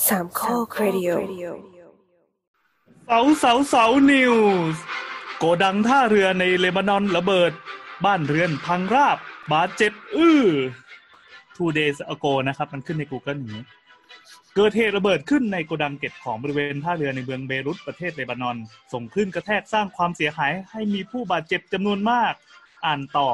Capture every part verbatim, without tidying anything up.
สามข้อครดิโอเสาเสาเสานิวส์โกดังท่าเรือในเลบานอนระเบิดบ้านเรือนพังราบบาดเจ็บอื้อ two days ago นะครับมันขึ้นใน Google อย่างนี้เกิดเหตุระเบิดขึ้นในโกดังเก็บของบริเวณท่าเรือในเมืองเบรุตประเทศเลบานอนส่งคลื่นกระแทกสร้างความเสียหายให้มีผู้บาดเจ็บจำนวนมากอ่านต่อ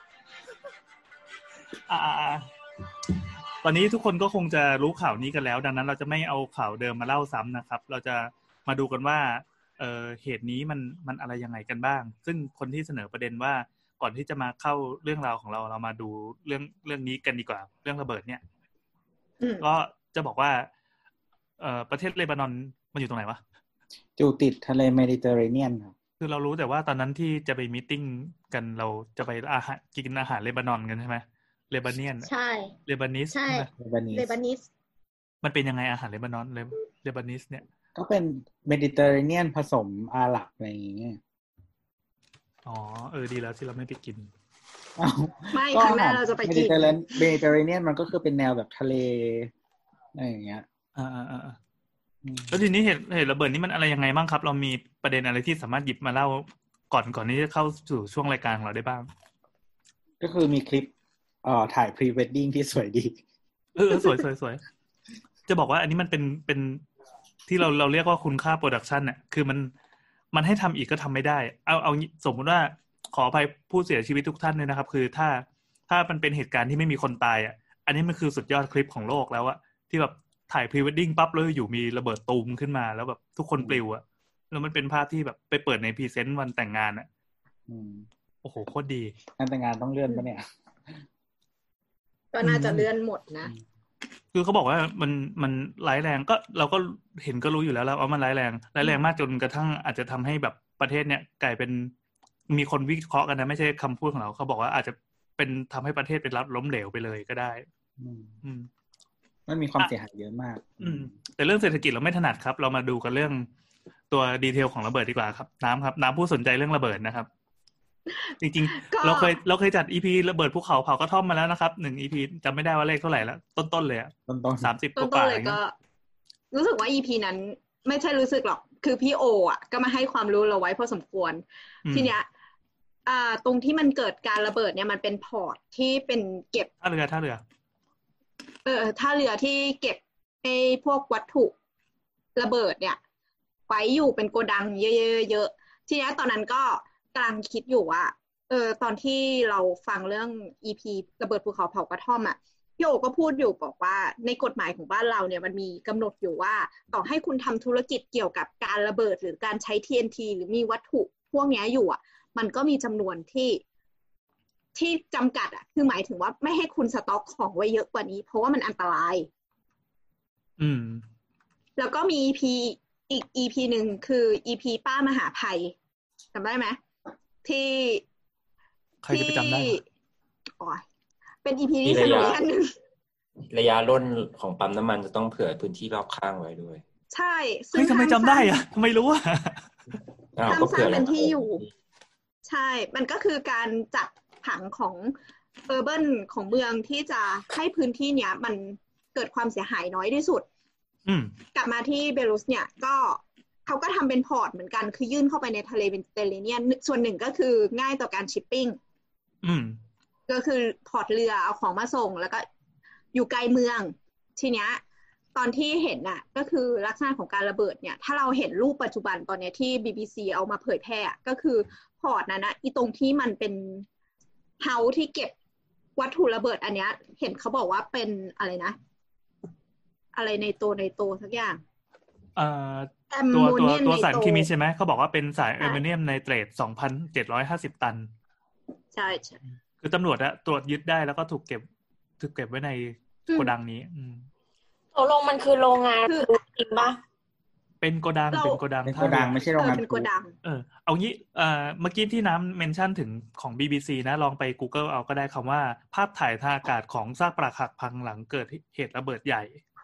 อ่าตอนนี้ทุกคนก็คงจะรู้ข่าวนี้กันแล้วดังนั้นเราจะไม่เอาข่าวเดิมมาเล่าซ้ำนะครับเราจะมาดูกันว่าเอ่อเหตุนี้มันมันอะไรยังไงกันบ้างซึ่งคนที่เสนอประเด็นว่าก่อนที่จะมาเข้าเรื่องราวของเราเรามาดูเรื่องเรื่องนี้กันดีกว่าเรื่องระเบิดเนี่ยก็จะบอกว่าเอ่อประเทศเลบานอนมันอยู่ตรงไหนวะอยู่ติดทะเลเมดิเตอร์เรเนียนครับคือเรารู้แต่ว่าตอนนั้นที่จะไปมีตติ้งกันเราจะไปอาหารกินอาหารเลบานอนกันใช่ไหมเลบาเนียนใช่เลบานิสใช่เลบานิสเลบานิสมันเป็นยังไงอาหารเลบานอนเลเลบานิสเนี่ยก็เป็นเมดิเตอร์เรเนียนผสมอาหรับอะไรอย่างเงี้ยอ๋อเออดีแล้วที่เราไม่ไปกินไม่ครั้งหน้าเราจะไปกินเมดิเตอร์เรเนียนมันก็คือเป็นแนวแบบทะเลอะไรอย่างเงี้ยอ่าๆๆแล้วทีนี้เหตุเหตุระเบิดนี้มันอะไรยังไงบ้างครับเรามีประเด็นอะไรที่สามารถหยิบมาเล่าก่อนก่อนที่จะเข้าสู่ช่วงรายการของเราได้บ้างก็คือมีคลิปเอ่อถ่ายพรีเวดดิ้งที่สวยดีเออสวยๆๆจะบอกว่าอันนี้มันเป็นเป็นที่เราเราเรียกว่าคุณค่าโปรดักชันน่ะคือมันมันให้ทำอีกก็ทำไม่ได้เอาเอาสมมุติว่าขออภัยผู้เสียชีวิตทุกท่านเลยนะครับคือถ้าถ้ามันเป็นเหตุการณ์ที่ไม่มีคนตายอ่ะอันนี้มันคือสุดยอดคลิปของโลกแล้วอะที่แบบถ่ายพรีเวดดิ้งปั๊บแล้วอยู่มีระเบิดตูมขึ้นมาแล้วแบบทุกคนปลิวอะแล้วมันเป็นภาพที่แบบไปเปิดในพรีเซนต์วันแต่งงานอะโอ้โหโคตรดีงานแต่งงานต้องเลื่อนปะเนี่ยก็น่าจะเลื่อนหมดนะคือเขาบอกว่ามันมันร้ายแรงก็เราก็เห็นก็รู้อยู่แล้วแล้วว่ามันร้ายแรงร้ายแรงมากจนกระทั่งอาจจะทำให้แบบประเทศเนี้ยกลายเป็นมีคนวิเคราะห์กันนะไม่ใช่คำพูดของเราเขาบอกว่าอาจจะเป็นทำให้ประเทศเป็นรัฐล้มเหลวไปเลยก็ได้อืมมันมีความเสียหายเยอะมากอืมแต่เรื่องเศรษฐกิจเราไม่ถนัดครับเรามาดูกันเรื่องตัวดีเทลของระเบิดดีกว่าครับน้ำครับน้ำผู้สนใจเรื่องระเบิดนะครับจริงๆเราเคยเราเคยจัด อี พี ระเบิดภูเขาเผากระท่อมมาแล้วนะครับหนึ่ง อี พี จำไม่ได้ว่าเลขเท่าไหร่แล้วต้นๆเลยอ่ะต้นๆสามสิบกว่าๆเลยก็รู้สึกว่า อี พี นั้นไม่ใช่รู้สึกหรอกคือพี่โออ่ะก็มาให้ความรู้เราไว้พอสมควรทีเนี้ยอ่าตรงที่มันเกิดการระเบิดเนี่ยมันเป็นพอร์ตที่เป็นเก็บท่าเรือท่าเรือเออท่าเรือที่เก็บไอ้พวกวัตถุระเบิดเนี่ยไว้อยู่เป็นโกดังเยอะๆๆทีนี้ตอนนั้นก็กำลังคิดอยู่ว่าเออตอนที่เราฟังเรื่อง อี พี ระเบิดภูเขาเผากระท่อมอ่ะพี่โอก็พูดอยู่บอกว่าในกฎหมายของบ้านเราเนี่ยมันมีกำหนดอยู่ว่าต่อให้คุณทำธุรกิจเกี่ยวกับการระเบิดหรือการใช้ ที เอ็น ที หรือมีวัตถุพวกนี้อยู่อ่ะมันก็มีจำนวนที่ที่จำกัดอ่ะคือหมายถึงว่าไม่ให้คุณสต็อกของไว้เยอะกว่านี้เพราะว่ามันอันตรายอืมแล้วก็มี อี พี อีก อี พี นึงคือ อี พี ป้ามหาภัยจำได้ไหมที่ใครจะไปจำได้อ๋อเป็น อี พี ที่สนุกอันนึงระยะร่นของปั๊มน้ำมันจะต้องเผื่อพื้นที่รอบข้างไว้ด้วยใช่ซึ่งทำไมจำได้อะทำไมรู้อะห้ามสร้างเป็นที่อยู่ใช่มันก็คือการจัดผังของเออร์เบิร์นของเมืองที่จะให้พื้นที่เนี้ยมันเกิดความเสียหายน้อยที่สุดกลับมาที่เบลุสเนี่ยก็เขาก็ทำเป็นพอร์ตเหมือนกันคือยื่นเข้าไปในทะเลเมดิเตอร์เรเนียนส่วนหนึ่งก็คือง่ายต่อการชิปปิ้งก็คือพอร์ตเรือเอาของมาส่งแล้วก็อยู่ไกลเมืองทีเนี้ยตอนที่เห็นน่ะก็คือลักษณะของการระเบิดเนี่ยถ้าเราเห็นรูปปัจจุบันตอนนี้ที่ บี บี ซี เอามาเผยแพร่ก็คือพอร์ตนั้นนะอีตรงที่มันเป็นเฮาส์ที่เก็บวัตถุระเบิดอันเนี้ยเห็นเขาบอกว่าเป็นอะไรนะอะไรในโตในโตสักอย่างเอ่อตัวตัวตัวสารเคมีใช่ไหมเขาบอกว่าเป็นสารแอมโมเนียมไนเตรต สองพันเจ็ดร้อยห้าสิบ ตันใช่ใช่คือตำรวจอะตรวจยึดได้แล้วก็ถูกเก็บถูกเก็บไว้ในโกดังนี้ตกลงมันคือโรงงานจริงปะเป็นโกดังเป็นโกดังเป็นโกดังไม่ใช่โรงงานเป็นโกดังเออเอางี้เอ่อเมื่อกี้ที่น้ำเมนชั่นถึงของ บี บี ซี นะลองไป Google เอาก็ได้คำว่าภาพถ่ายทางอากาศของซากปรักหักพังหลังเกิดเหตุระเบิดใหญ่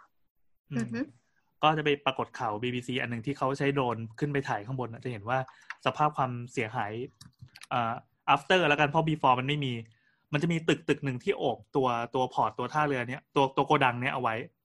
ก็จะไปปรากฏข่าว บี บี ซี อันนึงที่เขาใช้โดรนขึ้นไปถ่ายข้างบนจะเห็นว่าสภาพความเสียหายอ่า after แล้วกันเพราะ before มันไม่มีมันจะมีตึกตึกหนึ่งที่โอบตัวตัวพอร์ตตัวท่าเรือเนี้ยตัวตัวโกดังเนี้ยเอาไว้ที่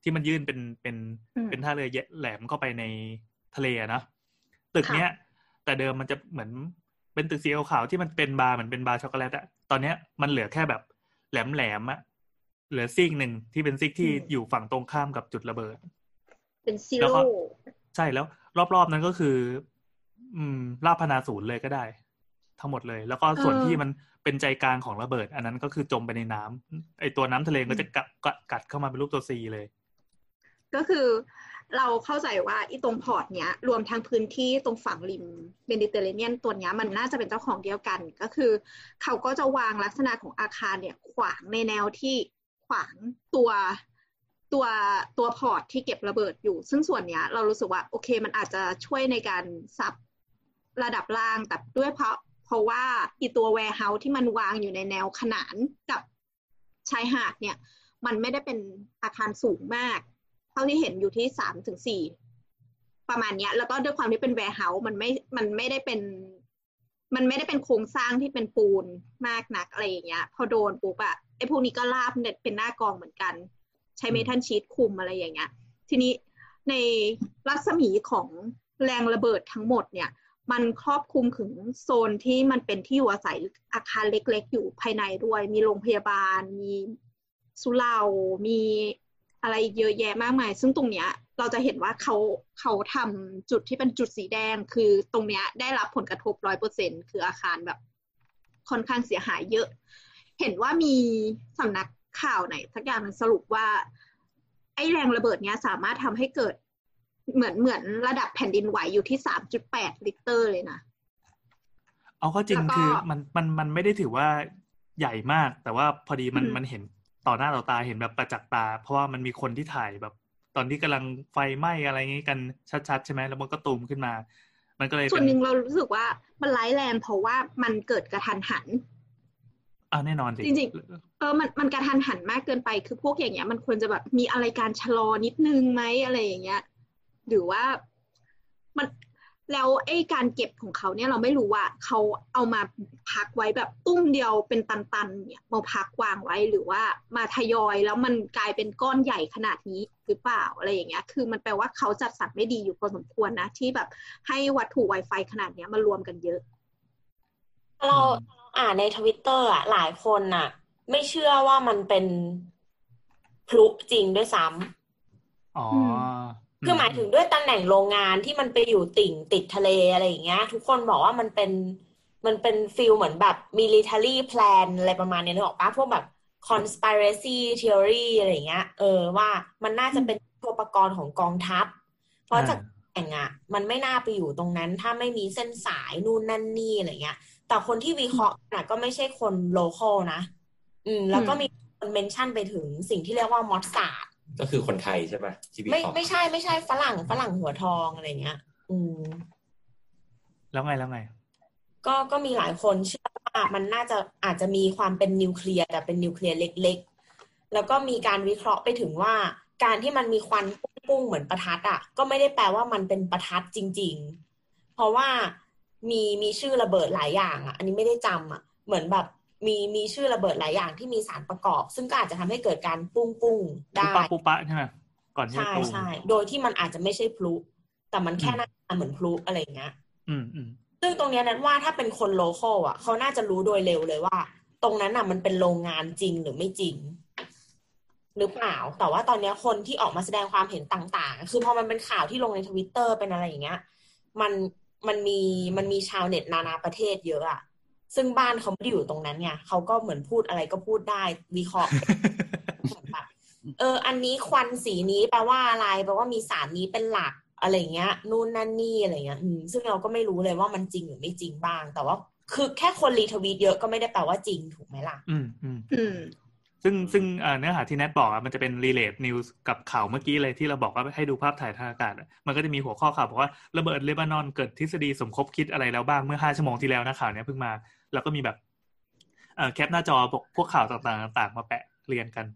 ที่มันยื่นเป็นเป็นเป็นท่าเรือแหลมเข้าไปในทะเลนะตึกเนี้ยแต่เดิมมันจะเหมือนเป็นตึกสีขาวที่มันเป็นบาร์เหมือนเป็นบาร์ช็อกโกแลตอะตอนเนี้ยมันเหลือแค่แบบแหลมๆอะเหลือซีกหนึ่งที่เป็นซีกที่อยู่ฝั่งตรงข้ามกับจุดระเบิดเป็นซีโร่ใช่แล้วรอบๆนั้นก็คืออืมราบพนาศูนย์เลยก็ได้ทั้งหมดเลยแล้วก็ส่วนที่มันเป็นใจกลางของระเบิดอันนั้นก็คือจมไปในน้ำไอตัวน้ำทะเลก็จะกัดกัดเข้ามาเป็นรูปตัวซีเลยก็คือเราเข้าใจว่าอีตรงพอร์ตเนี้ยรวมทั้งพื้นที่ตรงฝั่งริมเมดิเตอร์เรเนียนตัวเนี้ยมันน่าจะเป็นเจ้าของเดียวกันก็คือเขาก็จะวางลักษณะของอาคารเนี่ยขวางในแนวที่ขวางตัวตัวตัวพอร์ตที่เก็บระเบิดอยู่ซึ่งส่วนเนี้ยเรารู้สึกว่าโอเคมันอาจจะช่วยในการซับระดับล่างแต่ด้วยเพราะเพราะว่าอีตัวแวร์เฮาส์ที่มันวางอยู่ในแนวขนานกับชายหาดเนี่ยมันไม่ได้เป็นอาคารสูงมากเท่าที่เห็นอยู่ที่ สามถึงสี่ ประมาณเนี้ยแล้วก็ด้วยความที่เป็นแวร์เฮาส์มันไม่มันไม่ได้เป็นมันไม่ได้เป็นโครงสร้างที่เป็นปูนมากนักอะไรอย่างเงี้ยพอโดนปุ๊บอะไอ้พวกนี้ก็ราบเน็ตเป็นหน้ากองเหมือนกันใช้เมทัลชีทคุมอะไรอย่างเงี้ยทีนี้ในรัศมีของแรงระเบิดทั้งหมดเนี่ยมันครอบคลุมถึงโซนที่มันเป็นที่อยู่อาศัยอาคารเล็กๆอยู่ภายในด้วยมีโรงพยาบาลมีสุเหร่ามีอะไรเยอะแยะมากมายซึ่งตรงเนี้ยเราจะเห็นว่าเขาเขาทำจุดที่เป็นจุดสีแดงคือตรงเนี้ยได้รับผลกระทบ ร้อยเปอร์เซ็นต์ คืออาคารแบบค่อนข้างเสียหายเยอะเห็นว่ามีสำนักข่าวไหนสักอย่างมันสรุปว่าไอ้แรงระเบิดเนี้ยสามารถทำให้เกิดเหมือนเหมือนระดับแผ่นดินไหวอยู่ที่ สามจุดแปด ริกเตอร์เลยนะเอาเข้าจริงคือมันมันมันไม่ได้ถือว่าใหญ่มากแต่ว่าพอดีมันมันเห็นต่อหน้าต่อตาเห็นแบบประจักษ์ตาเพราะว่ามันมีคนที่ถ่ายแบบตอนที่กำลังไฟไหม้อะไรงี้กันชัดๆใช่ไหมแล้วมันก็ตูมขึ้นมามันก็เลยส่วนหนึ่งเรารู้สึกว่ามันร้ายแรงเพราะว่ามันเกิดกระทันหันอ่าแน่นอนสิจริงๆเออมันมันกระทันหันมากเกินไปคือพวกอย่างเงี้ยมันควรจะแบบมีอะไรการชะลอนิดนึงไหมอะไรอย่างเงี้ยหรือว่ามันแล้วไอ้การเก็บของเขาเนี่ยเราไม่รู้ว่าเขาเอามาพักไว้แบบตุ้มเดียวเป็นตันๆเนี่ยมาพักวางไว้หรือว่ามาทยอยแล้วมันกลายเป็นก้อนใหญ่ขนาดนี้หรือเปล่าอะไรอย่างเงี้ยคือมันแปลว่าเขาจัดสรรไม่ดีอยู่พอสมควรนะที่แบบให้วัตถุ Wi-Fi ขนาดเนี้ยมารวมกันเยอะเราอ่านใน Twitter อ่ะหลายคนน่ะไม่เชื่อว่ามันเป็นพลุจริงด้วยซ้ำอ๋อคือหมายถึงด้วยตำแหน่งโรงงานที่มันไปอยู่ติ่งติดทะเลอะไรอย่างเงี้ยทุกคนบอกว่ามันเป็นมันเป็นฟีลเหมือนแบบ military plan อะไรประมาณนี้นึกออกปะพวกแบบ conspiracy theory อะไรอย่างเงี้ยเออว่ามันน่าจะเป็นอุปกรณ์ของกองทัพเพราะจากแห่งอ่ะมันไม่น่าไปอยู่ตรงนั้นถ้าไม่มีเส้นสายนู่นนั่นนี่อะไรเงี้ยแต่คนที่วิเคราะห์น่ะก็ไม่ใช่คนโลคอลนะอืมแล้วก็มีคนเมนชั่นไปถึงสิ่งที่เรียกว่ามอสซาดก็คือคนไทยใช่ป่ะไม่ไม่ใช่ไม่ใช่ฝรั่งฝรั่งหัวทองอะไรเงี้ยอืมแล้วไงแล้วไงก็ก็มีหลายคนเชื่อว่ามันน่าจะอาจจะมีความเป็นนิวเคลียร์แต่เป็นนิวเคลียร์เล็กๆแล้วก็มีการวิเคราะห์ไปถึงว่าการที่มันมีควันปุ้งๆเหมือนประทัดอ่ะก็ไม่ได้แปลว่ามันเป็นประทัดจริงๆเพราะว่ามีมีชื่อระเบิดหลายอย่างอ่ะอันนี้ไม่ได้จำอ่ะเหมือนแบบมีมีชื่อระเบิดหลายอย่างที่มีสารประกอบซึ่งก็อาจจะทำให้เกิดการปุ้งปุ้งได้ปุปะปุปะใช่ไหมก่อนที่ใช่ใช่โดยที่มันอาจจะไม่ใช่พลุแต่มันแค่หน้าเหมือนพลุอะไรอย่างเงี้ยอืมอืมซึ่งตรงนี้นั้นว่าถ้าเป็นคนโลคอลอ่ะเขาน่าจะรู้โดยเร็วเลยว่าตรงนั้นอ่ะมันเป็นโรงงานจริงหรือไม่จริงหรือเปล่าแต่ว่าตอนนี้คนที่ออกมาแสดงความเห็นต่างๆคือพอมันเป็นข่าวที่ลงใน Twitter เป็นอะไรอย่างเงี้ยมันมันมีมันมีชาวเน็ตนานาประเทศเยอะอ่ะซึ่งบ้านเขาไม่ได้อยู่ตรงนั้นไงเขาก็เหมือนพูดอะไรก็พูดได้วิเคราะห์ แบบเอออันนี้ควันสีนี้แปลว่าอะไรแปลว่ามีสารนี้เป็นหลักอะไรเงี้ยนู่นนั่นนี่อะไรเงี้ยซึ่งเราก็ไม่รู้เลยว่ามันจริงหรือไม่จริงบ้างแต่ว่าคือแค่คนรีทวีตเยอะก็ไม่ได้แปลว่าจริงถูกไหมล่ะอืมอืมอืมซึ่งซึ่งเนื้อหาที่แนทบอกอ่ะมันจะเป็น relate news กับข่าวเมื่อกี้เลยที่เราบอกว่าให้ดูภาพถ่ายทางอากาศมันก็จะมีหัวข้อข่าวบอกว่าระเบิดเลบานอนเกิดทฤษฎีสมคบคิดอะไรแล้วบ้างเมื่อห้าชั่วโมงที่แล้วนะข่าวนี้เพิ่งมาแล้วก็มีแบบเอ่อแคปหน้าจอพวกพวกข่าวต่างๆต่างๆมาแปะเรียนกัน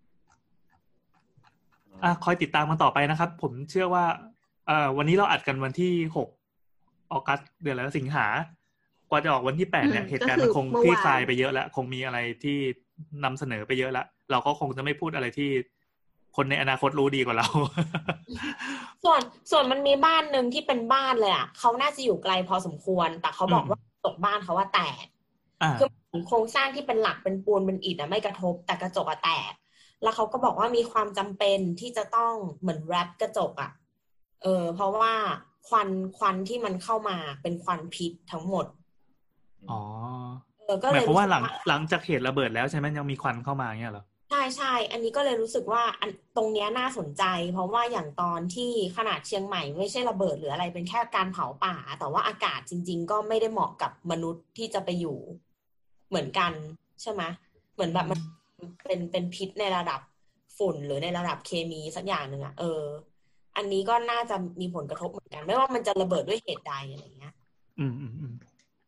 อ่ะคอยติดตามกันต่อไปนะครับผมเชื่อว่าเอ่อวันนี้เราอัดกันวันที่หกออกัสเดือนแล้วสิงหากว่าจะออกวันที่แปดเนี่ยเหตุการณ์มันคงคลี่คลายไปเยอะแล้วคงมีอะไรที่นำเสนอไปเยอะแล้วเราก็คงจะไม่พูดอะไรที่คนในอนาคตรู้ดีกว่าเราส่วนส่วนมันมีบ้านหนึ่งที่เป็นบ้านเลยอ่ะเขาน่าจะอยู่ไกลพอสมควรแต่เขาบอกว่ากระจกบ้านเขาว่าแตกคือโครงสร้างที่เป็นหลักเป็นปูนเป็นอิฐอ่ะไม่กระทบแต่กระจกอะแตกแล้วเขาก็บอกว่ามีความจำเป็นที่จะต้องเหมือนแรปกระจกอ่ะเออเพราะว่าควันควันที่มันเข้ามาเป็นควันพิษทั้งหมดอ๋อเออก็เลยเพราะว่าหลังหลังจากเหตุระเบิดแล้วใช่ไหมยังมีควันเข้ามาเงี้ยเหรอใช่ใช่อันนี้ก็เลยรู้สึกว่าอันตรงเนี้ยน่าสนใจเพราะว่าอย่างตอนที่ขนาดเชียงใหม่ไม่ใช่ระเบิดหรืออะไรเป็นแค่การเผาป่าแต่ว่าอากาศจริงๆก็ไม่ได้เหมาะกับมนุษย์ที่จะไปอยู่เหมือนกันใช่ไหมเหมือนแบบมันเป็นเป็นพิษในระดับฝุ่นหรือในระดับเคมีสักอย่างหนึ่งอะเอออันนี้ก็น่าจะมีผลกระทบเหมือนกันไม่ว่ามันจะระเบิดด้วยเหตุใดอะไรเงี้ยอืมอืมอืม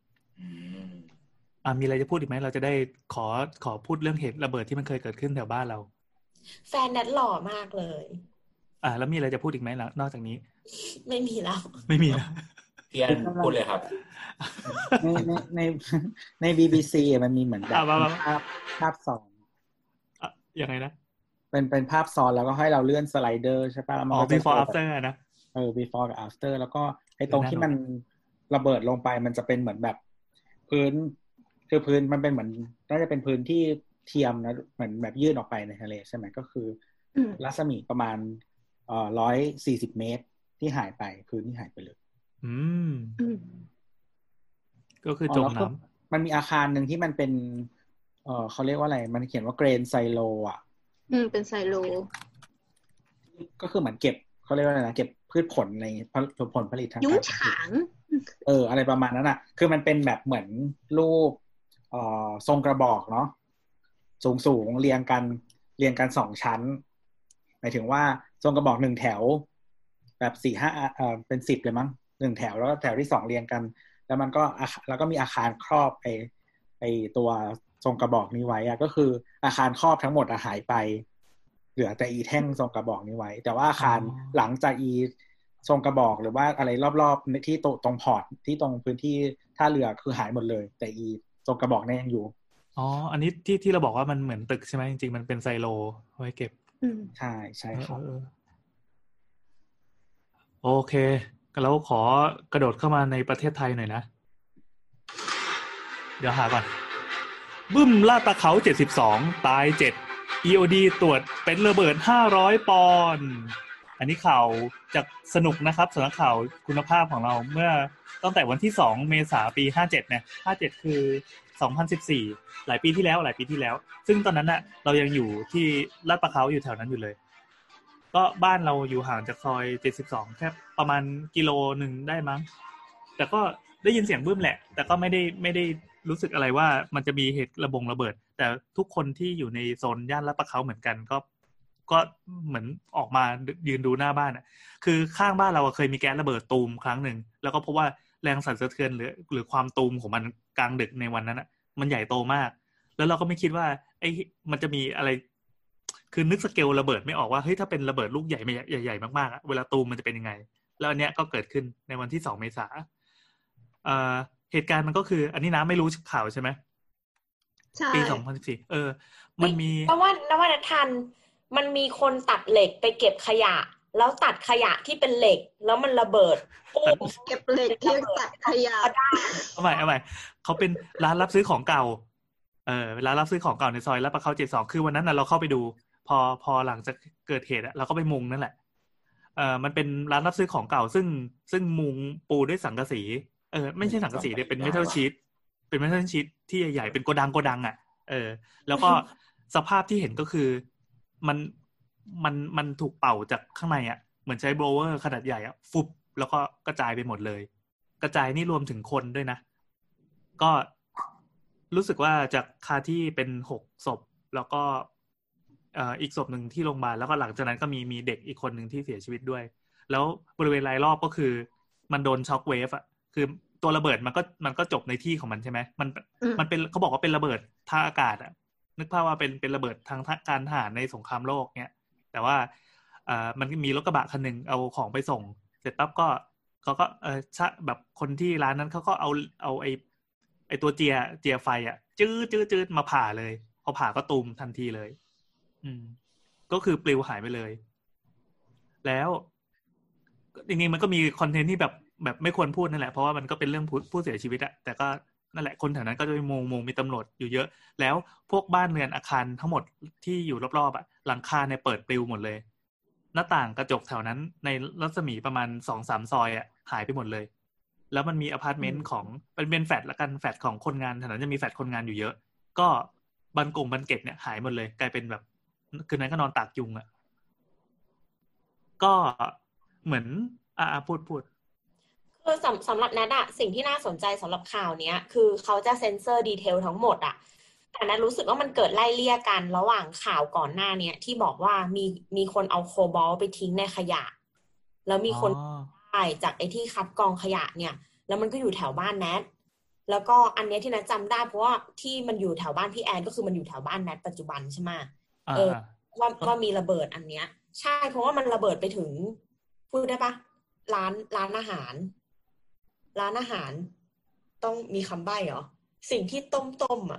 อ่ามีอะไรจะพูดอีกไหมเราจะได้ขอขอพูดเรื่องเหตุระเบิดที่มันเคยเกิดขึ้นแถวบ้านเราแฟนแนทหล่อมากเลยอ่าแล้วมีอะไรจะพูดอีกไหมนอกจากนี้ไม่มีแล้วไม่มีแล้วพี่อันพูดเลยครับในในในใน บี บี ซี มันมีเหมือนแบบภาพภาพซ้อนอ่ะยังไงนะเป็นเป็นภาพซ้อนแล้วก็ให้เราเลื่อนสไลเดอร์ใช่ป่ะอ๋อ before after นะเออ before กับ after แล้วก็ไอ้ตรงที่มันระเบิดลงไปมันจะเป็นเหมือนแบบพื้นคือพื้นมันเป็นเหมือนน่าจะเป็นพื้นที่เทียมนะเหมือนแบบยื่นออกไปในทะเลใช่ไหมก็คือรัศมีประมาณเอ่อหนึ่งร้อยสี่สิบเมตรที่หายไปพื้นที่หายไปเลยอืมก็คือจมน้ำมันมีอาคารหนึ่งที่มันเป็นเอ่อเขาเรียกว่าอะไรมันเขียนว่าเกรนไซโลอ่ะอืมเป็นไซโลก็คือเหมือนเก็บเขาเรียกว่าอะไรนะเก็บพืชผลในผลผลิตทางยุ้งฉางเอออะไรประมาณนั้นอ่ะคือมันเป็นแบบเหมือนรูปเอ่อทรงกระบอกเนาะสูงสูงเรียงกันเรียงกันสองชั้นหมายถึงว่าทรงกระบอกหนึ่งแถวแบบสี่ห้าเอ่อเป็นสิบเลยมั้งหนึ่งแถวแล้วก็แถวที่สองเรียงกันแล้วมันก็แล้วก็มีอาคารครอบไอ้ไอ้ตัวทรงกระบอกนี้ไว้อะก็คืออาคารครอบทั้งหมดหายไปเหลือแต่อีแท่งทรงกระบอกนี้ไว้แต่ว่าอาคารหลังจากอีทรงกระบอกหรือว่าอะไรรอบๆที่ตรงพอร์ตที่ตรงพื้นที่ท่าเรือคือหายหมดเลยแต่อีทรงกระบอกนี่ยังอยู่อ๋ออันนี้ที่ที่เราบอกว่ามันเหมือนตึกใช่ไหมจริงๆมันเป็นไซโลไว้เก็บใช่ใช่ครับโอเคแล้วขอกระโดดเข้ามาในประเทศไทยหน่อยนะเดี๋ยวหาก่อนบึ้มลาดตะเขาเจ็ดสิบสองตายเจ็ด อี โอ ดี ตรวจเป็นระเบิดห้าร้อยปอนด์อันนี้ข่าวจากสนุกนะครับสำนักข่าวคุณภาพของเราเมื่อตั้งแต่วันที่สองเมษายนปีห้าเจ็ดเนี่ยห้าเจ็ดคือสองพันสิบสี่หลายปีที่แล้วหลายปีที่แล้วซึ่งตอนนั้นน่ะเรายังอยู่ที่ลาดตะเขาอยู่แถวนั้นอยู่เลยก็บ้านเราอยู่ห่างจากซอยเจ็ดสิบสองแค่ประมาณกิโลนึงได้มั้งแต่ก็ได้ยินเสียงบึ้มแหละแต่ก็ไม่ได้ไม่ได้รู้สึกอะไรว่ามันจะมีเหตุระบงระเบิดแต่ทุกคนที่อยู่ในโซนย่านลาดตะเขาเหมือนกันก็ก็เหมือนออกมายืนดูหน้าบ้านอ่ะคือข้างบ้านเราเคยมีแก๊สระเบิดตูมครั้งนึงแล้วก็พบว่าแรงสั่นสะเทือนหรือหรือความตูมของมันกลางดึกในวันนั้นอ่ะมันใหญ่โตมากแล้วเราก็ไม่คิดว่าไอ้มันจะมีอะไรคือนึกสเกลระเบิดไม่ออกว่าเฮ้ยถ้าเป็นระเบิดลูกใหญ่ใหญ่ๆมากๆอ่ะเวลาตูมมันจะเป็นยังไงแล้วอันเนี้ยก็เกิดขึ้นในวันที่สองเมษายนเอ่อเหตุการณ์มันก็คืออันนี้น้าไม่รู้ข่าวใช่ไหมใช่ปีสองพันสิบสี่เออมันมีเพราะว่าณวันทันมันมีคนตัดเหล็กไปเก็บขยะแล้วตัดขยะที่เป็นเหล็กแล้วมันระเบิดโอ้เก็บเหล็กที่ตัดขยะเอาใหม่เอาใหม่เขาเป็นร้านรับซื้อของเก่าเออร้านรับซื้อของเก่าในซอยลาดพร้าวเจ็ดสิบสองคือวันนั้นน่ะเราเข้าไปดูพอพอหลังจากเกิดเหตุอ่ะเราก็ไปมุงนั่นแหละเออมันเป็นร้านรับซื้อของเก่าซึ่งซึ่งมุงปูด้วยสังกะสีเออไม่ใช่สังกะสีเนี่ยเป็นเมทัลชีทเป็นเมทัลชีทที่ใหญ่ๆเป็นโกดังโกดังอ่ะเออแล้วก็สภาพที่เห็นก็คือมันมันมันถูกเป่าจากข้างในอ่ะเหมือนใช้โบรเวอร์ขนาดใหญ่อ่ะฟุบแล้วก็กระจายไปหมดเลยกระจายนี่รวมถึงคนด้วยนะก็รู้สึกว่าจากคาที่เป็นหกศพแล้วก็เอ่ออีกศพหนึ่งที่โรงพยาบาลแล้วก็หลังจากนั้นก็มีมีเด็กอีกคนหนึ่งที่เสียชีวิตด้วยแล้วบริเวณรายรอบก็คือมันโดนช็อคเวฟอ่ะคือตัวระเบิดมันก็มันก็จบในที่ของมันใช่ไหมมันมันเป็นเขาบอกว่าเป็นระเบิดทางอากาศอ่ะนึกภาพว่าเป็นเป็นระเบิดทางการทหารในสงครามโลกเนี้ยแต่ว่าอ่ามันมีรถกระบะคันนึงเอาของไปส่งเสร็จปั๊บก็เขาก็เออชะแบบคนที่ร้านนั้นเขาก็เอาเอาไอ้ไอ้ตัวเจียเจียไฟอ่ะจื้อจื้อจื้อมาผ่าเลยพอผ่าก็ตูมทันทีเลยอืมก็คือปลิวหายไปเลยแล้วจริงๆมันก็มีคอนเทนต์ที่แบบแบบไม่ควรพูดนั่นแหละเพราะว่ามันก็เป็นเรื่องผู้ผู้เสียชีวิตอะแต่ก็นั่นแหละคนแถวนั้นก็จะมีมงมงมีตำรวจอยู่เยอะแล้วพวกบ้านเรือนอาคารทั้งหมดที่อยู่รอบๆอะหลังคาเนี่ยเปิดปลิวหมดเลยหน้าต่างกระจกแถวนั้นในรัศมีประมาณ สองถึงสาม ซอยอะหายไปหมดเลยแล้วมันมีอพาร์ตเมนต์ของเป็นเป็นแฟลตละกันแฟลตของคนงานแถวนั้นจะมีแฟลตคนงานอยู่เยอะก็บันกงบันเก็ตเนี่ยหายหมดเลยกลายเป็นแบบคืนนั้นก็นอนตากยุงอะก็เหมือนอ่าพูดพูดคือสำสำหรับนัทอะสิ่งที่น่าสนใจสำหรับข่าวเนี้ยคือเขาจะเซ็นเซอร์ดีเทลทั้งหมดอะแต่นัทรู้สึกว่ามันเกิดไล่เลี่ยกันระหว่างข่าวก่อนหน้าเนี้ยที่บอกว่ามีมีคนเอาโคบอลต์ไปทิ้งในขยะแล้วมีคนได้จากไอ้ที่คัดกรองขยะเนี่ยแล้วมันก็อยู่แถวบ้านแนทแล้วก็อันเนี้ยที่นัทจำได้เพราะว่าที่มันอยู่แถวบ้านพี่แอนก็คือมันอยู่แถวบ้านแนทปัจจุบันใช่ไหมเออว่าว่ามีระเบิดอันเนี้ยใช่เพราะว่ามันระเบิดไปถึงพูดได้ปะร้านร้านอาหารร้านอาหารต้องมีคำใบ้เหรอสิ่งที่ต้มต้มอ่ะ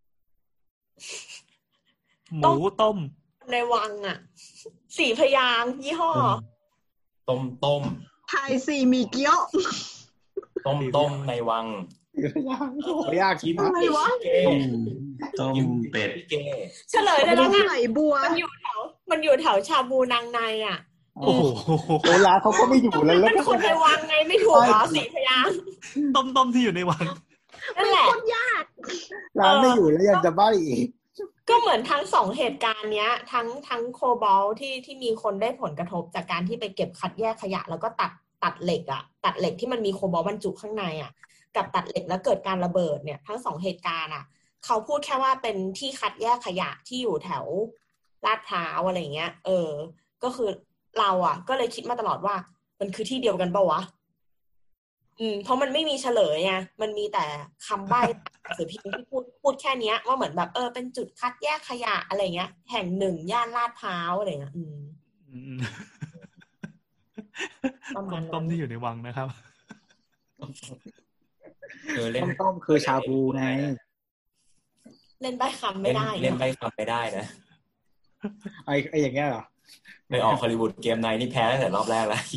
หมูต้มในวังอ่ะสี่พยางค์ยี่ห้อต้มต้มไทยสี่มีเกี๊ยวต้มต้มในวังยากคิดอะไรวะต้มเป็ดเฉลยเลยแล้วกันไหลบัวมันอยู่แถวมันอยู่แถวชาบูนางในอ่ะโอ้โหเวลาเขาก็ไม่อยู่แล้วเป็นคนในวังไงไม่ถูกเหรอสี่พยางค์ต้มต้มที่อยู่ในวังนั่นแหละโคตรยากร้านไม่อยู่แล้วยังจะบ้าอีกก็เหมือนทั้งสองเหตุการณ์เนี้ยทั้งทั้งโคบอลต์ที่ที่มีคนได้ผลกระทบจากการที่ไปเก็บคัดแยกขยะแล้วก็ตัดตัดเหล็กอ่ะตัดเหล็กที่มันมีโคบอลต์บรรจุข้างในอ่ะกับตัดเหล็กแล้วเกิดการระเบิดเนี่ยทั้งสองเหตุการณ์อ่ะเขาพูดแค่ว่าเป็นที่คัดแยกขยะที่อยู่แถวลาดพร้าวอะไรเงี้ยเออก็คือเราอ่ะก็เลยคิดมาตลอดว่ามันคือที่เดียวกันปะวะอืมเพราะมันไม่มีเฉลยไงมันมีแต่คำใบ้หรือพิมพ์ที่พูดพูดแค่นี้ว่าเหมือนแบบเออเป็นจุดคัดแยกขยะอะไรเงี้ยแห่งหนึ่งย่านลาดพร้าวอะไรเงี้ยอืมต้มต้มที่อยู่ในวังนะครับต้มต้มคือชาบูไงเล่นใบ้คำไม่ได้เล่นใบ้คำไม่ได้นะไอ้ไอ้อย่างเงี้ยเหรอไปออกฮอลลีวูดเกมไนท์นี่แพ้ตั้งแต่รอบแรกแล้ว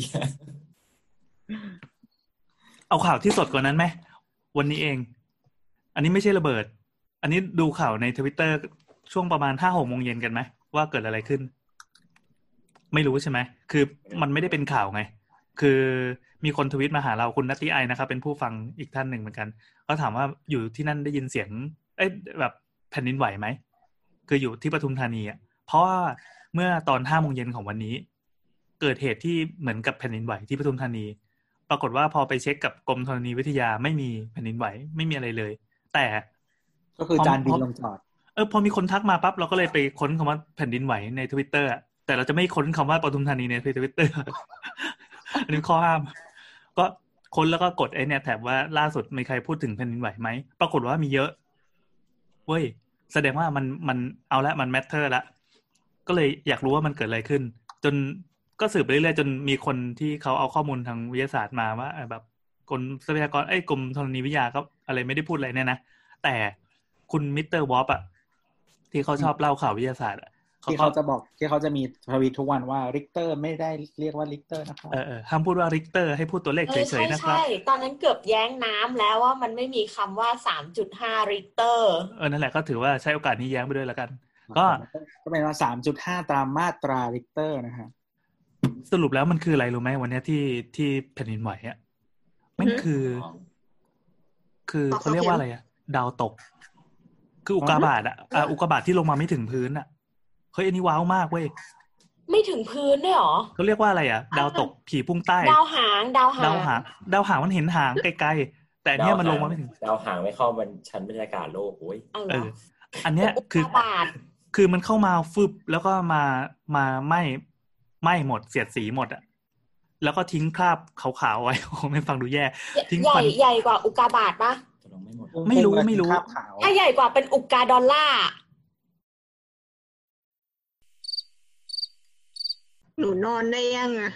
เอาข่าวที่สดกว่านั้นไหมวันนี้เองอันนี้ไม่ใช่ระเบิดอันนี้ดูข่าวใน Twitter ช่วงประมาณ ห้าหก โมงเย็นกันไหมว่าเกิดอะไรขึ้นไม่รู้ใช่ไหมคือมันไม่ได้เป็นข่าวไงคือมีคนทวิตมาหาเราคุณนัตตี้ไอนะครับเป็นผู้ฟังอีกท่านหนึ่งเหมือนกันเขาถามว่าอยู่ที่นั่นได้ยินเสียงเอ้ยแบบแผ่นดินไหวไหมคืออยู่ที่ปทุมธานีอ่ะเพราะว่าเมื่อตอน ห้าโมงเย็นของวันนี้เกิดเหตุที่เหมือนกับแผ่นดินไหวที่ปทุมธานีปรากฏว่าพอไปเช็คกับกรมธรณีวิทยาไม่มีแผ่นดินไหวไม่มีอะไรเลยแต่ก็คือจานบินลงจอดเออพอมีคนทักมาปั๊บเราก็เลยไปค้นคำว่าแผ่นดินไหวใน Twitter อ่ะแต่เราจะไม่ค้นคำว่าปทุมธานีใน Twitter อันนี้ข้อห้ามก็ค้นแล้วก็กดไอ้เนี่ยแถบว่าล่าสุดมีใครพูดถึงแผ่นดินไหวไหมปรากฏว่ามีเยอะเว้ยแสดงว่ามันมันเอาละมันแมทเทอร์ละก็เลยอยากรู้ว่ามันเกิดอะไรขึ้นจนก็สืบไปเรื่อยๆจนมีคนที่เขาเอาข้อมูลทางวิทยาศาสตร์มาว่าแบบกรมทรัพยากรไอ้กรมธรณีวิทยาก็อะไรไม่ได้พูดอะไรเนี่ยนะแต่คุณมิสเตอร์วอปอ่ะที่เขาชอบเล่าข่าววิทยาศาสตร์ที่เขาจะบอกที่เขาจะมีทวีตทุกวันว่าริกเตอร์ไม่ได้เรียกว่าริกเตอร์นะครับเออๆห้ามพูดว่าริกเตอร์ให้พูดตัวเลขเฉยๆนะครับใช่ๆตอนนั้นเกือบแย้งน้ำแล้วว่ามันไม่มีคำว่า สามจุดห้า ริกเตอร์เออนั่นแหละก็ถือว่าใช้โอกาสนี้แย้งไปด้วยแล้วกันก็ก็เป็นว่า สามจุดห้า ตามมาตราริกเตอร์นะฮะสรุปแล้วมันคืออะไรรู้ไหมวันนี้ที่ที่แผ่นดินไหวอ่ะมันคือคือเขาเรียกว่าอะไรอ่ะดาวตกคืออุกกาบาตอ่ะอ่าอุกกาบาตที่ลงมาไม่ถึงพื้นอ่ะเฮ้ยอันนี้ว้าวมากเว้ยไม่ถึงพื้นด้วยหรอเขาเรียกว่าอะไรอ่ะดาวตกผีพุ่งใต้ดาวหางดาวหางดาวหางดาวหางมันเห็นหางไกลๆแต่เนี่ยมันลงมาไม่ถึงดาวหางไม่เข้ามันชั้นบรรยากาศโลกโอ้ยเอออันเนี้ยคือคือมันเข้ามาฟึบแล้วก็มามาไหม้ไหม้หมดเสียดสีหมดอ่ะแล้วก็ทิ้งคราบขาวๆไว้โอ้ไม่ฟังดูแย่ทิ้งใหญ่ใหญ่กว่าอุกกาบาตปะไม่รู้ไม่รู้ถ้าใหญ่กว่าเป็นอุกกาดอลลาร์หนูนอนได้ยังอ่ะ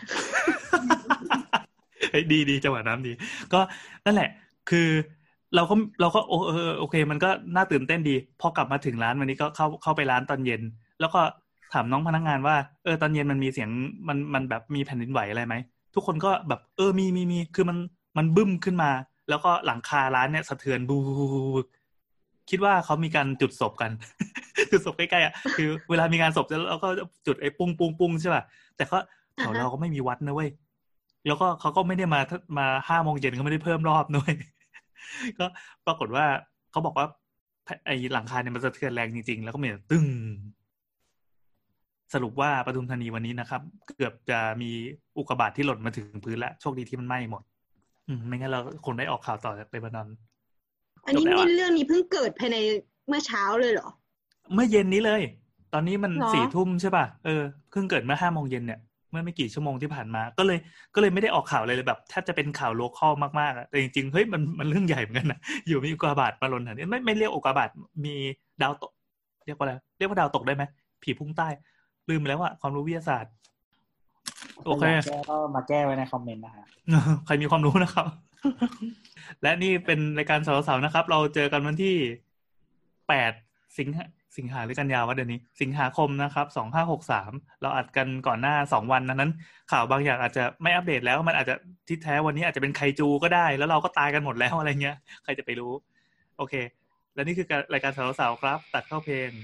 เฮ้ยดีๆจังหวะน้ำดีก็นั่นแหละคือเราก็เราก็โอเออโอเคมันก็น่าตื่นเต้นดีพอกลับมาถึงร้านวันนี้ก็เข้าเข้าไปร้านตอนเย็นแล้วก็ทถามน้องพนักงานว่าเออตอนเย็นมันมีเสียงมันมันแบบมีแผ่นดินไหวอะไรไหมทุกคนก็แบบเออมีมีมีคือมันมันบึ้มขึ้นมาแล้วก็หลังคาร้านเนี่ยสะเทือนบูคิดว่าเขามีการจุดศพกัน จุดศพใกล้ๆอ่ะคือเวลามีงานศพแล้วเราก็จุดไอ้ปุ้งปุ้งปุ้งใช่ป่ะแต่ก็แถวเราก็ไม่มีวัดนะเว้ยแล้วก็เขาก็ไม่ได้มามาห้าโมงเย็นเขาไม่ได้เพิ่มรอบด้วย ก็ปรากฏว่าเขาบอกว่าไอ้หลังคาเนี่ยมันสะเทือนแรงจริงๆแล้วก็มีตึ้งสรุปว่าปทุมธานีวันนี้นะครับเกือบจะมีอุกกาบาตที่หล่นมาถึงพื้นแล้วโชคดีที่มันไหม้หมดอืมไม่งั้นเราคงได้ออกข่าวต่อจากเลบานอนอันนี้นี่เรื่องนี้เพิ่งเกิดภายในเมื่อเช้าเลยเหรอเมื่อเย็นนี้เลยตอนนี้มันสี่ทุ่มใช่ป่ะเออเพิ่งเกิดเมื่อห้าโมงเย็นเนี่ยเมื่อไม่กี่ชั่วโมงที่ผ่านมาก็เลยก็เลยไม่ได้ออกข่าวเลยเลยแบบแทบจะเป็นข่าวโลคอลมากๆอ่ะแต่จริงๆเฮ้ยมันมันเรื่องใหญ่เหมือนกันนะอยู่มีอุกกาบาตมาหล่นแถวนี้ไม่ไม่เรียกอุกกาบาตมีดาวตกเรียกว่าอะไรเรียกว่าดาวตกได้ไหมผีพุ่งใต้ลืมไปแล้วอะความรู้วิทยาศาสตร์โอเคก็มาแก้ไว้ในคอมเมนต์นะฮะใครมีความรู้นะครับ และนี่เป็นรายการสาวๆนะครับเราเจอกันวันที่แปดสิงหาสิงหาหรือกันยาวะเดือนนี้สิงหาคมนะครับสองพันห้าร้อยหกสิบสามเราอัดกันก่อนหน้าสองวันนั้นข่าวบางอย่างอาจจะไม่อัปเดตแล้วมันอาจจะที่แท้วันนี้อาจจะเป็นไคจูก็ได้แล้วเราก็ตายกันหมดแล้วอะไรเงี้ยใครจะไปรู้โอเคและนี่คือรายการสาวๆครับตัดเข้าเพลง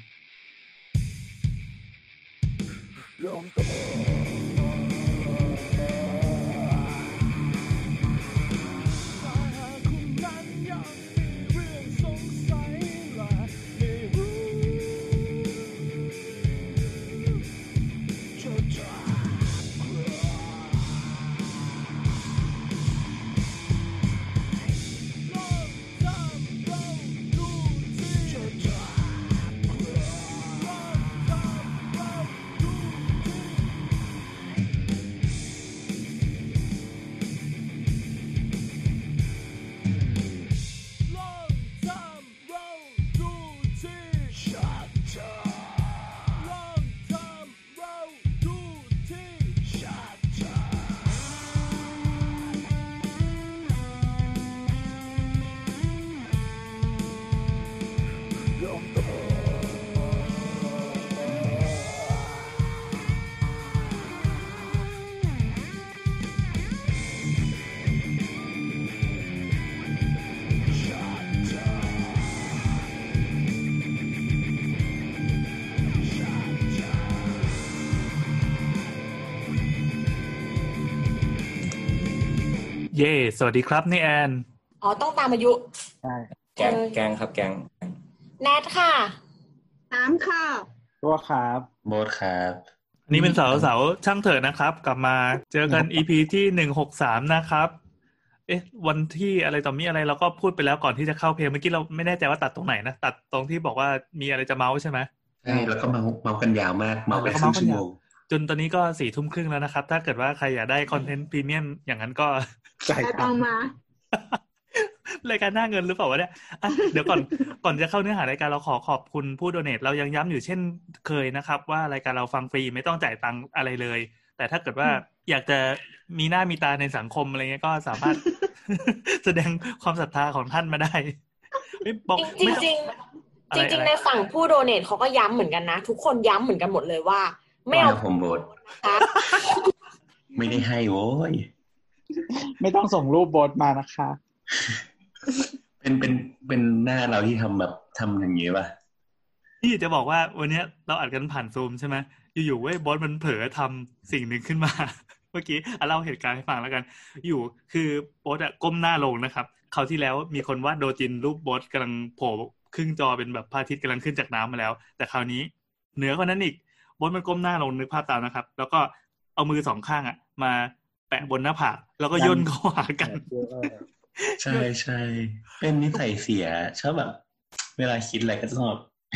ยอมตายเย่สวัสดีครับนี่แอนอ๋อต้องตามอายุใช่แกงแกงครับแกงแนทค่ะน้ำค่ะตัวครับโบทครับนี่เป็นเสาเสาช่างเถิดนะครับกลับมาเจอกัน อี พี ที่หนึ่งหกสามนะครับเอ๊ะวันที่อะไรต่อมีอะไรเราก็พูดไปแล้วก่อนที่จะเข้าเพลงเมื่อกี้เราไม่แน่ใจว่าตัดตรงไหนนะตัดตรงที่บอกว่ามีอะไรจะเมาส์ใช่ไหมใช่แล้วก็เมาเมากันยาวมากเมาไปครึ่งชั่วโมงจนตอนนี้ก็สี่ทุ่มครึ่งแล้วนะครับถ้าเกิดว่าใครอยากได้คอนเทนต์พรีเมียมอย่างนั้นก็จ่ายตังค์มารายการหน้าเงินหรือเปล่าวะเนี่ยเดี๋ยวก่อนก่อนจะเข้าเนื้อหารายการเราขอขอบคุณผู้โดเนทเรายังย้ำอยู่เช่นเคยนะครับว่ารายการเราฟังฟรีไม่ต้องจ่ายตังค์อะไรเลยแต่ถ้าเกิดว่าอยากจะมีหน้ามีตาในสังคมอะไรเงี้ยก็สามารถแสดงความศรัทธาของท่านมาได้จริงจริงจริงๆในฝั่งผู้โดเนทเขาก็ย้ำเหมือนกันนะทุกคนย้ำเหมือนกันหมดเลยว่าไม่เอาผมโบทไม่ได้ให้โว้ยไม่ต้องส่งรูปโบทมานะคะเป็นเป็นเป็นหน้าเราที่ทำแบบทำอย่างนี้ป่ะพี่จะบอกว่าวันนี้เราอัดกันผ่านซูมใช่ไหมอยู่ๆเว้ยบอสมันเผลอทำสิ่งหนึ่งขึ้นมาเมื่อกี้เอาเล่าเหตุการณ์ให้ฟังแล้วกันอยู่คือบอสอะก้มหน้าลงนะครับคราวที่แล้วมีคนวาดโดจินรูปบอสกำลังโผล่ครึ่งจอเป็นแบบพระอาทิตย์กำลังขึ้นจากน้ำมาแล้วแต่คราวนี้เหนือกว่านั้นอีกบอสมันก้มหน้าลงนึกภาพตามนะครับแล้วก็เอามือสองข้างอะมาแปะบนหน้าผากแล้วก็ย่นเข้าหากันใช่ใช่เป็นนิสัยเสียชอบแบบเวลาคิดอะไรก็ชอบ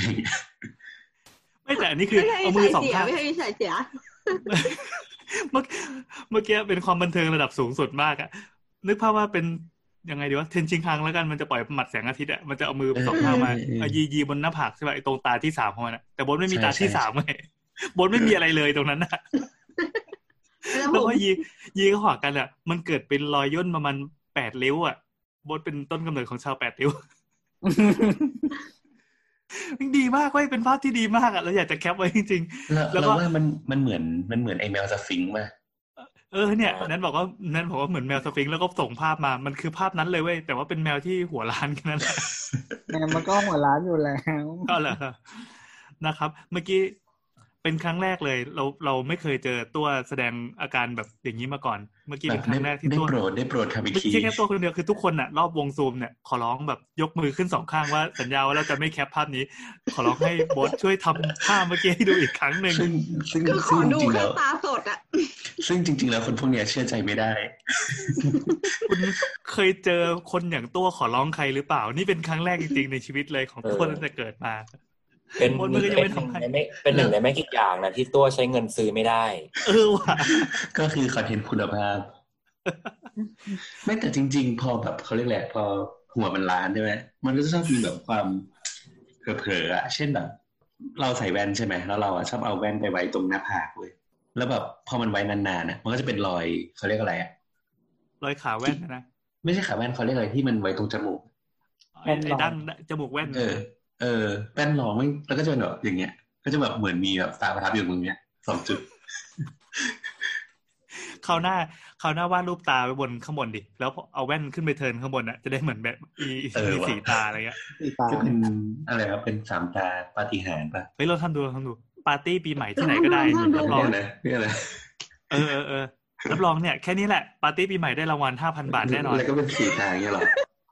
ไม่แต่อันนี้คือเอามือสองข้างไม่ใช่นิสัยเสียเมื่อเมื่อกี้เป็นความบันเทิงระดับสูงสุดมากอะนึกภาพว่าเป็นยังไงดีวะเทนชิงคังแล้วกันมันจะปล่อยหมัดแสงอาทิตย์อะมันจะเอามือสองข้างมายียีบนหน้าผากใช่ป่ะไอ้ตรงตาที่สามของมันอะแต่บนไม่มีตาที่สามไงบนไม่มีอะไรเลยตรงนั้นอะแล้วก็ยียีเข้าหากันอะมันเกิดเป็นรอยย่นประมาณแปดริ้วอะบดเป็นต้นกำเนิดของชาวแปดริ้วมันดีมากเว้ยเป็นภาพที่ดีมากอ่ะเราอยากจะแคปไว้จริงๆแล้วก็ว่ามันมันเหมือนมันเหมือนไอ้แมวสฟิงค์ป่ะเออเนี่ยนั้นบอกว่านั้นบอกว่าเหมือนแมวสฟิงค์แล้วก็ส่งภาพมามันคือภาพนั้นเลยเว้ยแต่ว่าเป็นแมวที่หัวล้านกันนั่นแหละแมวมันก็หัวล้านอยู่แล้วก็เหรอนะครับเมื่อกี้เป็นครั้งแรกเลยเราเราไม่เคยเจอตัวแสดงอาการแบบอย่างนี้มาก่อนเมื่อกี้เป็นครั้งแรกที่ตัวได้โปรดได้โปรดครับอีกทีไม่ใช่แค่ตัวคนเดียวคือทุกคนน่ะรอบวงซูมเนี่ยขอร้องแบบยกมือขึ้นสองข้างว่าสัญญาว่าเราจะไม่แคปภาพนี้ขอร้องให้โบ๊ทช่วยทำภาพเมื่อกี้ให้ดูอีกครั้งนึงซึ่งซึ่งคือขอดูแค่ตาสดอ่ะซึ่งจริงๆแล้วคนพวกเนี้ยเชื่อใจไม่ได้คุณเคยเจอคนอย่างตัวขอร้องใครหรือเปล่านี่เป็นครั้งแรกจริงๆในชีวิตเลยของตัวตั้งแต่เกิดมาเป็นเป็นหนึ่งในเป็นหนึ่งในไม่กี่อย่างนะที่ตัวใช้เงินซื้อไม่ได้เออว่ะก็คือคอนเทนต์คุณภาพไม่แต่จริงๆพอแบบเขาเรียกแหละพอหัวมันล้านใช่ไหมมันก็จะชอบมีแบบความเผลอๆอ่ะเช่นแบบเราใส่แว่นใช่ไหมแล้วเราอ่ะชอบเอาแว่นไปไว้ตรงหน้าผากเลยแล้วแบบพอมันไว้นานๆนะมันก็จะเป็นรอยเขาเรียกอะไรอ่ะรอยขาแว่นนะไม่ใช่ขาแว่นเขาเรียกอะไรที่มันไว้ตรงจมูกไอ้ดั้งจมูกแว่นเออเออแป้นรองไม่แล้วก็จะเป็นแบบอย่างเงี้ยก็จะแบบเหมือนมีแบบตาประทับอยู่ตรงเนี้ยสองจุดคราวหน้าคราวหน้าวาดรูปตาไปบนข้างบนดิแล้วเอาแว่นขึ้นไปเทิร์นข้างบนอ่ะจะได้เหมือนแบบอีมีสีตาอะไรเงี้ยจะเป็นอะไรครับเป็นสามตาปาฏิหาริย์ป่ะเฮ้ยเราทำดูเราทำดูปาร์ตี้ปีใหม่ที่ไหนก็ได้รับรองเลยนี่อะไรเออเออเออรับรองเนี่ยแค่นี้แหละปาร์ตี้ปีใหม่ได้รางวัล ห้าพัน บาทแน่นอนแล้วก็เป็นสีตาอย่างเงี้ยหรอ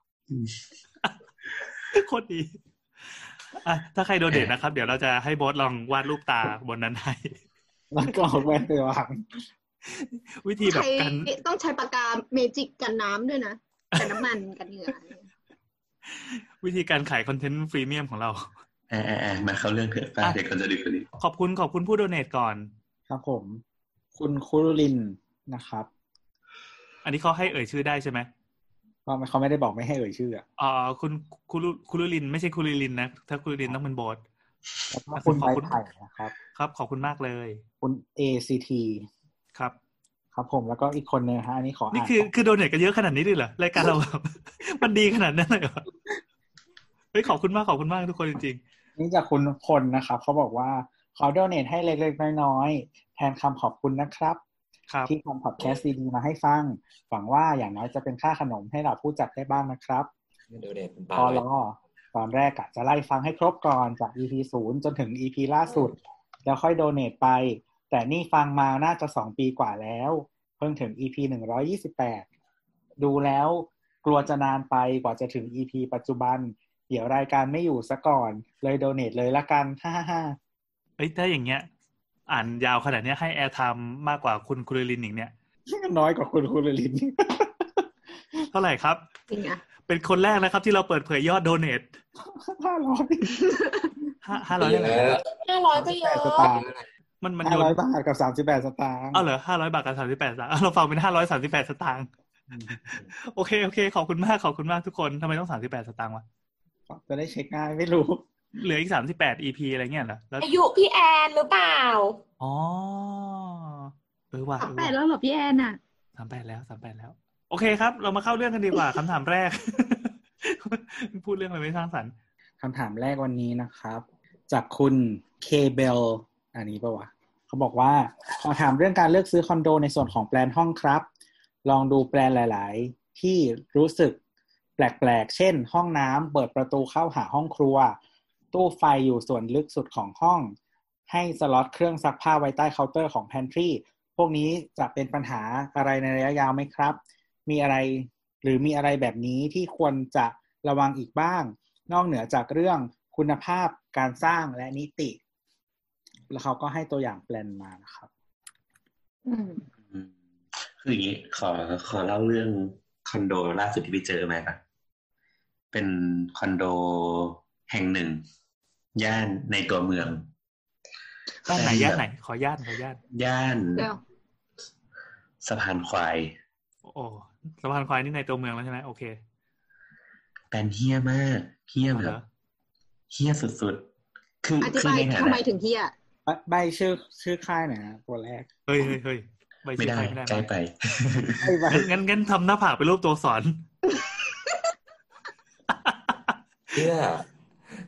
โคตรดีอ่ะถ้าใครโดเนทนะครับเดี๋ยวเราจะให้บอสลองวาดรูปตาบนนั้นให้แล้วก็เอาแว่นไปวางวิธีแบบกันต้องใช้ปากกาเมจิกกันน้ำด้วยนะกันน้ำมันกันเหงื่อวิธีการขายคอนเทนต์ฟรีเมียมของเราอ่าๆๆมาเข้าเรื่องเถอะป้าเด็กก็จะดีกว่านี้ขอบคุณขอบคุณผู้โดเนทก่อนครับผมคุณคุรุลินนะครับอันนี้เขาให้เอ่ยชื่อได้ใช่ไหมก็เขาไม่ได้บอกไม่ให้เอ่ยชื่ออ่ะอ๋อคุณคุรุคุรุลินไม่ใช่คุรุลินนะถ้าคุรุลินต้องเป็นโบ๊ทคุณขอบคุณนะครับครับขอบคุณมากเลยคุณ เอ ซี ทีครับครับผมแล้วก็อีกคนนึงฮะอันนี้ขอนี่คือคือโดเนทกันเยอะขนาดนี้ด้วยเหรอรายการเราแบบมันดีขนาดนั้นเลยเหรอเฮ้ยขอบคุณมากขอบคุณมากทุกคนจริงๆนี่จากคุณพลนะครับเขาบอกว่าขอโดเนทให้เล็กๆน้อยๆแทนคำขอบคุณนะครับที่ทำพอดแคสต์ดีๆมาให้ฟังหวังว่าอย่างน้อยจะเป็นค่าขนมให้เราผู้จัดได้บ้างนะครับพอรอตอนแรกอะจะไล่ฟังให้ครบก่อนจาก อี พี ศูนย์จนถึง อี พี ล่าสุดแล้วค่อยโดเนทไปแต่นี่ฟังมาน่าจะสองปีกว่าแล้วเพิ่งถึง อี พี หนึ่งร้อยยี่สิบแปดดูแล้วกลัวจะนานไปกว่าจะถึง อี พี ปัจจุบันเดี๋ยวรายการไม่อยู่ซะก่อนเลยโดเนทเลยละกันฮ่าๆๆเอ้ยถ้าอย่างเงี้ยอ่านยาวขนาดนี้ให้แอร์ไทม์มากกว่าคุณคุริลินอีกเนี่ยน้อยกว่าคุณคุริลินเท่าไหร่ครับจริงอ่ะเป็นคนแรกนะครับที่เราเปิดเผยยอดโดเนทห้าร้อยห้าห้าร้อยได้ไหมห้าร้อยไปเยอะมันมันห้าร้อยบาทกับสามสิบแปดสตางค์อ้าวเหรอห้าร้อยบาทกับสามสิบแปดสตางค์เราฟังเป็นห้าร้อยสามสิบแปดสตางค์โอเคโอเคขอบคุณมากขอบคุณมากทุกคนทำไมต้องสามสิบแปดสตางค์วะจะได้เช็คง่ายไม่รู้เหลืออีกสามสิบแปด อี พี อะไรเงี้ยเหรออายุพี่แอนหรือเปล่าอ๋อเออว่ะสามแปดแล้วเหรอพี่แอนอ่ะสามแปดแล้วสามแปดแล้วโอเคครับเรามาเข้าเรื่องกันดีกว่าคำถามแรกพูดเรื่องอะไรไม่สร้างสรรค์คำถามแรกวันนี้นะครับจากคุณเคเบลอันนี้ป่ะวะเขาบอกว่าขอถามเรื่องการเลือกซื้อคอนโดในส่วนของแปลนห้องครับลองดูแปลนหลายๆที่รู้สึกแปลกๆเช่นห้องน้ำเปิดประตูเข้าหาห้องครัวตู้ไฟอยู่ส่วนลึกสุดของห้องให้สล็อตเครื่องซักผ้าไว้ใต้เคาน์เตอร์ของแพนทรีพวกนี้จะเป็นปัญหาอะไรในระยะยาวไหมครับมีอะไรหรือมีอะไรแบบนี้ที่ควรจะระวังอีกบ้างนอกเหนือจากเรื่องคุณภาพการสร้างและนิติแล้วเขาก็ให้ตัวอย่างแปลนมานะครับอืมคืออย่างนี้ขอขอเล่าเรื่องคอนโดล่าสุดที่ไปเจอมาครับเป็นคอนโดแห่งหนึ่งย่านในตัวเมืองย่านไหนย่านไหนขอย่านขอย่านย่านสะพานควายโอ้สะพานควายนี่ในตัวเมืองแล้วใช่ไหมโอเคแปลนเฮี้ยมากเฮี้ยแบบเฮี้ยสุดๆคืออธิบายทำไมถึงเฮี้ยใบชื่อชื่อค่ายหน่อยนะตัวแรกเฮ้ยเฮ้ยเฮ้ยใบชื่อค่ายไม่ได้ใกล้ไปงั้นงั้นทำหน้าผากเป็นรูปตัวสอนเฮี้ย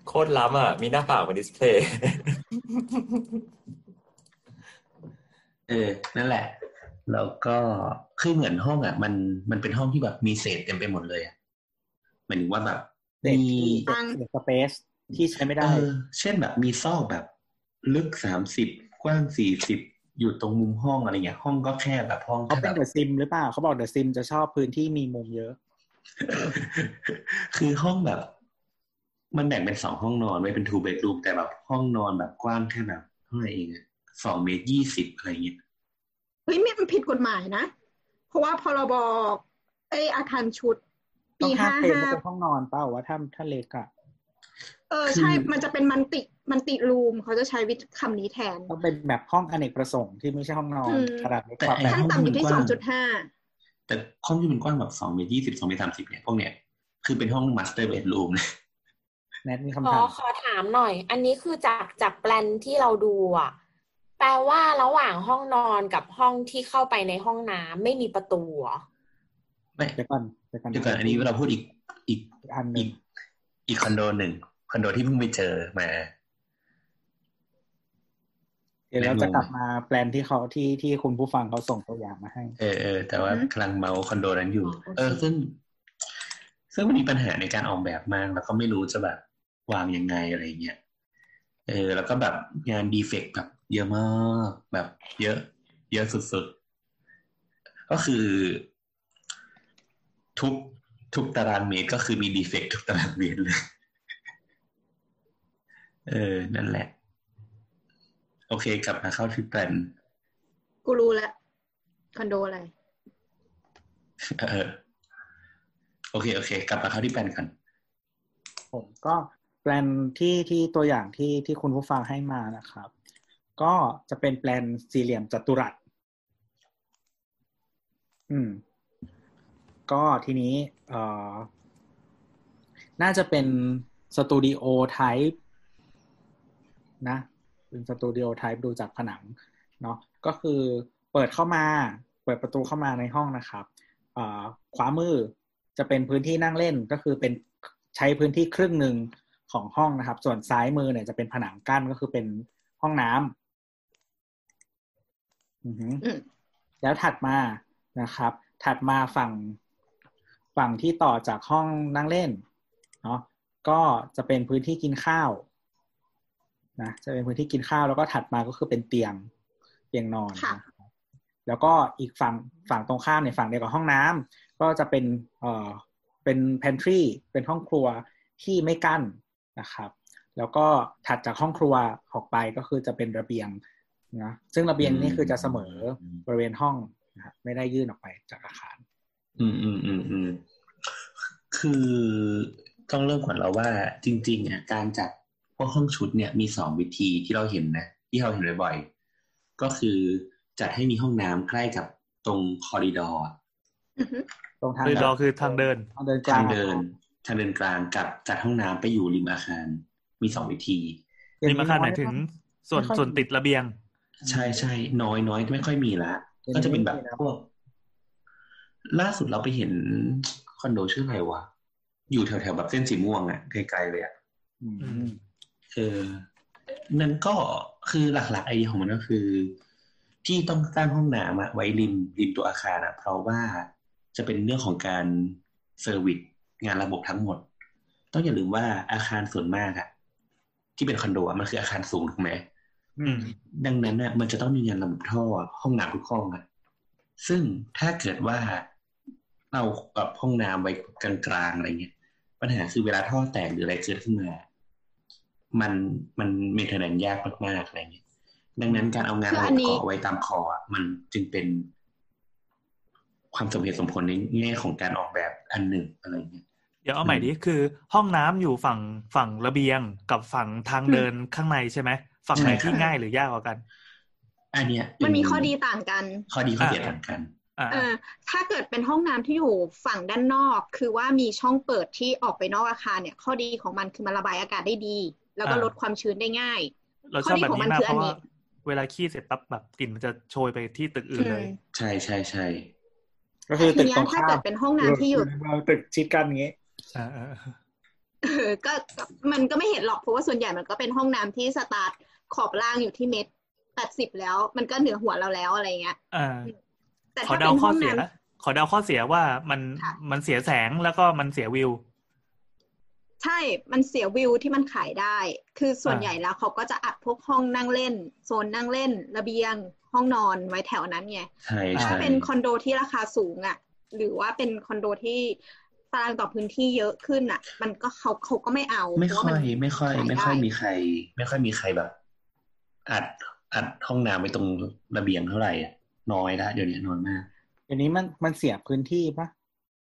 โคตรล้ำอ่ะมีหน้าต่างเป็นดิสเพลย์เออนั่นแหละแล้วก็คือเหมือนห้องอ่ะมันมันเป็นห้องที่แบบมีเศษเต็มไปหมดเลยอ่ะหมายถึงว่าแบบมีเศษสเปซที่ใช้ไม่ได้เช่นแบบมีซอกแบบลึกสามสิบกว้างสี่สิบอยู่ตรงมุมห้องอะไรเงี้ยห้องก็แค่แบบห้องเขาเป็นเดอะซิมหรือเปล่าเขาบอกเดอะซิมจะชอบพื้นที่มีมุมเยอะคือห้องแบบมันแบ่งเป็นสองห้องนอนไว้เป็น two bedroom แต่แบบห้องนอนแบบกว้างแค่แบบเท่าไหร่เองอะสองเมตรยี่สิบอะไรเงี้ยเฮ้ยมันผิดกฎหมายนะเพราะว่าพรบไอ้อาคารชุดปีห้าห้าเป็นห้องนอนเปล่าว่าถ้าถ้าเล็กอะเออใช่มันจะเป็นมันติมันติรูมเขาจะใช้วิธีคำนี้แทนต้องเป็นแบบห้องอเนกประสงค์ที่ไม่ใช่ห้องนอนขนาดเล็กกว่าขั้นต่ำอยู่ที่ สองจุดห้าแต่ห้องที่มันกว้างแบบสองเมตรยี่สิบ สองเมตรสามสิบเนี่ยพวกเนี้ยคือเป็นห้องมาสเตอร์เบดรูมเลยแนทมีคำถามขอขอถามหน่อยอันนี้คือจากจากแปลนที่เราดูอ่ะแปลว่าระหว่างห้องนอนกับห้องที่เข้าไปในห้องน้ำไม่มีประตูเหรอไม่เดี๋ยวก่อนเดี๋ยวก่อนอันนี้เราพูดอีกอีกอันนึงอีกคอนโดหนึ่งคอนโดที่เพิ่งไปเจอมาเดี๋ยวเราจะกลับมาแปลนที่เขาที่ที่คุณผู้ฟังเขาส่งตัวอย่างมาให้เออเออแต่ว่ากำลังเมาคอนโดนั้นอยู่เออซึ่งซึ่งมันมีปัญหาในการออกแบบมากแล้วก็ไม่รู้จะแบบวางยังไงอะไรเงี้ยเออแล้วก็แบบงานดีเฟกต์แบบเยอะมากแบบเยอะเยอะสุดๆก็คือทุกทุกตารางเมตรก็คือมีดีเฟกต์ทุกตารางเมตรเลยเออนั่นแหละโอเคกลับมาเข้าที่แปลนกูรู้แล้วคอนโดอะไรเออโอเคโอเคกลับมาเข้าที่แปลนกันผมก็แปลนที่ที่ตัวอย่างที่ที่คุณผู้ฟังให้มานะครับก็จะเป็นแปลนสี่เหลี่ยมจัตุรัสอืมก็ทีนี้เอ่อน่าจะเป็นสตูดิโอไทป์นะเป็นสตูดิโอไทป์ดูจากผนังเนาะก็คือเปิดเข้ามาเปิดประตูเข้ามาในห้องนะครับเอ่อขวามือจะเป็นพื้นที่นั่งเล่นก็คือเป็นใช้พื้นที่ครึ่งหนึ่งของห้องนะครับส่วนซ้ายมือเนี่ยจะเป็นผนังกั้นก็คือเป็นห้องน้ำอือฮึแล้วถัดมานะครับถัดมาฝั่งฝั่งที่ต่อจากห้องนั่งเล่นเนาะก็จะเป็นพื้นที่กินข้าวนะจะเป็นพื้นที่กินข้าวแล้วก็ถัดมาก็คือเป็นเตียงเตียงนอนนะแล้วก็อีกฝั่งฝั่งตรงข้ามในฝั่งเดียวกับห้องน้ำก็จะเป็นเอ่อเป็น pantry เป็นห้องครัวที่ไม่กั้นนะครับแล้วก็ถัดจากห้องครัวออกไปก็คือจะเป็นระเบียงนะซึ่งระเบียงนี่คือจะเสมอบริเวณห้องนะไม่ได้ยื่นออกไปจากอาคารอืมอืมอืมอืมคือต้องเริ่มก่อนแล้วว่าจริงๆอ่ะการจัดพวกห้องชุดเนี่ยมีสองวิธีที่เราเห็นนะที่เราเห็นบ่อยๆก็คือจัดให้มีห้องน้ำใกล้กับตรงคอริดอร์ตรงทางคอริดอร์คือทางเดินทางเดินทางเดินทางเดินกลางกับจัดห้องน้ำไปอยู่ริมอาคารมีสองวิธีริมอาคารหมายถึงส่วนส่วนติดระเบียงใช่ใช่น้อยน้อยไม่ค่อยมีละก็จะเป็นแบบพวกล่าสุดเราไปเห็นคอนโดชื่ออะไรวะอยู่แถวๆแบบเส้นสีม่วงอ่ะไกลๆเลยอ่ะเออนั่นก็คือหลักๆไอเดียของมันก็คือที่ต้องสร้างห้องน้ำอะไว้ริมริมตัวอาคารอะเพราะว่าจะเป็นเรื่องของการเซอร์วิสงานระบบทั้งหมดต้องอย่าลืมว่าอาคารส่วนมากอะที่เป็นคอนโดมันคืออาคารสูงถูกไหมดังนั้นอะมันจะต้องมีงานระบบท่อห้องน้ำทุกห้องอะซึ่งถ้าเกิดว่าเราแบบห้องน้ำไว้กลางๆอะไรเงี้ยปัญหาคือเวลาท่อแตกหรืออะไรเกิดขึ้นมามันมันเมนเทนแนนซ์ยากมากๆอะไรเงี้ยดังนั้นการเอางานระบบก่อไว้ตามคออ่ะมันจึงเป็นความสมเหตุสมผลในแง่ของการออกแบบอันหนึ่งอะไรเงี้ยเดี๋ยวเอาใหม่ดิคือห้องน้ำอยู่ฝั่งฝั่งระเบียงกับฝั่งทางเดินข้างในใช่ไหมฝั่งไหนที่ง่ายหรือยากกว่ากันอันเนี้ยมันมีข้อดีต่างกันข้อดีข้อเสียต่างกันเออถ้าเกิดเป็นห้องน้ำที่อยู่ฝั่งด้านนอกคือว่ามีช่องเปิดที่ออกไปนอกอาคารเนี่ยข้อดีของมันคือมันระบายอากาศได้ดีแล้วก็ลดความชื้นได้ง่ายข้อดีของมันคืออันนี้เวลาขี้เสร็จปั๊บแบบกลิ่นมันจะโชยไปที่ตึกอื่นเลยใช่ใช่ใช่ก็คือตึกตรงข้ามถ้าเกิดเป็นห้องน้ำที่อยู่ตึกชิดกันอย่างงี้เออก็มันก็ไม่เห็นหรอกเพราะว่าส่วนใหญ่มันก็เป็นห้องน้ำที่สตาร์ทขอบล่างอยู่ที่เมตรแปดสิบแล้วมันก็เหนือหัวเราแล้วอะไรเงี้ยอ่าแต่ขอถ้าเดาเป็นข้ห้อองเสียน้ำขอเดาข้อเสียว่ามันค่ะมันเสียแสงแล้วก็มันเสียวิวใช่มันเสียวิวที่มันขายได้คือส่วนอ่าใหญ่แล้วเขาก็จะอัดพวกห้องนั่งเล่นโซนนั่งเล่นระเบียงห้องนอนไว้แถวนั้นไงใช่ถ้าใช่เป็นคอนโดที่ราคาสูงอ่ะหรือว่าเป็นคอนโดที่ตารางต่อพื้นที่เยอะขึ้นอ่ะมันก็เขาเขาก็ไม่เอาไม่เพราะค่ว่าอมันยไม่ค่อยขายไม่ค่อยได้มีใคร ไม่ค่อยมีใครแบบ อัดอัดห้องน้ำไว้ตรงระเบียงเท่าไหร่อ่ะน้อยละเดี๋ยวนี้น้อยมากเดี๋ยวนี้มันมันเสียพื้นที่ปะ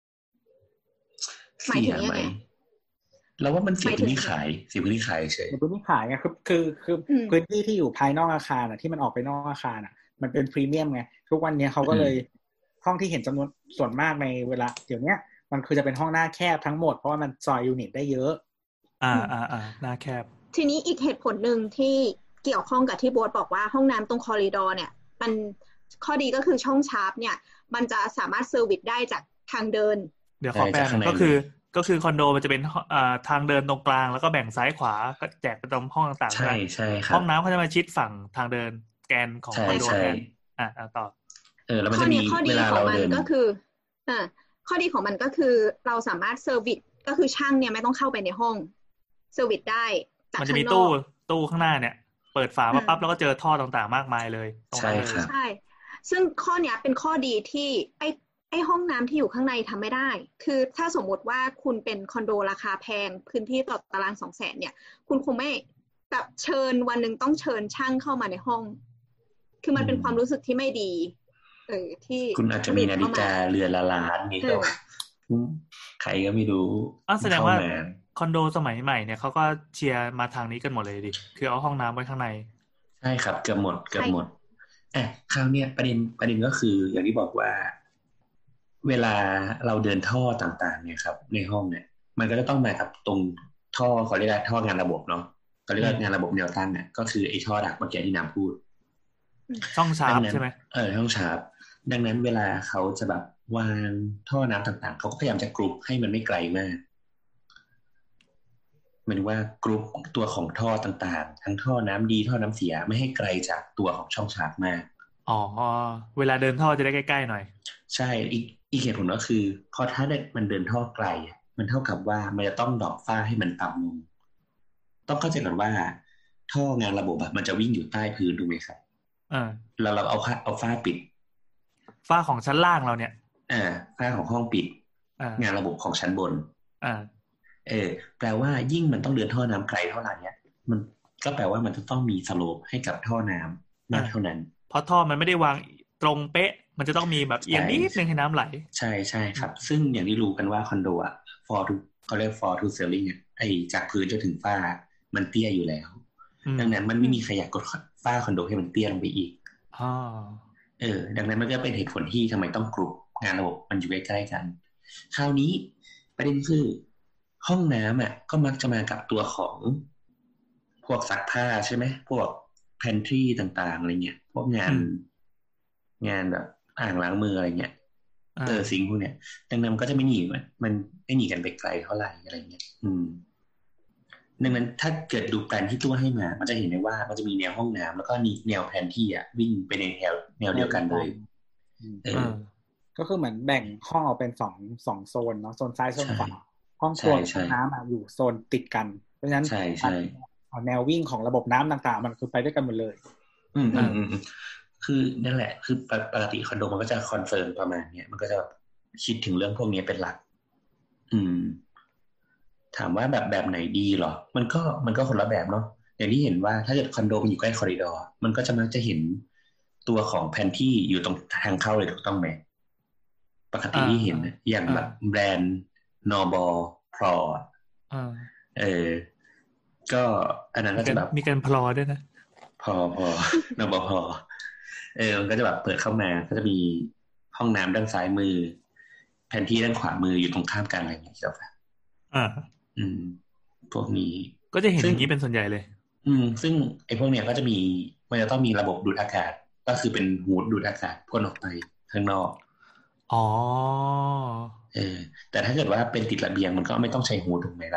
หมายเสีถึยงยังไหมไงแล้วว่ามันเสียหมายถึพื้งนที่ขายเสียพื้นที่ขายเฉยในพื้นที่ขายไงคือคือคืออืมพื้นที่ที่อยู่ภายนอกอาคารอ่ะที่มันออกไปนอกอาคารอ่ะ มันเป็นพรีเมียมไงทุกวันนี้เขาก็เลยห้องที่เห็นจำนวนส่วนมากในเวลาเดี๋ยวนี้มันคือจะเป็นห้องหน้าแคบทั้งหมดเพราะว่ามันซอยยูนิตได้เยอะอ่าอ่าอ่าหน้าแคบทีนี้อีกเหตุผลหนึ่งที่เกี่ยวข้องกับที่โบ๊ทบอกว่าห้องน้ำตรงคอริดอร์เนี่ยมันข้อดีก็คือช่องชาร์ปเนี่ยมันจะสามารถเซอร์วิสได้จากทางเดินเดี๋ยวขอแปลหน่อยก็คือ ก็คือคอนโดมันจะเป็นอ่าทางเดินตรงกลางแล้วก็แบ่งซ้ายขวาก็แจกไปตรงห้องต่างๆใช่ไหมใช่ครับห้องน้ำเขาจะมาชิดฝั่งทางเดินแกนของใช่คอนโดใช่แทนอ่าอ่าต่อเออแล้วมันข้อจะมีนี้ข้อเวดีลาของเรามันเดินก็คืออ่าข้อดีของมันก็คือเราสามารถเซอร์วิสก็คือช่างเนี่ยไม่ต้องเข้าไปในห้องเซอร์วิสได้จากมันจะข้างมีนตู้อกตู้ข้างหน้าเนี่ย เปิดฝามาปั๊บแล้วก็เจอท่อต่างๆมากมายเลยตรงนั้นเลยใช่ครับใช่ซึ่งข้อเนี้ยเป็นข้อดีที่ไอ้ไอ้ห้องน้ำที่อยู่ข้างในทำไม่ได้ คือถ้าสมมติว่าคุณเป็นคอนโดราคาแพงพื้นที่ต่อตารางสองแสนเนี่ย คุณคงไม่แบบเชิญวันหนึ่งต้องเชิญช่างเข้ามาในห้อง คือมันเป็นความรู้สึกที่ไม่ดี เออที่คุณอาจจะมีนาฬิกาเรือนละล้านนี่ก็ใครก็ไม่รู้อ้าวแสดงว่าเข้มคอนโดสมัยใหม่เนี่ยเขาก็เชียร์มาทางนี้กันหมดเลยดิคือเอาห้องน้ำไว้ข้างในใช่ครับเกือบหมดเกือบหมดอ่ะคราวเนี้ยประเด็นประเด็นก็คืออย่างที่บอกว่า เวลาเราเดินท่อต่างๆเนี่ยครับ ในห้องเนี่ย มันก็จะต้องมากับตรงท่อเขาเรียกว่าท่องานระบบเนาะเขาเรียกว่างานระบบแนวตั้งเนี่ยก็คือไอ้ท่อดักเมื่อกี้ที่น้ำพูดช่องชาร์ปใช่ไหมเออช่องชาร์ปดังนั้นเวลาเขาจะแบบวางท่อน้ำต่างๆเขาก็พยายามจะกรุ๊ปให้มันไม่ไกลมากหมายถึงว่ากรุ๊ปตัวของท่อต่างๆทั้งท่อน้ำดีท่อน้ำเสียไม่ให้ไกลจากตัวของช่องชาร์ปมากอ๋อเวลาเดินท่อจะได้ใกล้ๆหน่อยใช่อีกอีกเหตุผลก็คือพอถ้ามันเดินท่อไกลมันเท่ากับว่ามันจะต้องดอกฝ้าให้มันต่ำลงต้องเข้าใจก่อนว่าท่องานระบบมันจะวิ่งอยู่ใต้พื้นถูกไหมครับอ่าแล้วเราเอาฝ้าเอาฝ้าปิดฝ้าของชั้นล่างเราเนี่ยอ่าฝ้าของห้องปิดงานระบบของชั้นบนอ่าเออแปลว่ายิ่งมันต้องเดินท่อน้ำไกลเท่าไหร่เนี่ยมันก็แปลว่ามันจะต้องมีสโลปให้กับท่อน้ำมากเท่านั้นเพราะท่อมันไม่ได้วางตรงเป๊ะมันจะต้องมีแบบเอียงนิดนึงให้น้ำไหลใช่ใช่ครับซึ่งอย่างที่รู้กันว่าคอนโดอะ for to เขาเรียก for to ceiling อ่ะไอจากพื้นจนถึงฝ้ามันเตี้ยอยู่แล้วดังนั้นมันไม่มีใครอยากกดฝ้าคอนโดให้มันเตี้ยลงไปอีกอ๋อเออดังนั้นมันก็เป็นเหตุผลที่ทำไมต้องกรุ๊ปงานระบบมันอยู่ใกล้ๆกันคราวนี้ประเด็นคือห้องน้ำอ่ะก็มักจะมากับตัวของพวกซักผ้าใช่ไหมพวก pantry ต่างๆอะไรเงี้ยพวกงานงานแบบอ่างล้างมืออะไรเงี้ยเออสิ่งพวกเนี้ยดังนั้นก็จะไม่หนีมันมันไม่หนีกันไปไกลเท่าไหร่อะไรเงี้ยอืมดังนั้นถ้าเกิดดูแผนที่ตัวให้มามันจะเห็นได้ว่ามันจะมีแนวห้องน้ำแล้วก็มีแนวแผนที่อ่ะวิ่งไปในแนวแนวเดียวกันเลยเออก็คือเหมือนแบ่งห้องออกเป็นสองสองโซนเนาะโซนซ้ายโซนขวาห้องครัวห้องน้ำอ่ะอยู่โซนติดกันเพราะฉะนั้นใช่ใช่แนววิ่งของระบบน้ำต่างๆมันคือไปด้วยกันหมดเลยอืมอืมอืมคือนั่นแหละคือปกติคอนโดมันก็จะคอนเซิร์นประมาณเนี้ยมันก็จะคิดถึงเรื่องพวกนี้เป็นหลักอืมถามว่าแบบแบบไหนดีเหรอมันก็มันก็คนละแบบเนาะอย่างที่เห็นว่าถ้าเกิดคอนโดมันอยู่ใกล้คอริดอร์มันก็จะมักจะเห็นตัวของแผนที่อยู่ตรงทางเข้าเลยถูกต้องไหมปกติที่เห็นอย่างแบบแบรนด์นอบอพรอเออก็อันนั้นก็จะแบบมีการพลอด้วยนะพอพอนอบอพอเออมันก็จะแบบเปิดเข้ามาก็จะมีห้องน้ำด้านซ้ายมือแผนที่ด้านขวามืออยู่ตรงข้ามกันอะไรอย่างเงี้ยครับอ่าอืมพวกนี้ก็จะเห็นอย่างนี้เป็นส่วนใหญ่เลยอืมซึ่งไอ้พวกเนี้ยก็จะมีมันจะต้องมีระบบดูดอากาศก็คือเป็นฮูดดูดอากาศพ่นออกไปข้างนอกอ๋อเออแต่ถ้าเกิดว่าเป็นติดระเบียงมันก็ไม่ต้องใช้ฮูดถูกไหมล่ะ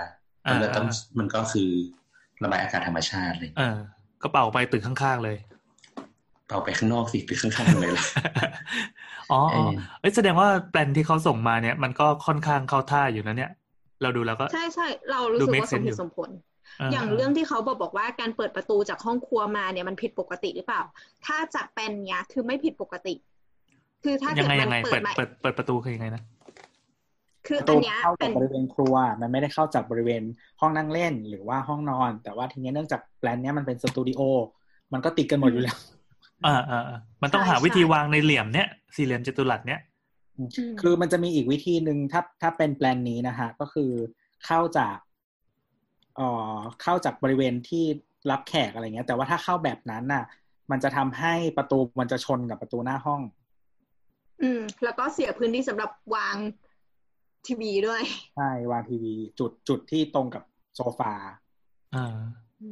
มันก็ต้องมันก็คือระบายอากาศธรรมชาติเลยเออก็เป่าไปตึกข้างๆเลยเป่าไปข้างนอกสิตึกข้างๆเลยล่ะอ๋อเอ้ยแสดงว่าแปลนที่เขาส่งมาเนี่ยมันก็ค่อนข้างเข้าท่าอยู่นะเนี่ยเราดูแล้วก็ใช่ๆเรารู้สึกว่าสมเหตุสมผลอย่างเรื่องที่เขาบอกบอกว่าการเปิดประตูจากห้องครัวมาเนี่ยมันผิดปกติหรือเปล่าถ้าจากแปลนเนี้ยคือไม่ผิดปกติคือถ้าเกิดมันเปิดเปิดเปิดประตูคือยังไงนะคืออันเนี้ยเข้าจากบริเวณครัวมันไม่ได้เข้าจากบริเวณห้องนั่งเล่นหรือว่าห้องนอนแต่ว่าทีนี้เนื่องจากแปลนเนี้ยมันเป็นสตูดิโอมันก็ติดกันหมดอยู่แล้วอ่าอ่ามันต้องหาวิธีวางในเหลี่ยมเนี้ยสี่เหลี่ยมจัตุรัสเนี้ยคือมันจะมีอีกวิธีหนึ่งถ้าถ้าเป็นแปลนนี้นะฮะก็คือเข้าจากเอ่อเข้าจากบริเวณที่รับแขกอะไรเงี้ยแต่ว่าถ้าเข้าแบบนั้นน่ะมันจะทำให้ประตูมันจะชนกับประตูหน้าห้องอืมแล้วก็เสียพื้นที่สำหรับวางทีวีด้วยใช่วางทีวีจุดจุดที่ตรงกับโซฟาอ่า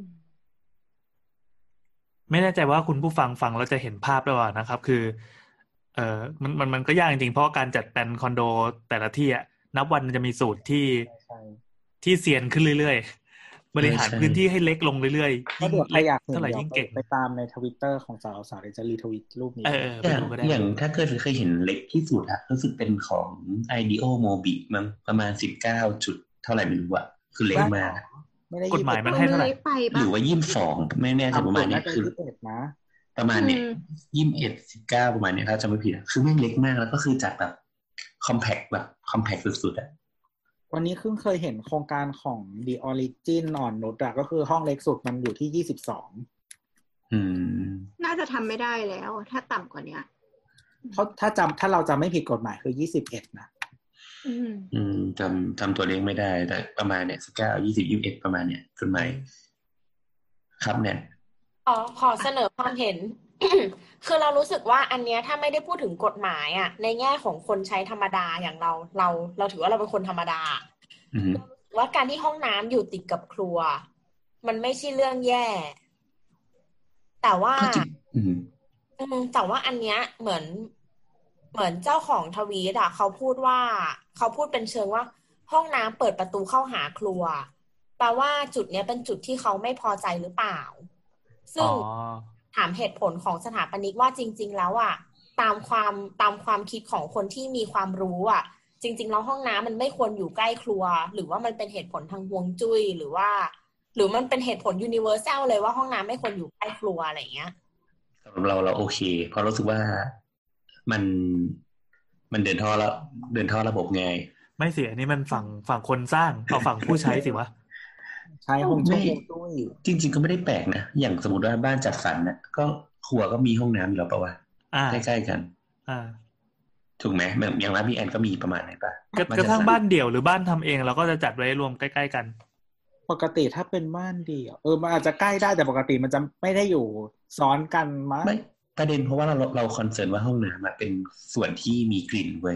ไม่แน่ใจว่าคุณผู้ฟังฟังแล้วจะเห็นภาพหรือเปล่านะครับคือเอ่อมันมันมันก็ยากจริงๆเพราะการจัดแปลนคอนโดแต่ละที่อ่ะนับวันมันจะมีสูตรที่ที่เซียนขึ้นเรื่อยๆบริหารพื้นที่ให้เล็กลงเรื่อยๆยิ่งเล็กเท่าไหร่ยิ่งเก่งไปตามใน Twitter ของสาวสาวเดี๋ยวจะรีทวิตรูปนี้เออไปดูก็ได้อย่างถ้าเกิดเคยเห็นเล็กที่สุดอะรู้สึกเป็นของ Ideo Mobi มั้งประมาณสิบเก้าจุดเท่าไหร่ไม่รู้อะคือเล็กมากกฎหมายมันให้เท่าไหร่หรือว่ายี่สิบสองไม่แน่ใจประมาณนี้คือประมาณเนี้ยยี่สิบเอ็ด สิบเก้าประมาณนี้ถ้าจำไม่ผิดคือไม่เล็กมากแล้วก็คือจัดแบบคอมแพคแบบคอมแพคสุดๆอ่ะวันนี้เพิ่งเคยเห็นโครงการของ The Origin อ่อนนุชอะก็คือห้องเล็กสุดมันอยู่ที่ยี่สิบสองอืมน่าจะทำไม่ได้แล้วถ้าต่ำกว่านี้เขาถ้าจำถ้าเราจำไม่ผิดกฎหมายคือยี่สิบเอ็ดนะอืมอืมจำจำตัวเลขไม่ได้แต่ประมาณเนี่ยสิบเก้า ยี่สิบ ยี่สิบเอ็ดประมาณเนี่ยกฎหมายครับเนี่ยอ๋อขอเสนอความเห็น คือเรารู้สึกว่าอันเนี้ยถ้าไม่ได้พูดถึงกฎหมายอ่ะในแง่ของคนใช้ธรรมดาอย่างเราเราเราถือว่าเราเป็นคนธรรมดาว่าการที่ห้องน้ำอยู่ติดกับครัวมันไม่ใช่เรื่องแย่แต่ว่าแต่ว่าอันเนี้ยเหมือนเหมือนเจ้าของทวีตอ่ะเขาพูดว่าเขาพูดเป็นเชิงว่าห้องน้ำเปิดประตูเข้าหาครัวแปลว่าจุดเนี้ยเป็นจุดที่เขาไม่พอใจหรือเปล่าซึ่งถามเหตุผลของสถาปนิกว่าจริงๆแล้วอ่ะตามความตามความคิดของคนที่มีความรู้อ่ะจริงๆแล้วห้องน้ำมันไม่ควรอยู่ใกล้ครัวหรือว่ามันเป็นเหตุผลทางฮวงจุ้ยหรือว่าหรือมันเป็นเหตุผลยูนิเวอร์แซลเลยว่าห้องน้ำไม่ควรอยู่ใกล้ครัวอะไรอย่างเงี้ยสำหรับเราเราโอเคเพราะรู้สึกว่ามันมันเดินท่อแล้วเดินท่อระบบไงไม่สิอันนี้มันฝั่งฝั่งคนสร้างเอาฝั่งผู้ใช้สิวะใช่ห้องจุ้ยจริงๆก็ไม่ได้แปลกนะอย่างสมมติว่าบ้านจัดสรรนะก็ครัวก็มีห้องน้ำอยู่แล้วป่ะวะใกล้ๆกันอ่าถูกไหมแบบอย่างร้านพี่แอนก็มีประมาณไหนป่ะกระทั่งบ้านเดี่ยวหรือบ้านทำเองเราก็จะจัดไว้รวมใกล้ๆกันปกติถ้าเป็นบ้านเดี่ยวเออมันอาจจะใกล้ได้แต่ปกติมันจะไม่ได้อยู่ซ้อนกันมั้งไม่ประเด็นเพราะว่าเราเราคอนเซิร์นว่าห้องน้ำเป็นส่วนที่มีกลิ่นเว้ย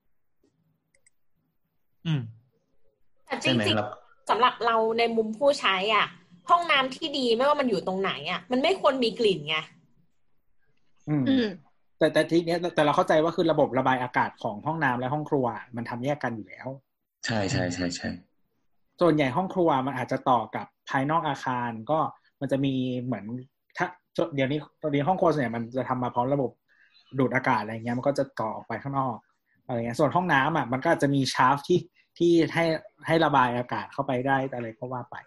อืมแต่จริงๆสำหรับเราในมุมผู้ใช้อ่ะห้องน้ำที่ดีไม่ว่ามันอยู่ตรงไหนอ่ะมันไม่ควรมีกลิ่นไงอืมแต่แต่ทีเนี้ยแต่เราเข้าใจว่าคือระบบระบายอากาศของห้องน้ำและห้องครัวมันทำแยกกันอยู่แล้วใช่ใช่ใช่ใช่ส่วนใหญ่ห้องครัวมันอาจจะต่อกับภายนอกอาคารก็มันจะมีเหมือนถ้าเดี๋ยวนี้ตอนนี้ห้องครัวส่วนใหญ่มันจะทำมาพร้อมระบบดูดอากาศอะไรเงี้ยมันก็จะต่อออกไปข้างนอกอะไรเงี้ยส่วนห้องน้ำอ่ะมันก็จะมีชาร์ฟที่ที่ให้ให้ระบายอากาศเข้าไปได้อะไรก็ว่าไป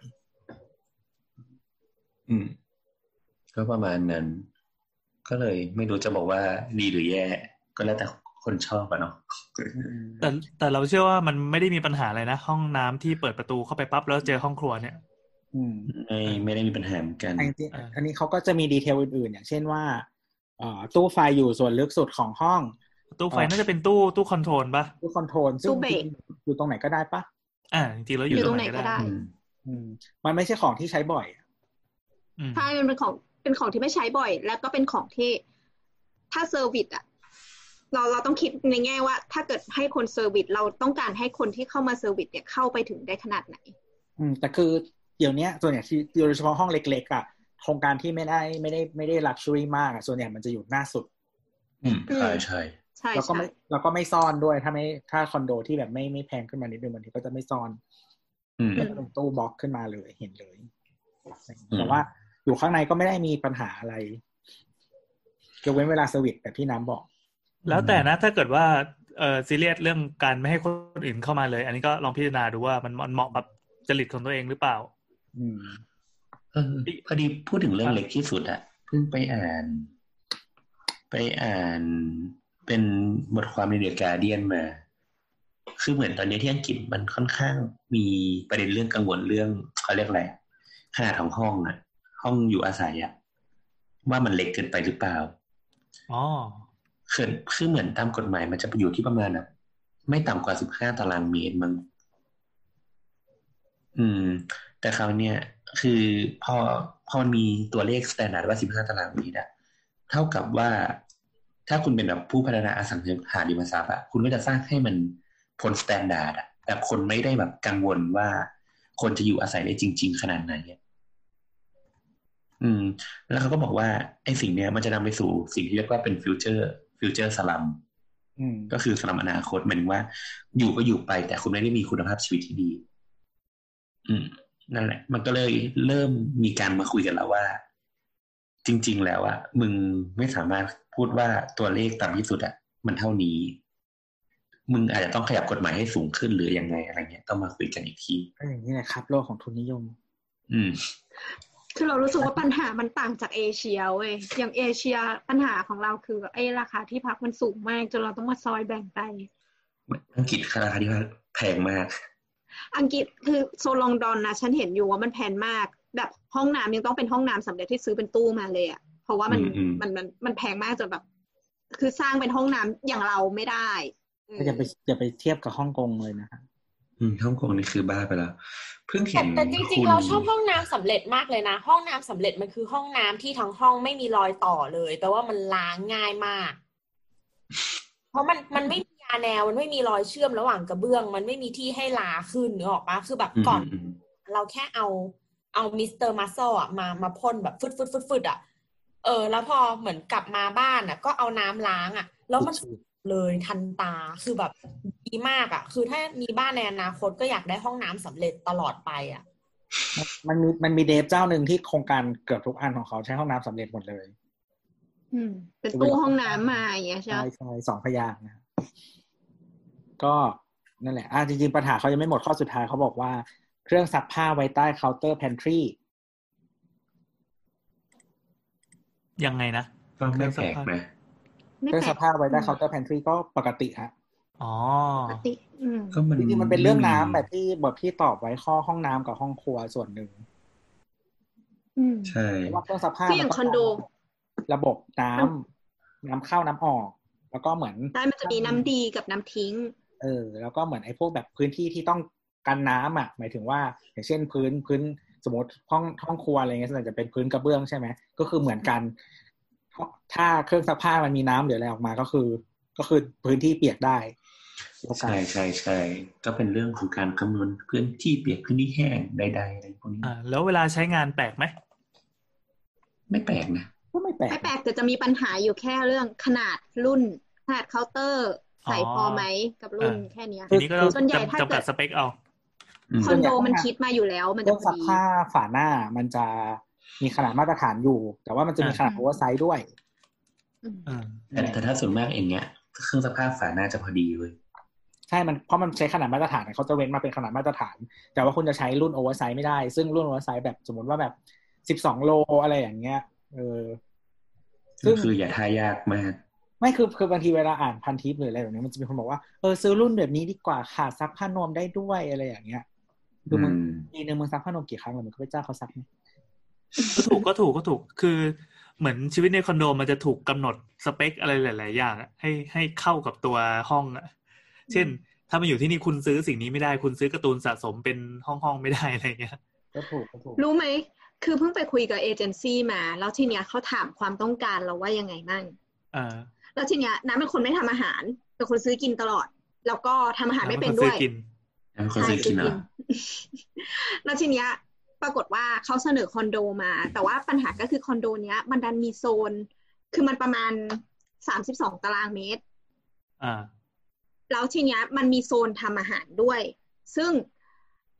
อืมก็ประมาณนั้นก็เลยไม่รู้จะบอกว่าดีหรือแย่ก็แล้วแต่คนชอบอะเนาะแต่แต่เราเชื่อว่ามันไม่ได้มีปัญหาอะไรนะห้องน้ำที่เปิดประตูเข้าไปปั๊บแล้วเจอห้องครัวเนี่ยอืมไม่ไม่ได้มีปัญหาเหมือนกันอันนี้เขาก็จะมีดีเทลอื่นๆอย่างเช่นว่าเอ่อตู้ไฟอยู่ส่วนลึกสุดของห้องตู้ไฟน่าจะเป็นตู้ตู้คอนโทรลป่ะตู้คอนโทรลซึ่งอยู่ตรงไหนก็ได้ป่ะอ่าจริงๆแล้วอยู่ตรงไหนก็ได้อืมมันไม่ใช่ของที่ใช้บ่อยใช่มันเป็นของเป็นของที่ไม่ใช้บ่อยแล้วก็เป็นของที่ถ้าเซอร์วิสอ่ะเราเราต้องคิดในแง่ว่าถ้าเกิดให้คนเซอร์วิสเราต้องการให้คนที่เข้ามาเซอร์วิสเนี่ยเข้าไปถึงได้ขนาดไหนอืมแต่คือเดี๋ยวนี้ส่วนใหญ่ที่โดยเฉพาะห้องเล็กๆอ่ะโครงการที่ไม่ได้ไม่ได้ไม่ได้ลักชัวรี่มากอ่ะส่วนใหญ่มันจะอยู่หน้าสุดอืมใช่ใช่ใช่แล้วก็ไม่แล้วก็ไม่ซ่อนด้วยถ้าไม่ถ้าคอนโดที่แบบไม่ไม่แพงขึ้นมานิดนึงบางทีก็จะไม่ซ่อนก็จะเป็นตู้บล็อกขึ้นมาเลยเห็นเลยแต่ว่าอยู่ข้างในก็ไม่ได้มีปัญหาอะไรยกเว้นเวลาสวิตช์แบบที่น้ำบอกแล้วแต่นะถ้าเกิดว่าเอ่อซีเรียสเรื่องการไม่ให้คนอื่นเข้ามาเลยอันนี้ก็ลองพิจารณาดูว่ามันเหมาะกับจริตของตัวเองหรือเปล่าอืมเออพอดีพูดถึงเรื่องเล็กที่สุดอะเพิ่งไปอ่านไปอ่านเป็นบทความใน The Guardian มาคือเหมือนตอนนี้ที่อังกฤษมันค่อนข้างมีประเด็นเรื่องกังวลเรื่องเขาเรียกอะไรขนาดของห้องอะห้องอยู่อาศัยอะว่ามันเล็กเกินไปหรือเปล่าอ๋อคือคือเหมือนตามกฎหมายมันจะอยู่ที่ประมาณอะไม่ต่ำกว่าสิบห้าตารางเมตรมั้งอืมแต่คราวเนี้ยคือพอพอมีตัวเลขสแตนดาร์ดว่าสิบห้าตารางเมตรอะเท่ากับว่าถ้าคุณเป็นแบบผู้พัฒนาอสังหาริมทรัพย์อะคุณก็จะสร้างให้มันพ้นสแตนดาร์ดอะแต่คนไม่ได้แบบกังวลว่าคนจะอยู่อาศัยได้จริงๆขนาดไหนอืมแล้วเขาก็บอกว่าไอ้สิ่งเนี้ยมันจะนำไปสู่สิ่งที่เรียกว่าเป็นฟิวเจอร์ฟิวเจอร์สลัมก็คือสลัมอนาคตหมายถึงว่าอยู่ก็อยู่ไปแต่คุณไม่ได้มีคุณภาพชีวิตที่ดีอืมนั่นแหละมันก็เลยเริ่มมีการมาคุยกันแล้วว่าจริงๆแล้วอ่ะมึงไม่สามารถพูดว่าตัวเลขต่ำที่สุดอ่ะมันเท่านี้มึงอาจจะต้องขยับกฎหมายให้สูงขึ้นหรือยังไงอะไรเงี้ยต้องมาคุยกันอีกทีก็อย่างนี้แหละครับโลกของทุนนิยมอืมคือเรารู้สึกว่าปัญหามันต่างจากเอเชียเว้ยอย่างเอเชียปัญหาของเราคือไอ้ราคาที่พักมันสูงมากจนเราต้องมาซอยแบ่งไปอังกฤษราคาที่พักแพงมากอังกฤษคือโซลองดอนนะฉันเห็นอยู่ว่ามันแพงมากแบบห้องน้ำยังต้องเป็นห้องน้ำสำเร็จที่ซื้อเป็นตู้มาเลยอ่ะเพราะว่ามันมันมันมันแพงมากจนแบบคือสร้างเป็นห้องน้ำอย่างเราไม่ได้อย่าไปอย่าไปเทียบกับฮ่องกงเลยนะคะอืมฮ่องกงนี่คือบ้าไปแล้วเพิ่งเห็นแต่จริงๆเราชอบห้องน้ำสำเร็จมากเลยนะห้องน้ำสำเร็จมันคือห้องน้ำที่ทั้งห้องไม่มีรอยต่อเลยแปลว่ามันล้างง่ายมากเพราะมันมันไม่มียาแนวมันไม่มีรอยเชื่อมระหว่างกระเบื้องมันไม่มีที่ให้ลาขึ้นนึกออกปะคือแบบก่อนเราแค่เอาเอามิสเตอร์มัสเซลอ่ะมามาพ่นแบบฟึดฟึดฟึดฟึดอ่ะเออแล้วพอเหมือนกลับมาบ้านอ่ะก็เอาน้ำล้างอ่ะแล้วมันเลยทันตาคือแบบดีมากอ่ะคือถ้ามีบ้านในอนาคตก็อยากได้ห้องน้ำสำเร็จตลอดไปอ่ะมันมีมันมีเดฟเจ้าหนึ่งที่โครงการเกือบทุกอันของเขาใช้ห้องน้ำสำเร็จหมดเลยอืมเป็นตู้ห้องน้ำมาอย่างเงี้ยใช่ไหมใช่สองพยางค์นะก็นั่นแหละอ่ะจริงๆปัญหาเขายังไม่หมดข้อสุดท้ายเขาบอกว่าเครื่องซักผ้าไว้ใต้เคาน์เตอร์แพนทรียังไงนะก็ไม่แปลกนะเครื่องซักผ้าไว้ใต้เคาน์เตอร์แพนทรีก็ปกติฮะอ๋อปกติอืมก็มันจริงๆมันเป็นเรื่องน้ำแบบที่แบบที่ตอบไว้ข้อห้องน้ำกับห้องครัวส่วนหนึ่งอืมใช่ว่าเครื่องซักผ้าที่อย่างคอนโดระบบน้ำน้ำเข้าน้ำออกแล้วก็เหมือนใช่มันจะมีน้ำดีกับน้ำทิ้งเออแล้วก็เหมือนไอ้พวกแบบพื้นที่ที่ต้องกันน้ำอ่ะหมายถึงว่าอย่างเช่นพื้นพื้นสมมติห้องห้องครัวอะไรเงี้ยส่วนใหญ่จะเป็นพื้นกระเบื้องใช่ไหมก็คือเหมือนกันถ้าเครื่องซักผ้ามันมีน้ำหรืออะไรออกมาก็คือก็คือพื้นที่เปียกได้ใช่ใช่ใช่ก็เป็นเรื่องของการคำนวณพื้นที่เปียกพื้นที่แห้งใดๆอะไรพวกนี้อ่าแล้วเวลาใช้งานแปลกไหมไม่แปลกนะก็ไม่แปลกไม่แปลกแต่จะมีปัญหาอยู่แค่เรื่องขนาดรุ่นขนาดเคาน์เตอร์ใส่พอไหมกับรุ่นแค่นี้ทีนี้ก็ส่วนใหญ่ถ้าจำกัดสเปคเอาคอนโดมันคิดมาอยู่แล้วมันจะพอดีซักผ้าฝาหน้ามันจะมีขนาดมาตรฐานอยู่แต่ว่ามันจะมีขนาดโอเวอร์ไซส์ด้วยแต่ถ้าส่วนมากเองเนี้ยเครื่องซักผ้าฝาหน้าจะพอดีเลยใช่มันเพราะมันใช้ขนาดมาตรฐานเขาจะเว้นมาเป็นขนาดมาตรฐานแต่ว่าคุณจะใช้รุ่นโอเวอร์ไซส์ไม่ได้ซึ่งรุ่นโอเวอร์ไซส์แบบสมมติว่าแบบสิบสองโลอะไรอย่างเงี้ยเออซึ่งคืออย่าทายากมากไม่คือคือบางทีเวลาอ่านพันทิปหรืออะไรแบบนี้มันจะมีคนบอกว่าเออซื้อรุ่นแบบนี้ดีกว่าค่ะซักผ้านวมได้ด้วยอะไรอย่างเงี้ยคือมึงปีนึงมึงซักผ้านวมกี่ครั้งแล้วมึงก็ไปจ้างเขาซักไหมก็ถูกก็ถูกก็ถูกคือเหมือนชีวิตในคอนโดมันจะถูกกำหนดสเปคอะไรหลายๆอย่างให้ให้เข้ากับตัวห้องอ่ะเช่นถ้ามาอยู่ที่นี่คุณซื้อสิ่งนี้ไม่ได้คุณซื้อการ์ตูนสะสมเป็นห้องๆไม่ได้อะไรเงี้ยก็ถูกก็ถูกรู้ไหมคือเพิ่งไปคุยกับเอเจนซี่มาแล้วทีเนี้ยเขาถามความต้องการเราว่ายังไงบ้างอ่าแล้วทีเนี้ยน้ำเป็นคนไม่ทำอาหารเป็นคนซื้อกินตลอดแล้วก็ทำอาหารไม่เป็นด้วยใช่ซื้อกินอ่ะแล้วทีเนี้ยปรากฏว่าเขาเสนอคอนโดมาแต่ว่าปัญหาก็คือคอนโดเนี้ยมันดันมีโซนคือมันประมาณสามสิบสองตารางเมตรอ่าแล้วทีเนี้ยมันมีโซนทำอาหารด้วยซึ่งพ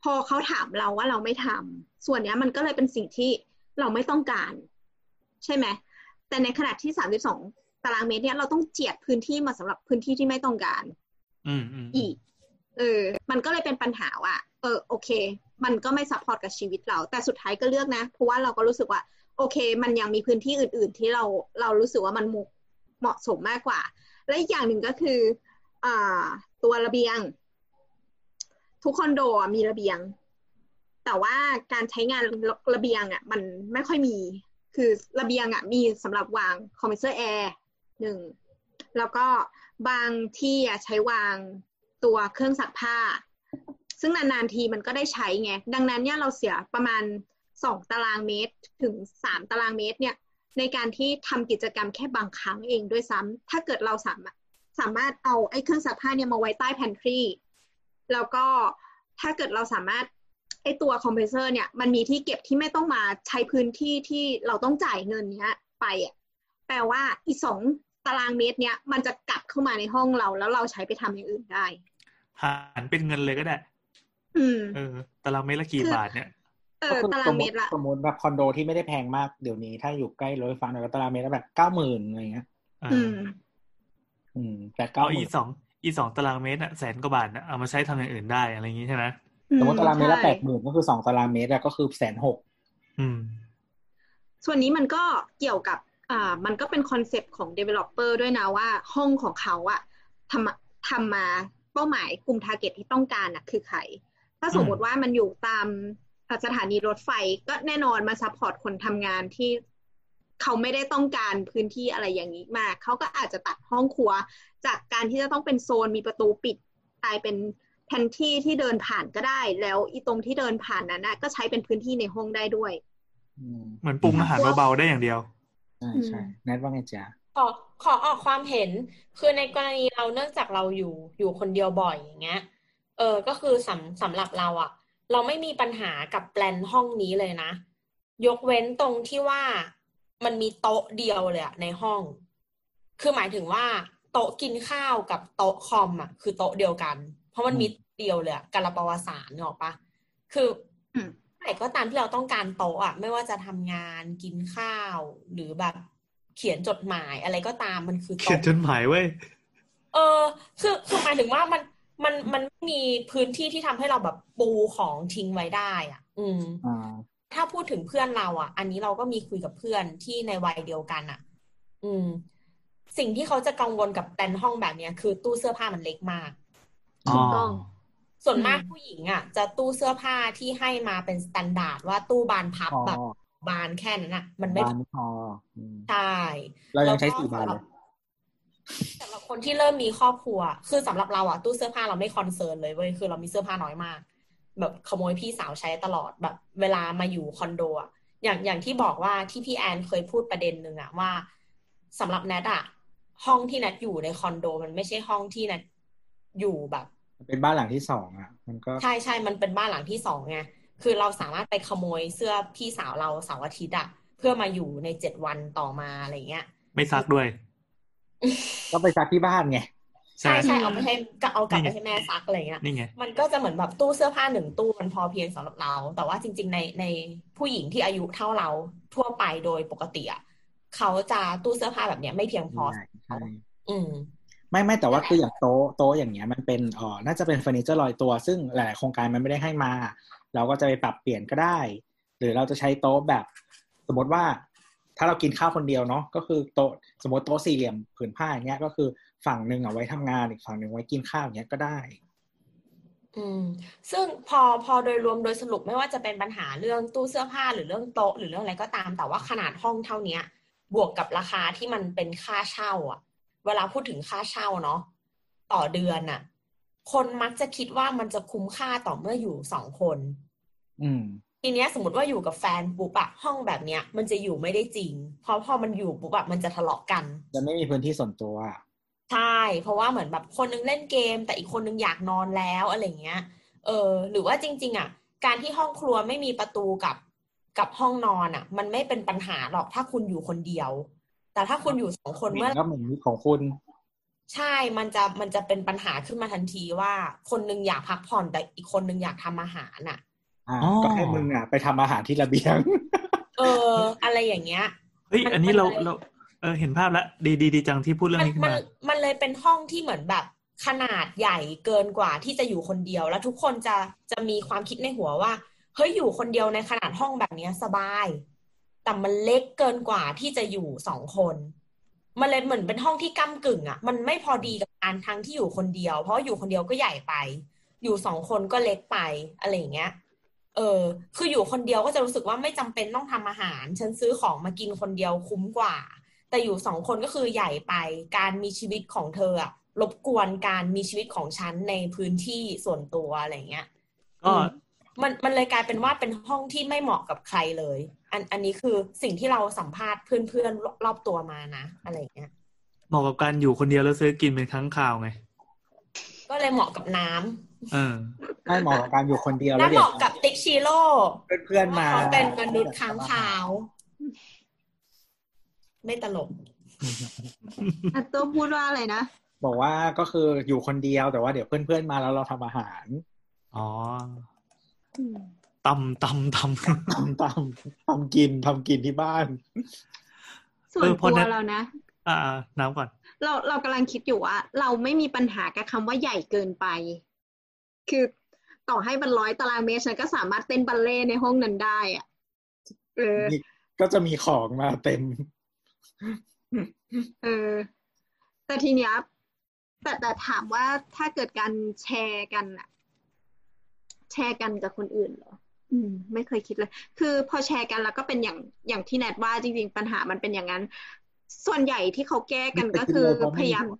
พอเขาถามเราว่าเราไม่ทำส่วนเนี้ยมันก็เลยเป็นสิ่งที่เราไม่ต้องการใช่ไหมแต่ในขณะที่สามสิบสองตารางเมตรเนี่ยเราต้องเจียดพื้นที่มาสำหรับพื้นที่ที่ไม่ต้องการอืมอืมอีกเออมันก็เลยเป็นปัญหาว่าเออโอเคมันก็ไม่ซัพพอร์ตกับชีวิตเราแต่สุดท้ายก็เลือกนะเพราะว่าเราก็รู้สึกว่าโอเคมันยังมีพื้นที่อื่นๆที่เราเรารู้สึกว่ามันเหมาะสมมากกว่าและอีกอย่างหนึ่งก็คืออ่าตัวระเบียงทุกคอนโดมีระเบียงแต่ว่าการใช้งานระเบียงอ่ะมันไม่ค่อยมีคือระเบียงอ่ะมีสำหรับวางคอมเพรสเซอร์แอร์หนึ่งแล้วก็บางที่อ่ะใช้วางตัวเครื่องซักผ้าซึ่งนานๆทีมันก็ได้ใช้ไงดังนั้นเนี่ยเราเสียประมาณสองตารางเมตรถึงสามตารางเมตรเนี่ยในการที่ทำกิจกรรมแค่บางครั้งเองด้วยซ้ำถ้าเกิดเราสามารถสามารถเอาไอ้เครื่องซักผ้าเนี่ยมาไว้ใต้แพนทรีแล้วก็ถ้าเกิดเราสามารถไอ้ตัวคอมเพรสเซอร์เนี่ยมันมีที่เก็บที่ไม่ต้องมาใช้พื้นที่ที่เราต้องจ่ายเงินเนี้ยไปอ่ะแปลว่าอีสองตารางเมตรเนี้ยมันจะกลับเข้ามาในห้องเราแล้วเราใช้ไปทำอย่างอื่นได้หารเป็นเงินเลยก็ได้อืมเออตารางเมตรละกี่บาทเนี่ยเออตารางเมตรละสมมติแบบคอนโดที่ไม่ได้แพงมากเดี๋ยวนี้ถ้าอยู่ใกล้รถไฟฟ้าหน่อยก็ตารางเมตรละแบบเก้าหมื่นอะไรเงี้ยอืมอืมแต่เก้าหมื่นอีสองอีสองตารางเมตรอ่ะแสนกว่าบาทนะเอามาใช้ทำอย่างอื่นได้อะไรอย่างงี้ใช่ไหมสมมติตารางเมตรละแปดหมื่นก็คือสองตารางเมตรก็คือแสนหกอืมส่วนนี้มันก็เกี่ยวกับอ่ามันก็เป็นคอนเซ็ปต์ของ developer ด้วยนะว่าห้องของเขาอะทำทำมาเป้าหมายกลุ่ม target ที่ต้องการอะคือใครถ้าสมมติว่ามันอยู่ตามสถานีรถไฟก็แน่นอนมาซัพพอร์ตคนทำงานที่เขาไม่ได้ต้องการพื้นที่อะไรอย่างนี้มากเขาก็อาจจะตัดห้องครัวจากการที่จะต้องเป็นโซนมีประตูปิดกลายเป็นแผนที่ที่เดินผ่านก็ได้แล้วอีตรงที่เดินผ่านนั้นนะก็ใช้เป็นพื้นที่ในห้องได้ด้วยเหมือนปรุงอาหารเบาๆได้อย่างเดียวใช่ใช่แนทว่าไงจ๊ะขอขอออกความเห็นคือในกรณีเราเนื่องจากเราอยู่อยู่คนเดียวบ่อยอย่างเงี้ยเออก็คือสำสำหรับเราอะเราไม่มีปัญหากับแปลนห้องนี้เลยนะยกเว้นตรงที่ว่ามันมีโต๊ะเดียวเลยอะในห้องคือหมายถึงว่าโต๊ะกินข้าวกับโต๊ะคอมอะคือโต๊ะเดียวกันเพราะมันมีเดียวเลยการละประวัติศาสตร์เนี่ยหรอปะคือไหนก็ตามที่เราต้องการโต๊ะอะไม่ว่าจะทำงานกินข้าวหรือแบบเขียนจดหมายอะไรก็ตามมันคือโต๊ะเขียนจดหมายเว้ยเออคือคือหมายถึงว่ามันมันมันไม่มีพื้นที่ที่ทำให้เราแบบปูของทิ้งไว้ได้อ่ะอืมถ้าพูดถึงเพื่อนเราอ่ะอันนี้เราก็มีคุยกับเพื่อนที่ในวัยเดียวกันอ่ะอืมสิ่งที่เขาจะกังวลกับแปลนห้องแบบเนี้ยคือตู้เสื้อผ้ามันเล็กมากถูกต้องส่วนมากผู้หญิงอ่ะจะตู้เสื้อผ้าที่ให้มาเป็นสแตนดาร์ดว่าตู้บานพับแบบบานแค่นั้นอ่ะมันไม่พอใช่เรายังใช้สี่บานเลยสำหรับคนที่เริ่มมีครอบครัวคือสำหรับเราอะตู้เสื้อผ้าเราไม่คอนเซิร์นเลยเว้ยคือเรามีเสื้อผ้าน้อยมากแบบขโมยพี่สาวใช้ตลอดแบบเวลามาอยู่คอนโดอะอย่างอย่างที่บอกว่าที่พี่แอนเคยพูดประเด็นหนึ่งอะว่าสำหรับแนทอะห้องที่แนทอยู่ในคอนโดมันไม่ใช่ห้องที่แนทอยู่แบบเป็นบ้านหลังที่สองอะมันก็ใช่ใช่มันเป็นบ้านหลังที่สองไงคือเราสามารถไปขโมยเสื้อพี่สาวเราเสาร์อาทิตย์อะเพื่อมาอยู่ในเจ็ดวันต่อมาอะไรเงี้ยไม่ซักด้วยก็ไปซักที่บ้านไงใช่ใช่เอาไปให้เอากลับไปให้แม่ซักอะไรเงี้ยมันก็จะเหมือนแบบตู้เสื้อผ้าหนึ่งตู้มันพอเพียงสำหรับเราแต่ว่าจริงๆในในผู้หญิงที่อายุเท่าเราทั่วไปโดยปกติอ่ะเขาจะตู้เสื้อผ้าแบบเนี้ยไม่เพียงพออืมไม่ไม่แต่ว่าคืออย่างโต๊ะโต๊ะอย่างเงี้ยมันเป็นอ๋อน่าจะเป็นเฟอร์นิเจอร์ลอยตัวซึ่งหลายโครงการมันไม่ได้ให้มาเราก็จะไปปรับเปลี่ยนก็ได้หรือเราจะใช้โต๊ะแบบสมมติว่าถ้าเรากินข้าวคนเดียวเนาะก็คือโต๊ะสมมติโต๊ะสี่เหลี่ยมผืนผ้าอย่างเงี้ยก็คือฝั่งนึงเอาไว้ทำงานอีกฝั่งนึงไว้กินข้าวอย่างเงี้ยก็ได้อืมซึ่งพอพอโดยรวมโดยสรุปไม่ว่าจะเป็นปัญหาเรื่องตู้เสื้อผ้าหรือเรื่องโต๊ะหรือเรื่องอะไรก็ตามแต่ว่าขนาดห้องเท่านี้บวกกับราคาที่มันเป็นค่าเช่าอ่ะเวลาพูดถึงค่าเช่าเนาะต่อเดือนน่ะคนมักจะคิดว่ามันจะคุ้มค่าต่อเมื่ออยู่สองคนอืมทีเนี้ยสมมติว่าอยู่กับแฟนปุ๊บอะห้องแบบเนี้ยมันจะอยู่ไม่ได้จริงเพราะพอมันอยู่ปุ๊บอะมันจะทะเลาะกันจะไม่มีพื้นที่ส่วนตัวใช่เพราะว่าเหมือนแบบคนนึงเล่นเกมแต่อีกคนนึงอยากนอนแล้วอะไรเงี้ยเออหรือว่าจริงๆอะการที่ห้องครัวไม่มีประตูกับกับห้องนอนอะมันไม่เป็นปัญหาหรอกถ้าคุณอยู่คนเดียวแต่ถ้าคุณอยู่สองคนเมื่อก็เหมือนของคุณใช่มันจะมันจะเป็นปัญหาขึ้นมาทันทีว่าคนนึงอยากพักผ่อนแต่อีกคนนึงอยากทำอาหารน่ะอ่าก็ให้มึงอ่ะไปทำอาหารที่ระเบียงเอออะไรอย่างเงี้ยเฮ้ยอันนี้เราเราเออเห็นภาพแล้วดีดีดีจังที่พูดเรื่องนี้ขึ้นมามันเลยเป็นห้องที่เหมือนแบบขนาดใหญ่เกินกว่าที่จะอยู่คนเดียวแล้วทุกคนจะจะมีความคิดในหัวว่าเฮ้ยอยู่คนเดียวในขนาดห้องแบบนี้สบายแต่มันเล็กเกินกว่าที่จะอยู่สองคนมันเลยเหมือนเป็นห้องที่ก้ำกึ่งอ่ะมันไม่พอดีกับการทั้งที่อยู่คนเดียวเพราะอยู่คนเดียวก็ใหญ่ไปอยู่สองคนก็เล็กไปอะไรอย่างเงี้ยเออคืออยู่คนเดียวก็จะรู้สึกว่าไม่จำเป็นต้องทำอาหารฉันซื้อของมากินคนเดียวคุ้มกว่าแต่อยู่สองคนก็คือใหญ่ไปการมีชีวิตของเธออะรบกวนการมีชีวิตของฉันในพื้นที่ส่วนตัวอะไรเงี้ยก็มันมันเลยกลายเป็นว่าเป็นห้องที่ไม่เหมาะกับใครเลยอันอันนี้คือสิ่งที่เราสัมภาษณ์เพื่อนๆรอบตัวมานะอะไรเงี้ยเหมาะกับการอยู่คนเดียวแล้วซื้อกินเป็นครั้งคราวไงก็เลยเหมาะกับน้ำเออไม่เหมาะกับการอยู่คนเดียวแล้วเหมาะกับติ๊กชิโร่เพื่อนๆมาเขาเป็นมนุษย์ค้างคาวไม่ตลกอัตโต้พูดว่าอะไรนะบอกว่าก็คืออยู่คนเดียวแต่ว่าเดี๋ยวเพื่อนๆมาแล้วเราทำอาหารอ๋อตำตำตำตำตำทำกินทำกินที่บ้านส่วนตัวเรานะอ่าน้ำก่อนเราเรากำลังคิดอยู่ว่าเราไม่มีปัญหากับคำว่าใหญ่เกินไปคือต่อให้มันร้อยตารางเมตรฉันก็สามารถเต้นบัลเล่ต์ในห้องนั้นได้อ่ะเออก็จะมีของมาเต็มเออแต่ทีเนี้ยแต่แต่ถามว่าถ้าเกิดการแชร์กันอะแชร์กันกับคนอื่นเหรออืมไม่เคยคิดเลยคือพอแชร์กันแล้วก็เป็นอย่างอย่างที่แนทว่าจริงๆปัญหามันเป็นอย่างนั้นส่วนใหญ่ที่เขาแก้กันก็คือพยายาม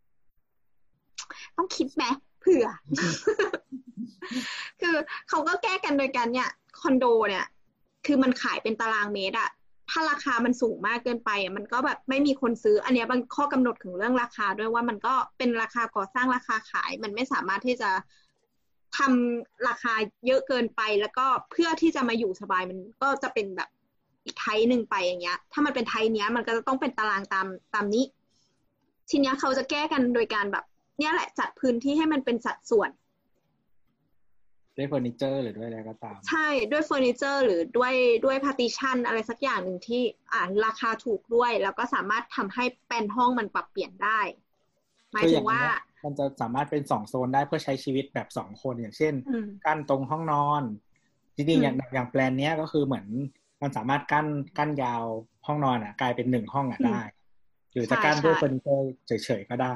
ต้องคิดไหมเผื่อ คือเขาก็แก้กันโดยการเนี่ยคอนโดเนี่ยคือมันขายเป็นตารางเมตรอะถ้าราคามันสูงมากเกินไปอ่ะมันก็แบบไม่มีคนซื้ออันนี้บางข้อกำหนดถึงเรื่องราคาด้วยว่ามันก็เป็นราคาก่อสร้างราคาขายมันไม่สามารถที่จะทำราคาเยอะเกินไปแล้วก็เพื่อที่จะมาอยู่สบายมันก็จะเป็นแบบอีกไทป์นึงไปอย่างเงี้ยถ้ามันเป็นไทป์เนี้ยมันก็จะต้องเป็นตารางตามตามนี้ทีเนี้ยเขาจะแก้กันโดยการแบบเนี่ยแหละจัดพื้นที่ให้มันเป็นสัดส่วนด้วยเฟอร์นิเจอร์หรือด้วยอะไรก็ตามใช่ด้วยเฟอร์นิเจอร์หรือด้วยด้วยพาร์ติชันอะไรสักอย่างหนึ่งที่อ่าราคาถูกด้วยแล้วก็สามารถทำให้แปลนห้องมันปรับเปลี่ยนได้หมายถึงว่ามันจะสามารถเป็นสองโซนได้เพื่อใช้ชีวิตแบบสองคนอย่างเช่นกั้นตรงห้องนอนจริงๆอย่างอย่างแปลนเนี้ยก็คือเหมือนมันสามารถกั้นกั้นยาวห้องนอนอ่ะกลายเป็นหนึ่งห้องอ่ะได้หรือจะกั้นด้วยเฟอร์นิเจอร์เฉยๆก็ได้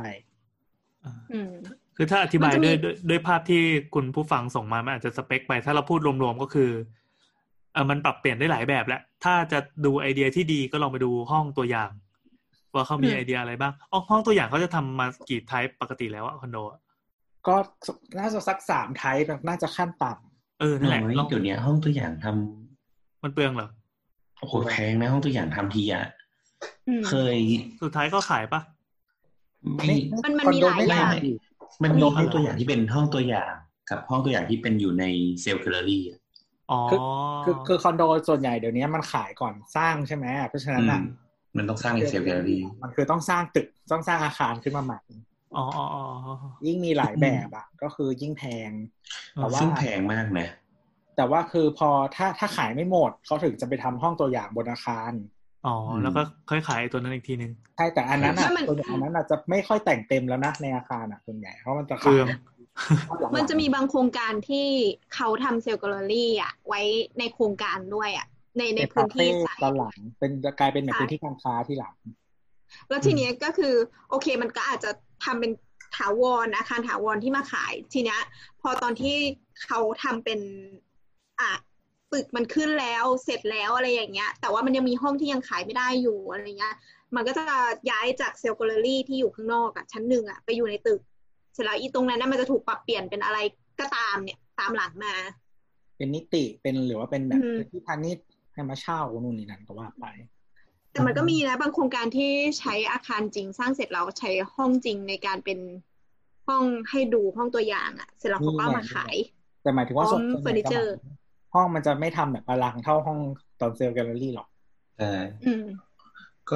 คือถ้าอธิบายด้วยด้วยด้วยภาพที่คุณผู้ฟังส่งมามันอาจจะสเปคไปถ้าเราพูดรวมๆก็คือเออมันปรับเปลี่ยนได้หลายแบบแล้วถ้าจะดูไอเดียที่ดีก็ลองไปดูห้องตัวอย่างว่าเขามีไอเดียอะไรบ้างอ๋อห้องตัวอย่างเขาจะทำมากี่ไทป์ปกติแล้วอะคอนโดก็น่าจะสักสามไทป์น่าจะขั้นต่ำเออนั่นแหละเดี๋ยวนี้ห้องตัวอย่างทำมันเปลืองเหรอโอ้โหแพงนะห้องตัวอย่างทำทีอ่ะเคยสุดท้ายก็ขายปะมันมันมีหลายอย่างมันมีห้องตัวอย่างที่เป็นห้องตัวอย่างกับห้องตัวอย่างที่เป็นอยู่ในเซลล์แกลเลอรี่อ๋อคือคือคือคอนโดส่วนใหญ่เดี๋ยวนี้มันขายก่อนสร้างใช่ไหมเพราะฉะนั้นอ่ะมันต้องสร้างในเซลล์แกลเลอรี่มันคือต้องสร้างตึกต้องสร้างอาคารขึ้นมาใหม่อ๋ออ๋อยิ่งมีหลายแบบอ่ะก็คือยิ่งแพงแต่ว่าซึ่งแพงมากนะแต่ว่าคือพอถ้าถ้าขายไม่หมดเขาถึงจะไปทำห้องตัวอย่างบนอาคารอ๋อแล้วก็ค่อยขายตัวนั้นอีกทีนึงใช่แต่อันนั้นอ่ะตัวอย่างนั้นอาจจะไม่ค่อยแต่งเต็มแล้วนะในอาคารอ่ะส่วนใหญ่เพราะมันจะขายมันจะมีบางโครงการที่เขาทำเซลล์แกลเลอรี่อ่ะไว้ในโครงการด้วยอ่ะในในพื้นที่ตอนหลังเป็นจะกลายเป็นแบบพื้นที่การค้าที่หลังแล้วทีนี้ก็คือโอเคมันก็อาจจะทำเป็นถาวรอาคารถาวรที่มาขายทีเนี้ยพอตอนที่เขาทำเป็นอ่ะตึกมันขึ้นแล้วเสร็จแล้วอะไรอย่างเงี้ยแต่ว่ามันยังมีห้องที่ยังขายไม่ได้อยู่อะไรเงี้ยมันก็จะย้ายจากเซลล์แกลเลอรี่ที่อยู่ข้างนอกอ่ะชั้นหนึ่งอ่ะไปอยู่ในตึกเสร็จแล้วอีตรงนั้นน่ะมันจะถูกปรับเปลี่ยนเป็นอะไรก็ตามเนี่ยตามหลังมาเป็นนิติเป็นหรือว่าเป็นแบบที่พาณิชย์ให้มาเช่านู่นนี่นั่นก็ว่าไปแต่มันก็มีนะบางโครงการที่ใช้อาคารจริงสร้างเสร็จแล้วใช้ห้องจริงในการเป็นห้องให้ดูห้องตัวอย่างอ่ะเสร็จแล้วเขาก็มาขายแต่หมายถึงว่าส่วนเฟอร์นิเจอร์ห้องมันจะไม่ทำแบบอลังเท่าห้องตอนเซลล์แกลเลอรี่หรอกใช่ก็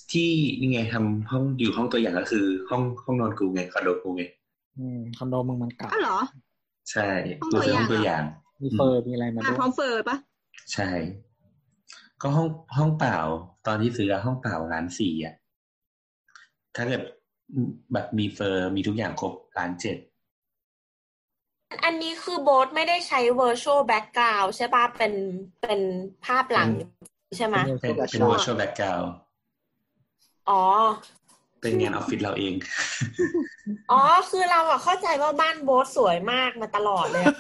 ที่นี่ไงทำห้องอยู่ห้องตัวอย่างก็คือห้องห้องนอนกูไงคอนโดกูไงอืมคอนโดมึงมันเก่าอ๋อเหรอใช่กูคือห้องตัวอย่างมีเฟอร์มีอะไรมาด้วยพร้อมเฟอร์ปะใช่ก็ห้องห้องเปล่าตอนที่ซื้อห้องเปล่าล้านสี่อ่ะถ้าเกิดแบบมีเฟอร์มีทุกอย่างครบล้านเจ็ดอันนี้คือโบ๊ทไม่ได้ใช้ virtual background ใช่ป่ะเป็นเป็นภาพหลังใช่ไหมเป็นเป็น virtual background อ๋อเป็นงานออฟฟิศเราเองอ๋อคือเราอะเข้าใจว่าบ้านโบ๊ทสวยมากมาตลอดเลย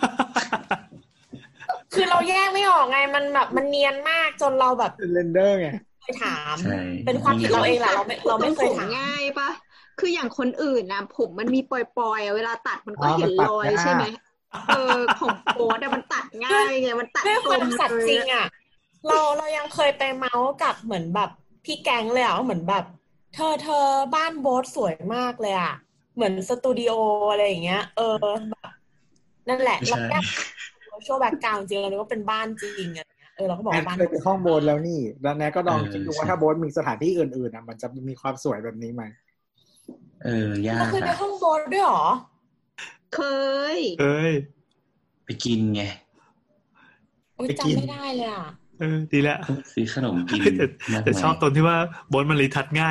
คือเราแยกไม่ออกไงมันแบบมันเนียนมากจนเราแบบเรนเดอร์ไงเคยถามเป็นความผิดเราเองแหละเราไม่เราไม่เคยถามง่ายปะคืออย่างคนอื่นนะผมมันมีปล่อยๆเวลาตัดมันก็เห็นรอยใช่ไหมเออของโบ๊ทมันตัดง่ายไงมันตัดด้วยความสัตย์จริงอะเราเรายังเคยไปเมาส์กับเหมือนแบบพี่แก๊งเลยอ่ะเหมือนแบบเธอเธอบ้านโบ๊ทสวยมากเลยอ่ะเหมือนสตูดิโออะไรอย่างเงี้ยเออแบบนั่นแหละเราแค่โชว์แบ็คกราวด์จริงเราคิดว่าเป็นบ้านจริงอะไรเงี้ยเออเราก็บอกว่าบ้านเคยไปห้องโบ๊ทแล้วนี่แล้วแนก็ลองคิดดูว่าถ้าโบ๊ทมีสถานที่อื่นๆอ่ะมันจะมีความสวยแบบนี้ไหมเออยากเคยไปห้องโบ๊ทด้วยหรอเคยเคยไปกินไงไปกินไม่ได้เลยอ่ะเออดีแล้วซื้อขนมกินแต่ชอบตรงที่ว่าโบ๊ทมันรีทัชง่าย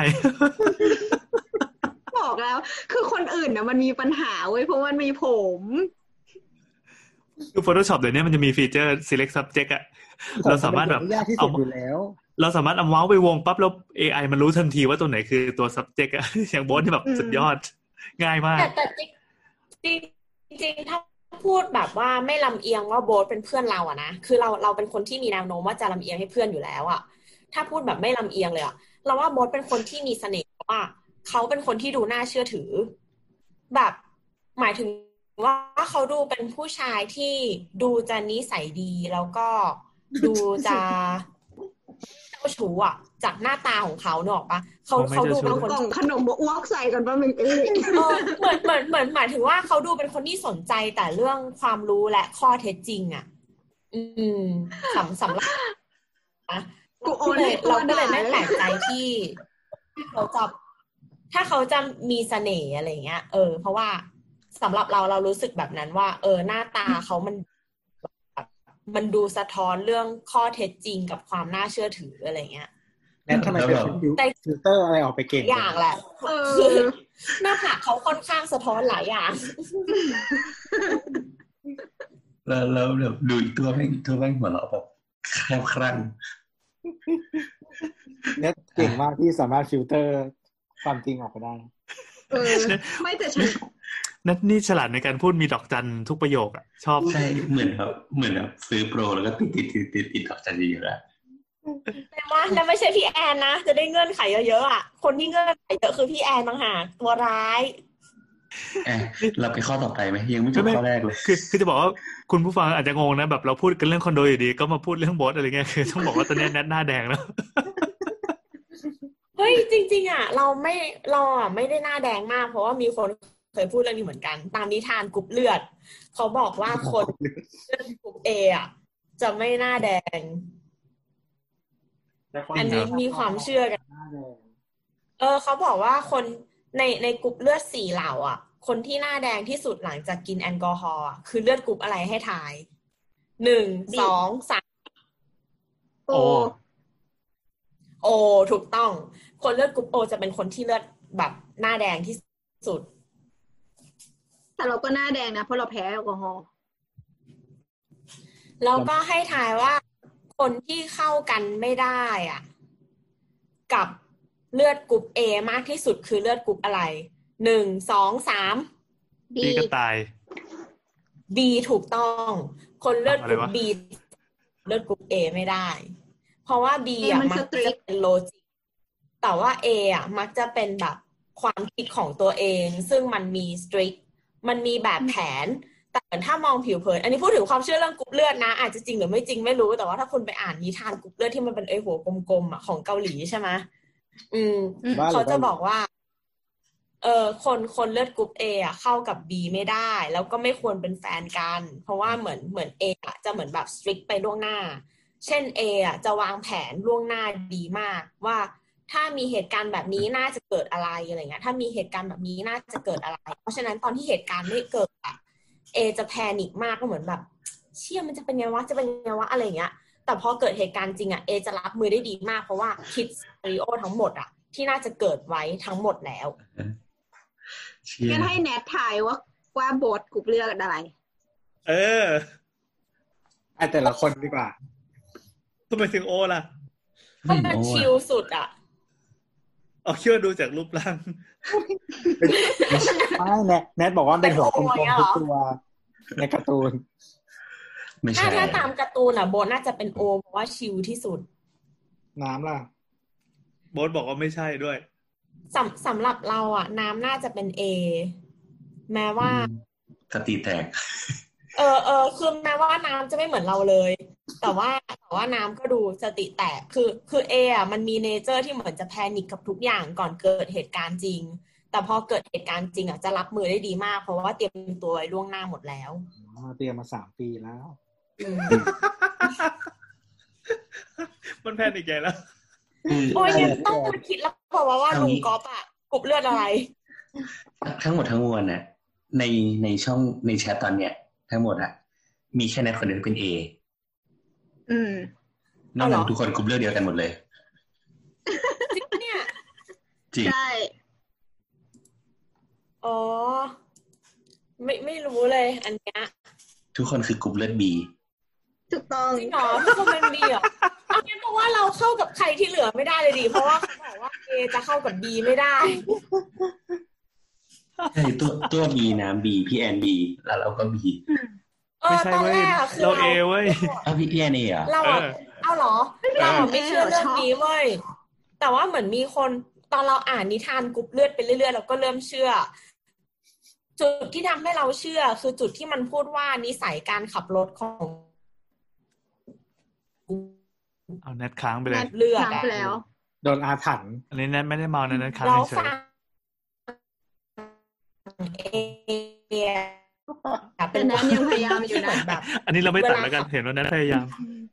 บอกแล้วคือคนอื่นนะมันมีปัญหาเว้ยเพราะมันมีผมคือ Photoshop เดี๋ยวนี้มันจะมีฟีเจอร์ select subject อ่ะเราสามารถแบบเอาอยู่แล้วเราสามารถเอาเมาส์ไปวงปั๊บแล้ว เอ ไอ มันรู้ทันทีว่าตัวไหนคือตัว subject อ่ะอย่างโบ๊ทที่แบบสุดยอดง่ายมากแต่แต่จริงจริงถ้าพูดแบบว่าไม่ลำเอียงว่าโบ๊ทเป็นเพื่อนเราอะนะคือเราเราเป็นคนที่มีแนวโน้มว่าจะลำเอียงให้เพื่อนอยู่แล้วอะถ้าพูดแบบไม่ลำเอียงเลยอะเราว่าโบ๊ทเป็นคนที่มีเสน่ห์ว่าเขาเป็นคนที่ดูน่าเชื่อถือแบบหมายถึงว่าเขาดูเป็นผู้ชายที่ดูจะนิสัยดีแล้วก็ดูจะเจ้าชู้อะจากหน้าตาของเขาเนอะปะเขาเขาดูเป็นคนขนมบอ้วกใส่กันป่ะมึงเองเหมือนเหมือนเหมือนหมายถึงว่าเขาดูเป็นคนที่สนใจแต่เรื่องความรู้และข้อเท็จจริงอะอืมสำสำหรับนะเราก็เลยเราก็เลยไม่แปลกใจที่เขาจะถ้าเขาจะมีเสน่ห์อะไรเงี้ยเออเพราะว่าสำหรับเราเรารู้สึกแบบนั้นว่าเออหน้าตาเขามันมันดูสะท้อนเรื่องข้อเท็จจริงกับความน่าเชื่อถืออะไรเงี้ยแนททำไมเป็นฟิลเตอร์อะไรออกไปเก่งอย่างแหละคือหน้าผากเขาค่อนข้างสะท้อนหลายอย่างแล้วแล้วแบบดูอีกตัวแม่งตัวแม่งหัวเราะแบบแคบครั่งแนทเก่งมากที่สามารถฟิลเตอร์ความจริงออกไปได้เออไม่แต่ฉันนัทนี่ฉลาดในการพูดมีดอกจันทุกประโยคอ่ะชอบใช่เหมือนครับเหมือนแบบซื้อโปรแล้วก็ติดติดติดติดติดดอกจันเยอะๆแต่ว่านั่นไม่ใช่พี่แอนนะจะได้เงื่อนไขเยอะๆอ่ะคนที่เงื่อนไขเยอะคือพี่แอนต่างหากตัวร้ายเออเราไปข้อต่อไปไหมยังไม่จบข้อแรกเลยคือคือจะบอกว่าคุณผู้ฟังอาจจะงงนะแบบเราพูดกันเรื่องคอนโดอยู่ดีก็มาพูดเรื่องโบ๊ทอะไรเงี้ยคือต้องบอกว่าตอนนี้แนทหน้าแดงแล้วเฮ้ยจริงๆอ่ะเราไม่เราอ่ะไม่ได้หน้าแดงมากเพราะว่ามีคนเคยพูดเรื่องนี้เหมือนกันตามนิทานกรุ๊ปเลือดเขาบอกว่าคนเลือดกรุ๊ป A อ่ะจะไม่หน้าแดงอันนี้มีความเชื่อกันเออเขาบอกว่าคนในในกรุ๊ปเลือดสี่เหล่าอ่ะคนที่หน้าแดงที่สุดหลังจากกินแอลกอฮอล์คือเลือดกรุ๊ปอะไรให้ทายหนึ่งสองสามโอโอถูกต้องคนเลือดกรุ๊ปโอจะเป็นคนที่เลือดแบบหน้าแดงที่สุดแต่เราก็หน้าแดงนะเพราะเราแพ้แอลกอฮอล์แล้วก็ให้ทายว่าคนที่เข้ากันไม่ได้อ่ะกับเลือดกรุ๊ป A มากที่สุดคือเลือดกรุ๊ปอะไรหนึ่งสองสาม B ก็ตาย B ถูกต้องคนเลือดกรุ๊ป B เลือดกรุ๊ป A ไม่ได้เพราะว่า B อ่ะมักจะเป็นโลจิกแต่ว่า A อ่ะมักจะเป็นแบบความคิดของตัวเองซึ่งมันมีสตริกมันมีแบบแผนแต่ถ้ามองผิวเผินอันนี้พูดถึงความเชื่อเรื่องกรุ๊ปเลือดนะอาจจะจริงหรือไม่จริงไม่รู้แต่ว่าถ้าคุณไปอ่านนิทานกรุ๊ปเลือดที่มันเป็นไอ้หัวกลมๆอ่ะของเกาหลีใช่ไหมอืมเขาจะบอกว่าเออคนคนเลือดกรุ๊ป A อ่ะเข้ากับ B ไม่ได้แล้วก็ไม่ควรเป็นแฟนกันเพราะว่าเหมือนเหมือน A อ่ะจะเหมือนแบบสตริกไปล่วงหน้าเช่น A อ่ะจะวางแผนล่วงหน้าดีมากว่าถ้ามีเหตุการณ์แบบนี้น่าจะเกิดอะไรอะไรเงี้ยถ้ามีเหตุการณ์แบบนี้น่าจะเกิดอะไรเพราะฉะนั้นตอนที่เหตุการณ์ไม่เกิดอะเอจะแพนิคมากก็เหมือนแบบเชี่ยมันจะเป็นไงวะจะเป็นไงวะอะไรเงี้ยแต่พอเกิดเหตุการณ์จริงอะเอจะรับมือได้ดีมากเพราะว่าคิดซีนาริโอทั้งหมดอะที่น่าจะเกิดไว้ทั้งหมดแล้วงั้นให้แนททายว่าว่าโบสกรุ๊ปเลือกอะไรเออไอแต่ละคนดีกว่าทำไมถึงโอล่ะเพราะมันชิลสุดอ่ะเอาคิดว่าดูจากรูปร่างไม่แนทแนทบอกว่าเป็นหัวกลมๆทุกตัวในการ์ตูนไม่ใช่ถ้าตามการ์ตูนอ่ะโบน่าจะเป็นโอเพราะว่าชิลที่สุดน้ำล่ะโบทบอกว่าไม่ใช่ด้วยสำสำหรับเราอ่ะน้ำน่าจะเป็นเอแม้ว่าสติแตกเออเออคือแม้ว่าน้ำจะไม่เหมือนเราเลยแต่ว่าแต่ว่าน้ำก็ดูสติแตกคือคือเออ่ะมันมีเนเจอร์ที่เหมือนจะแพนิคกับทุกอย่างก่อนเกิดเหตุการณ์จริงแต่พอเกิดเหตุการณ์จริงอ่ะจะรับมือได้ดีมากเพราะว่าเตรียมตัวไว้ล่วงหน้าหมดแล้วอ๋อเตรียมมาสามปีแล้วมันแพนิคไงแล้วโอ้ยเนี่ยต้องมาคิดแล้วเพราะว่าว่าลุงก๊อฟอ่ะกรุ๊ปเลือดอะไรทั้งหมดทั้งมวลน่ะในในช่องในแชทตอนเนี้ยทั้งหมดอ่ะมีแค่แนทคนเดียวเป็น A อืมนอกนั้นทุกคนกลุ่มเลือกเดียวกันหมดเลยจริงเนี่ยจริงใช่อ๋อไม่ไม่รู้เลยอันเนี้ยทุกคนคือกลุ่มเลือด B ถูกต้องจริงเหรอทุกคนเป็น B เหรอเอางั้นเพราะว่าเราเข้ากับใครที่เหลือไม่ได้เลยดิเพราะว่าเขาบอกว่า A จะเข้ากับ B ไม่ได้ใช่ตัวตัว B นะ B พี่แอน B แล้วเราก็ B ไม่ใช่เว้ยเราเอเว้ยเอาพี่พี่แอนเออ่ะเราอ่ะเอาเหรอเราไม่เชื่อเรื่องนี้เว้ยแต่ว่าเหมือนมีคนตอนเราอ่านนิทานกรุ๊ปเลือดไปเรื่อยๆเราก็เริ่มเชื่อจุดที่ทำให้เราเชื่อคือจุดที่มันพูดว่านิสัยการขับรถของเอาแนทค้างไปเลยเลือดแล้วโดนอาถรรพ์อันนี้แนทไม่ได้เมานะแนทค้างเฉยแต่นั้นยังพยายามอยู่นะแบบอันนี้เราไม่ตัดแล้วกันเห็นว่านั้นพยายาม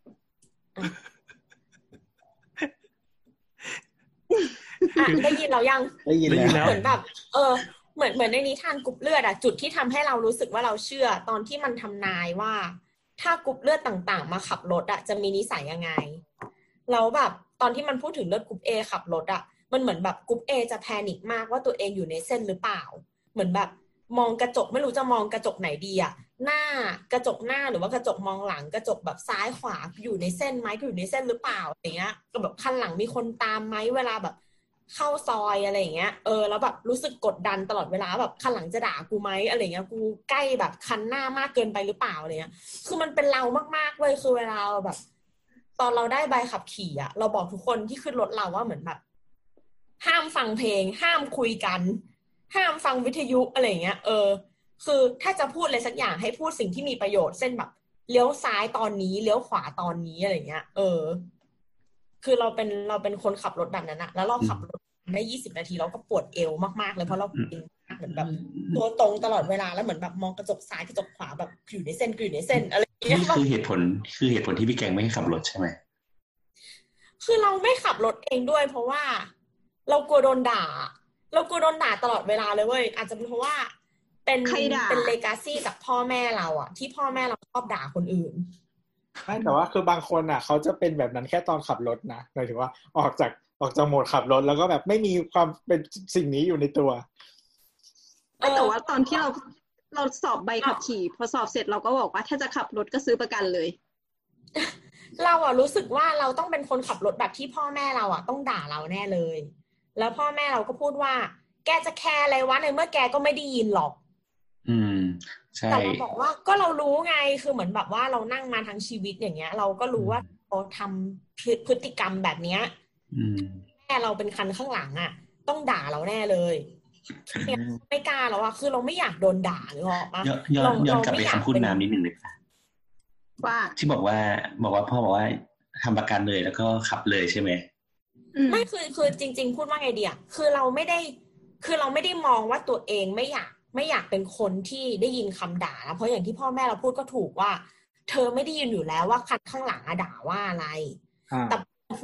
ได้ยินเรายังได้ยินแล้วเหมือนแบบเออเหมือนเหมือนในนิทานกรุ๊ปเลือดอะจุดที่ทำให้เรารู้สึกว่าเราเชื่อตอนที่มันทำนายว่าถ้ากรุ๊ปเลือดต่างๆมาขับรถอะจะมีนิสัยยังไงแล้วแบบตอนที่มันพูดถึงเลือดกรุ๊ป A ขับรถอะมันเหมือนแบบกรุ๊ป A จะแพนิคมากว่าตัวเองอยู่ในเส้นหรือเปล่าเหมือนแบบมองกระจกไม่รู้จะมองกระจกไหนดีอะหน้ากระจกหน้าหรือว่ากระจกมองหลังกระจกแบบซ้ายขวาอยู่ในเส้นไหมอยู่ในเส้นหรือเปล่าอย่างเงี้ยก็แบบคันหลังมีคนตามไหมเวลาแบบเข้าซอยอะไรอย่างเงี้ยเออแล้วแบบรู้สึกกดดันตลอดเวลาแบบคันหลังจะด่ากูไหมอะไรเงี้ยกูใกล้แบบคันหน้ามากเกินไปหรือเปล่าอะไรเงี้ยคือมันเป็นเรามากๆเลยคือเวลาแบบตอนเราได้ใบขับขี่อะเราบอกทุกคนที่ขึ้นรถเราว่าเหมือนแบบห้ามฟังเพลงห้ามคุยกันห้ามฟังวิทยุอะไรเงี้ยเออคือถ้าจะพูดอะไรสักอย่างให้พูดสิ่งที่มีประโยชน์เช่นแบบเลี้ยวซ้ายตอนนี้เลี้ยวขวาตอนนี้อะไรเงี้ยเออคือเราเป็นเราเป็นคนขับรถแบบนั้นอะแล้วเราขับรถได้ยี่สิบนาทีเราก็ปวดเอวมากๆเลยเพราะเราเป็นเหมือนแบบตัวตรงตลอดเวลาแล้วเหมือนแบบมองกระจกซ้ายกระจกขวาแบบอยู่ในเส้นอยู่ในเส้นอะไรอย่างเงี้ยนี่คือเหตุผลคือเหตุผลที่พี่แกงไม่ให้ขับรถใช่ไหมคือเราไม่ขับรถเองด้วยเพราะว่าเรากลัวโดนด่าเรากลัวโดนด่าตลอดเวลาเลยเว้ยอาจจะเป็นเพราะว่าเป็นเป็นเลกาซี่จากพ่อแม่เราอะที่พ่อแม่เราชอบด่าคนอื่นไม่แต่ว่าคือบางคนอ่ะเขาจะเป็นแบบนั้นแค่ตอนขับรถนะหมายถึงว่าออกจากออกจากโหมดขับรถแล้วก็แบบไม่มีความเป็นสิ่งนี้อยู่ในตัวแต่ว่าตอนที่เราเราสอบใบขับขี่พอสอบเสร็จเราก็บอกว่าถ้าจะขับรถก็ซื้อประกันเลยเราอะรู้สึกว่าเราต้องเป็นคนขับรถแบบที่พ่อแม่เราอะต้องด่าเราแน่เลยแล้วพ่อแม่เราก็พูดว่าแกจะแคร์อะไรวะในเมื่อแกก็ไม่ได้ยินหรอกอืมใช่แต่เราบอกว่าก็เรารู้ไงคือเหมือนแบบว่าเรานั่งมาทั้งชีวิตอย่างเงี้ยเราก็รู้ว่าเราทำพฤติกรรมแบบเนี้ยแม่เราเป็นคันข้างหลังอ่ะต้องด่าเราแน่เลยเนี่ยไม่กล้าแล้วอ่ะคือเราไม่อยากโดนด่าหรือเปล่าย้อนย้อนกลับไปคำพูดน้ำนิดหนึ่งเลยค่ะว่าที่บอกว่าบอกว่าพ่อบอกว่าทำประกันเลยแล้วก็ขับเลยใช่ไหมไม่คือคือจริงๆพูดว่าไงดีอ่ะคือเราไม่ได้คือเราไม่ได้มองว่าตัวเองไม่อยากไม่อยากเป็นคนที่ได้ยินคำด่านะเพราะอย่างที่พ่อแม่เราพูดก็ถูกว่าเธอไม่ได้ยินอยู่แล้วว่าคันข้างหลังอะด่าว่าอะไรแต่คือ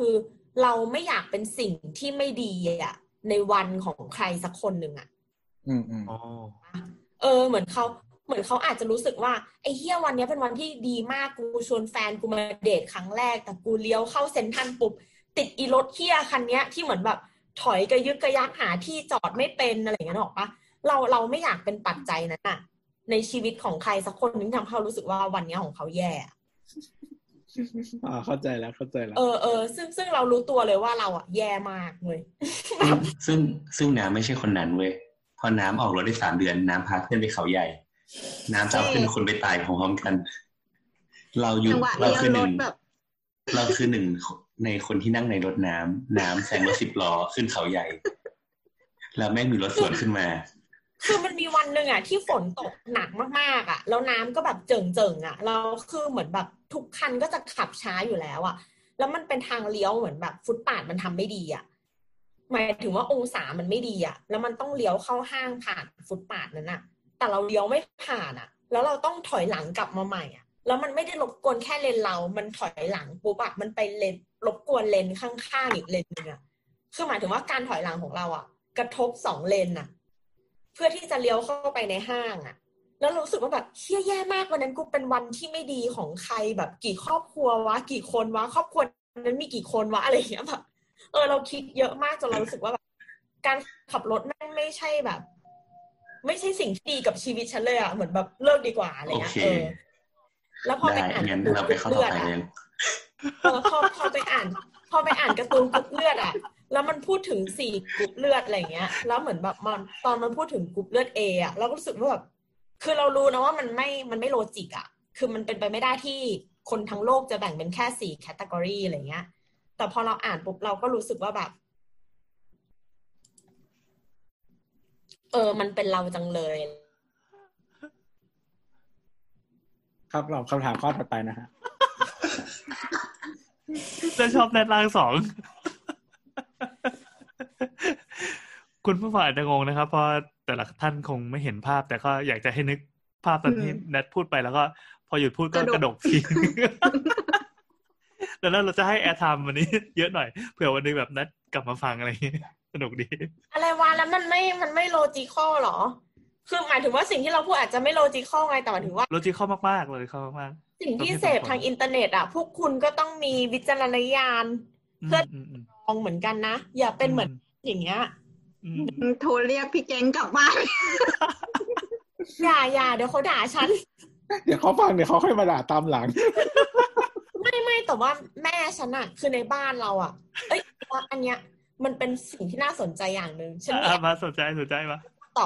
เราไม่อยากเป็นสิ่งที่ไม่ดีอ่ะในวันของใครสักคนหนึ่งอ่ะอืมอืมเออเหมือนเขาเหมือนเขาอาจจะรู้สึกว่าไอ้เหี้ยวันนี้เป็นวันที่ดีมากกูชวนแฟนกูมาเดทครั้งแรกแต่กูเลี้ยวเข้าเซ็นทรัลปุ๊บติดอีรถเหี้ยคันเนี้ยที่เหมือนแบบถอยกระยึกกระยักหาที่จอดไม่เป็นอะไรอย่างเงี้ยหรอกปะเราเราไม่อยากเป็นปัจจัยนั้นน่ะในชีวิตของใครสักคนนึงทำให้เขารู้สึกว่าวันนี้ของเขาแย่อ่าเข้าใจแล้วเข้าใจแล้วเออเออซึ่งซึ่งเรารู้ตัวเลยว่าเราอ่ะแย่มากเลยซึ่งซึ่งน้ำไม่ใช่คนนั้นเว้ยพอน้ำออกรถได้สามเดือนน้ำพาเพื่อนไปเขาใหญ่น้ำจะเอาขึ้นคนไปตายพร้อมๆกันเราอยู่เราคือหนึ่งเราคือหนึ่งในคนที่นั่งในรถน้ำน้ำแซงรถสิบล้อขึ้นเขาใหญ่แล้วแม่งมีรถสวนขึ้นมาคือมันมีวันหนึ่งอ่ะที่ฝนตกหนักมากๆอ่ะแล้วน้ำก็แบบเจิ่งๆอ่ะเราคือเหมือนแบบทุกคันก็จะขับช้าอยู่แล้วอ่ะแล้วมันเป็นทางเลี้ยวเหมือนแบบฟุตปาธมันทำไม่ดีอ่ะหมายถึงว่าองศามันไม่ดีอ่ะแล้วมันต้องเลี้ยวเข้าห้างผ่านฟุตปาธนั้นอ่ะแต่เราเลี้ยวไม่ผ่านอ่ะแล้วเราต้องถอยหลังกลับมาใหม่อ่ะแล้วมันไม่ได้รบกวนแค่เลนเรามันถอยหลังปุ๊บอ่ะมันไปเลนรบกวนเลนข้างๆอีกเลนนึงอ่ะคือหมายถึงว่าการถอยหลังของเราอ่ะกระทบสองเลนอ่ะเพื่อที่จะเลี้ยวเข้าไปในห้างอ่ะแล้วรู้สึกว่าแบบเชี่ยแย่มากวันนั้นกูเป็นวันที่ไม่ดีของใครแบบกี่ครอบครัววะกี่คนวะครอบครัวนั้นมีกี่คนวะอะไรอย่างเงี้ยแบบเออเราคิดเยอะมากจนเรารู้สึกว่าแบบการขับรถแม่งไม่ใช่แบบไม่ใช่สิ่งที่ดีกับชีวิตฉันเลยอ่ะเหมือนแบบเลิกดีกว่าอะไรเงี้ยเออแล้วพอไปอ่านเราไปเข้าต่อไปยังเออพอพอไปอ่านพอไปอ่านการ์ตูนกรุ๊ปเลือดอ่ะแล้วมันพูดถึงสี่กรุ๊ปเลือดอะไรเงี้ยแล้วเหมือนแบบมันตอนมันพูดถึงกรุ๊ปเลือด A อ่ะเราก็รู้สึกว่าแบบคือเรารู้นะว่ามันไม่มันไม่โลจิกอ่ะคือมันเป็นไปไม่ได้ที่คนทั้งโลกจะแบ่งเป็นแค่สี่แคตตากรีอะไรเงี้ยแต่พอเราอ่านปุ๊บเราก็รู้สึกว่าแบบเออมันเป็นเราจังเลยครับเราคำถามข้อถัดไปนะฮะจะชอบแนทล่างสองคุณผู้ฟังอาจจะงงนะครับเพราะแต่ละท่านคงไม่เห็นภาพแต่ก็อยากจะให้นึกภาพตอนที่แนทพูดไปแล้วก็พอหยุดพูดก็กระดกทีแล้วเราจะให้แอร์ไทม์วันนี้เยอะหน่อยเผื่อวันนึงแบบแนทกลับมาฟังอะไรอย่างนี้สนุกดีอะไรวะแล้วมันไม่มันไม่โลจิคอลหรอคือหมายถึงว่าสิ่งที่เราพูดอาจจะไม่โลจิคอลไงแต่หมายถึงว่าโลจิคอลมากๆเลยเข้ามากๆสิ่งที่เสพทางอินเทอร์เน็ตอ่ะพวกคุณก็ต้องมีวิจารณญาณเพื่อมองเหมือนกันนะอย่าเป็นเหมือนอย่างเงี้ยโทรเรียกพี่แก๊งกลับบ้านอย่าอย่าเดี๋ยวเขาด่าฉันเดี๋ยวเขาฟังเดี๋ยวเขาค่อยมาด่าตามหลังไม่ไม่แต่ว่าแม่ฉันอะคือในบ้านเราอะเอ้ยอันเนี้ยมันเป็นสิ่งที่น่าสนใจอย่างหนึ่งฉันมาสนใจสนใจมาต่อ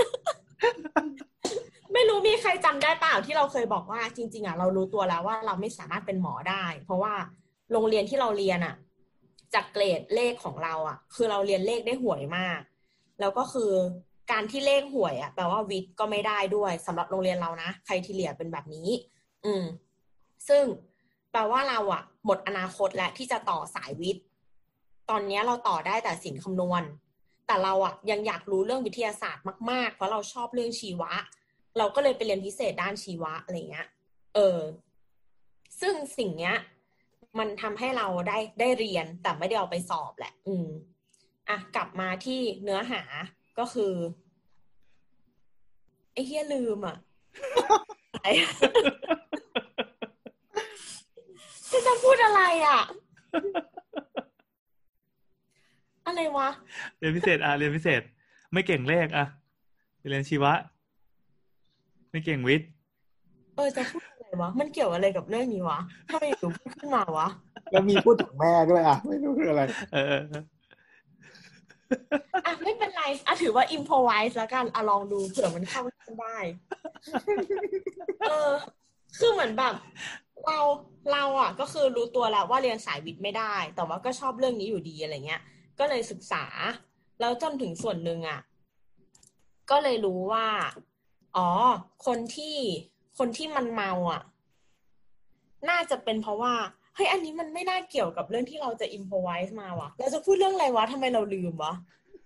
ไม่รู้มีใครจำได้เปล่าที่เราเคยบอกว่าจริงๆอะเรารู้ตัวแล้วว่าเราไม่สามารถเป็นหมอได้เพราะว่าโรงเรียนที่เราเรียนอะจากเกรดเลขของเราอะคือเราเรียนเลขได้ห่วยมากแล้วก็คือการที่เลขห่วยอะแปลว่าวิทย์ก็ไม่ได้ด้วยสำหรับโรงเรียนเรานะใครที่เรียนเป็นแบบนี้อืมซึ่งแปลว่าเราอะหมดอนาคตและที่จะต่อสายวิทย์ตอนนี้เราต่อได้แต่ศิลป์คำนวณแต่เราอะยังอยากรู้เรื่องวิทยาศาสตร์มากๆเพราะเราชอบเรื่องชีวะเราก็เลยไปเรียนพิเศษด้านชีวะอะไรเงี้ยเออซึ่งสิ่งเนี้ยมันทำให้เราได้ได้เรียนแต่ไม่ได้เอาไปสอบแหละอืมอ่ะกลับมาที่เนื้อหาก็คือไอ้เหี้ยลืมอ่ะ จะพูดอะไรอ่ะอะไรวะเรียนพิเศษอ่ะเรียนพิเศษไม่เก่งเลขอ่ะเรียนชีวะไม่เก่งวิทย์เออจะพูดอะไรวะมันเกี่ยวอะไรกับเรื่องนี้วะทำไมอยู่พูดขึ้นมาวะแล้วมีพูดถึงแม่ด้วยอ่ะไม่รู้คืออะไรเอออ่ะไม่เป็นไรอ่ะถือว่า improvise แล้วกันอ่ะลองดูเผื่อมันเข้าได้เออคือเหมือนแบบเราเราอ่ะก็คือรู้ตัวแล้วว่าเรียนสายวิทย์ไม่ได้แต่ว่าก็ชอบเรื่องนี้อยู่ดีอะไรเงี้ยก็เลยศึกษาแล้วจนถึงส่วนหนึ่งอ่ะก็เลยรู้ว่าอ๋อคนที่คนที่มันเมาอ่ะน่าจะเป็นเพราะว่าเฮ้ยอันนี้มันไม่น่าเกี่ยวกับเรื่องที่เราจะ improvise มาวะเราจะพูดเรื่องอะไรวะทำไมเราลืมวะ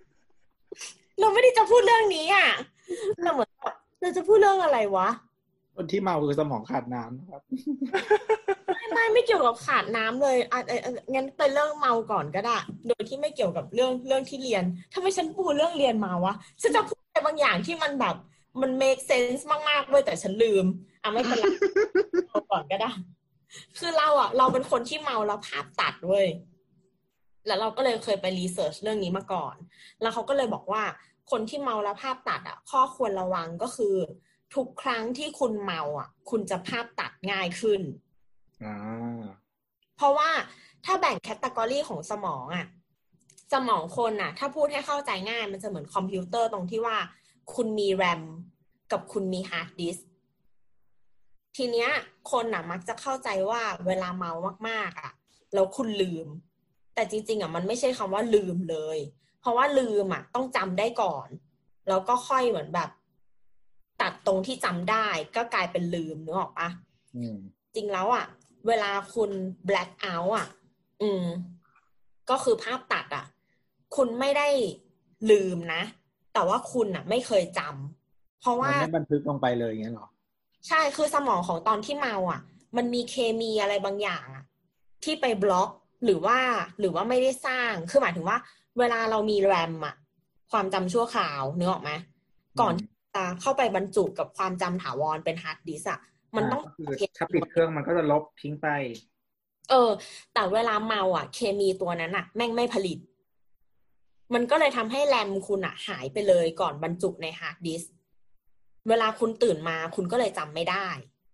เราไม่ได้จะพูดเรื่องนี้อ่ะแต่เหมือนเราจะพูดเรื่องอะไรวะคนที่เมาคือสมองขาดน้ำนะครับไม่ไม่ไม่เกี่ยวกับขาดน้ำเลยอ่ะงั้นไปเรื่องเมาก่อนก็ได้โดยที่ไม่เกี่ยวกับเรื่องเรื่องที่เรียนทำไมฉันพูดเรื่องเรียนมาวะฉันจะพูดอะไรบางอย่างที่มันแบบมัน make sense มากๆเว้ยแต่ฉันลืมอ่ะไม่เป็นไรเอาก่อนก็ได้คือเราอ่ะเราเป็นคนที่เมาแล้วภาพตัดเว้ยแล้วเราก็เลยเคยไปรีเสิร์ชเรื่องนี้มาก่อนแล้วเขาก็เลยบอกว่าคนที่เมาแล้วภาพตัดอ่ะข้อควรระวังก็คือทุกครั้งที่คุณเมาอ่ะคุณจะภาพตัดง่ายขึ้นอ่าเพราะว่าถ้าแบ่งแคตตากรีของสมองอ่ะสมองคนอ่ะถ้าพูดให้เข้าใจง่ายมันจะเหมือนคอมพิวเตอร์ตรงที่ว่าคุณมี แรม กับคุณมีฮาร์ดดิสก์ทีเนี้ยคนน่ะมักจะเข้าใจว่าเวลาเมามากๆอ่ะแล้วคุณลืมแต่จริงๆอ่ะมันไม่ใช่คำว่าลืมเลยเพราะว่าลืมอ่ะต้องจำได้ก่อนแล้วก็ค่อยเหมือนแบบตัดตรงที่จำได้ก็กลายเป็นลืมนึกออกปะจริงแล้วอ่ะเวลาคุณ black out อ่ะอืมก็คือภาพตัดอ่ะคุณไม่ได้ลืมนะแต่ว่าคุณอ่ะไม่เคยจำเพราะว่ามันบันทึกลงไปเลยอย่างเงี้ยหรอใช่คือสมองของตอนที่เมาอ่ะมันมีเคมีอะไรบางอย่างอ่ะที่ไปบล็อกหรือว่าหรือว่าไม่ได้สร้างคือหมายถึงว่าเวลาเรามี แรม อ่ะความจำชั่วคราวนึกออกไหมก่อนจะเข้าไปบรรจุกับความจำถาวรเป็นฮาร์ดดิสก์อ่ะมันต้องถ้าปิดเครื่องมันก็จะลบทิ้งไปเออแต่เวลาเมาอ่ะเคมีตัวนั้นอ่ะแม่งไม่ผลิตมันก็เลยทำให้แรมคุณอ่ะหายไปเลยก่อนบรรจุในฮาร์ดดิสก์เวลาคุณตื่นมาคุณก็เลยจำไม่ได้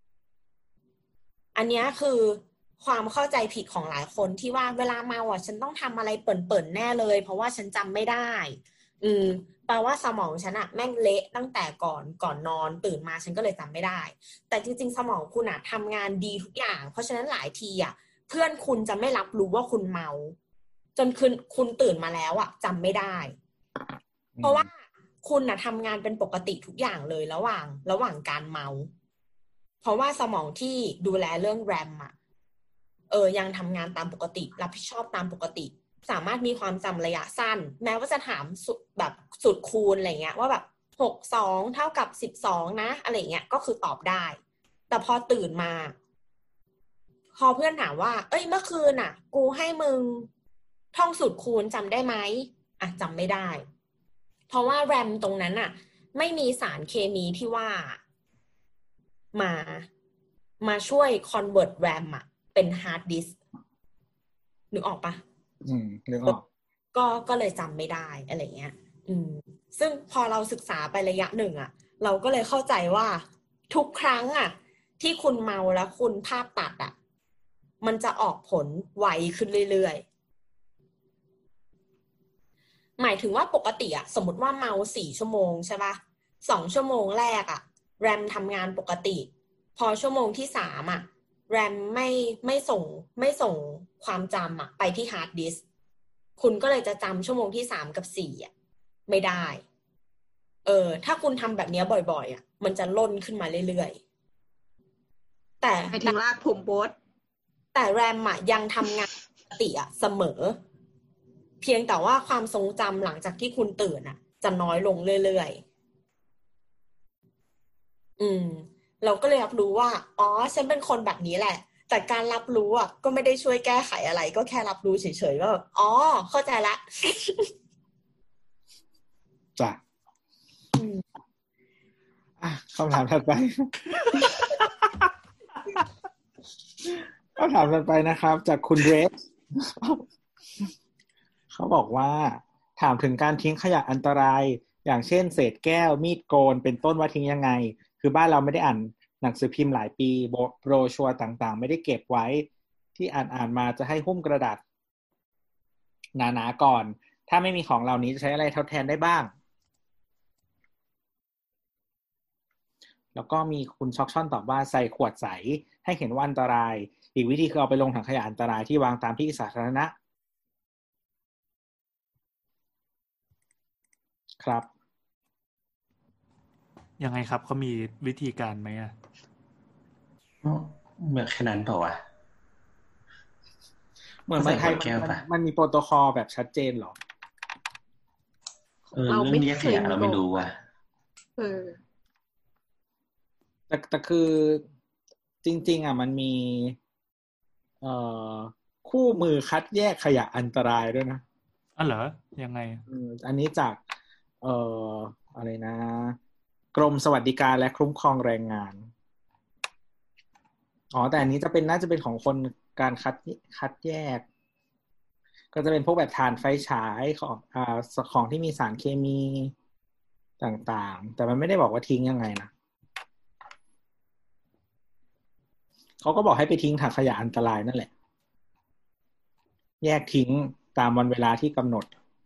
อันนี้คือความเข้าใจผิดของหลายคนที่ว่าเวลาเมาอ่ะฉันต้องทำอะไรเปิ่นๆแน่เลยเพราะว่าฉันจำไม่ได้อืมแปลว่าสมองฉันอะแม่งเละตั้งแต่ก่อนก่อนนอนตื่นมาฉันก็เลยจำไม่ได้แต่จริงๆสมองคุณอะทำงานดีทุกอย่างเพราะฉะนั้นหลายทีอะเพื่อนคุณจะไม่รับรู้ว่าคุณเมาจนคุณคุณตื่นมาแล้วอะจำไม่ได้เพราะว่าคุณอะทำงานเป็นปกติทุกอย่างเลยระหว่างระหว่างการเมาเพราะว่าสมองที่ดูแลเรื่อง แรม อะเออยังทำงานตามปกติรับผิดชอบตามปกติสามารถมีความจำระยะสั้นแม้ว่าจะถามแบบสุดคูณอะไรเงี้ยว่าแบบหก สองเท่ากับสิบสองนะอะไรเงี้ยก็คือตอบได้แต่พอตื่นมาพอเพื่อนถามว่าเอ้ยเมื่อคืนน่ะกูให้มึงท่องสูตรคูณจำได้ไหมอ่ะจำไม่ได้เพราะว่า แรม ตรงนั้นน่ะไม่มีสารเคมีที่ว่ามามาช่วย convert แรม อ่ะเป็นฮาร์ดดิสก์นึกออกปะอืมนึกออกก็ก็เลยจำไม่ได้อะไรเงี้ยอืมซึ่งพอเราศึกษาไประยะหนึ่งอ่ะเราก็เลยเข้าใจว่าทุกครั้งอ่ะที่คุณเมาแล้วคุณภาพตัดอ่ะมันจะออกผลไวขึ้นเรื่อยๆหมายถึงว่าปกติอ่ะสมมติว่าเมาสี่ชั่วโมงใช่ปะสองชั่วโมงแรกอ่ะ แรม ทำงานปกติพอชั่วโมงที่สามอ่ะ แรม ไม่ไม่ส่งไม่ส่งความจำอ่ะไปที่ฮาร์ดดิสก์คุณก็เลยจะจำชั่วโมงที่สามกับสี่อ่ะไม่ได้เออถ้าคุณทำแบบนี้บ่อยๆอ่ะมันจะล่นขึ้นมาเรื่อยๆแต่หมายถึงลากผมโบสแต่ แรม อ่ะยังทำงานปกติอ่ะเสมอเพียงแต่ว่าความทรงจำหลังจากที่คุณตื่นอ่ะจะน้อยลงเรื่อยๆอืมเราก็เลยรับรู้ว่าอ๋อฉันเป็นคนแบบนี้แหละแต่การรับรู้อ่ะก็ไม่ได้ช่วยแก้ไขอะไรก็แค่รับรู้เฉยๆว่าอ๋อเข้าใจละจ้ะอ่ะคำถามถัดไปคำถามถัดไปนะครับจากคุณเรสเขาบอกว่าถามถึงการทิ้งขยะอันตรายอย่างเช่นเศษแก้วมีดโกนเป็นต้นว่าทิ้งยังไงคือบ้านเราไม่ได้อ่านหนังสือพิมพ์หลายปีโบรชัวร์ต่างๆไม่ได้เก็บไว้ที่อ่านอ่านมาจะให้หุ้มกระดาษหนาๆก่อนถ้าไม่มีของเหล่านี้จะใช้อะไรทดแทนได้บ้างแล้วก็มีคุณช็อกช่อนตอบว่าใส่ขวดใสให้เห็นว่าอันตรายอีกวิธีคือเอาไปลงถังขยะอันตรายที่วางตามที่สาธารณะครับยังไงครับเขามีวิธีการไหมอ่ะเหมือนแค่นั้นเปล่าวะเหมือนเมืองไทยมันมันมีโปรโตคอลแบบชัดเจนหรอเออเรื่องนี้ขยะเราไม่รู้ว่ะเออแต่แต่คือจริงๆอ่ะมันมีเอ่อคู่มือคัดแยกขยะอันตรายด้วยนะอ๋อเหรอยังไงอืมอันนี้จากเอ่ออะไรนะกรมสวัสดิการและคุ้มครองแรงงานอ๋อแต่อันนี้จะเป็นน่าจะเป็นของคนการคัดคัดแยกก็จะเป็นพวกแบบถ่านไฟฉายของอ่าของที่มีสารเคมีต่างๆแต่มันไม่ได้บอกว่าทิ้งยังไงนะเขาก็บอกให้ไปทิ้งถังขยะอันตรายนั่นแหละแยกทิ้งตามวันเวลาที่กำหนด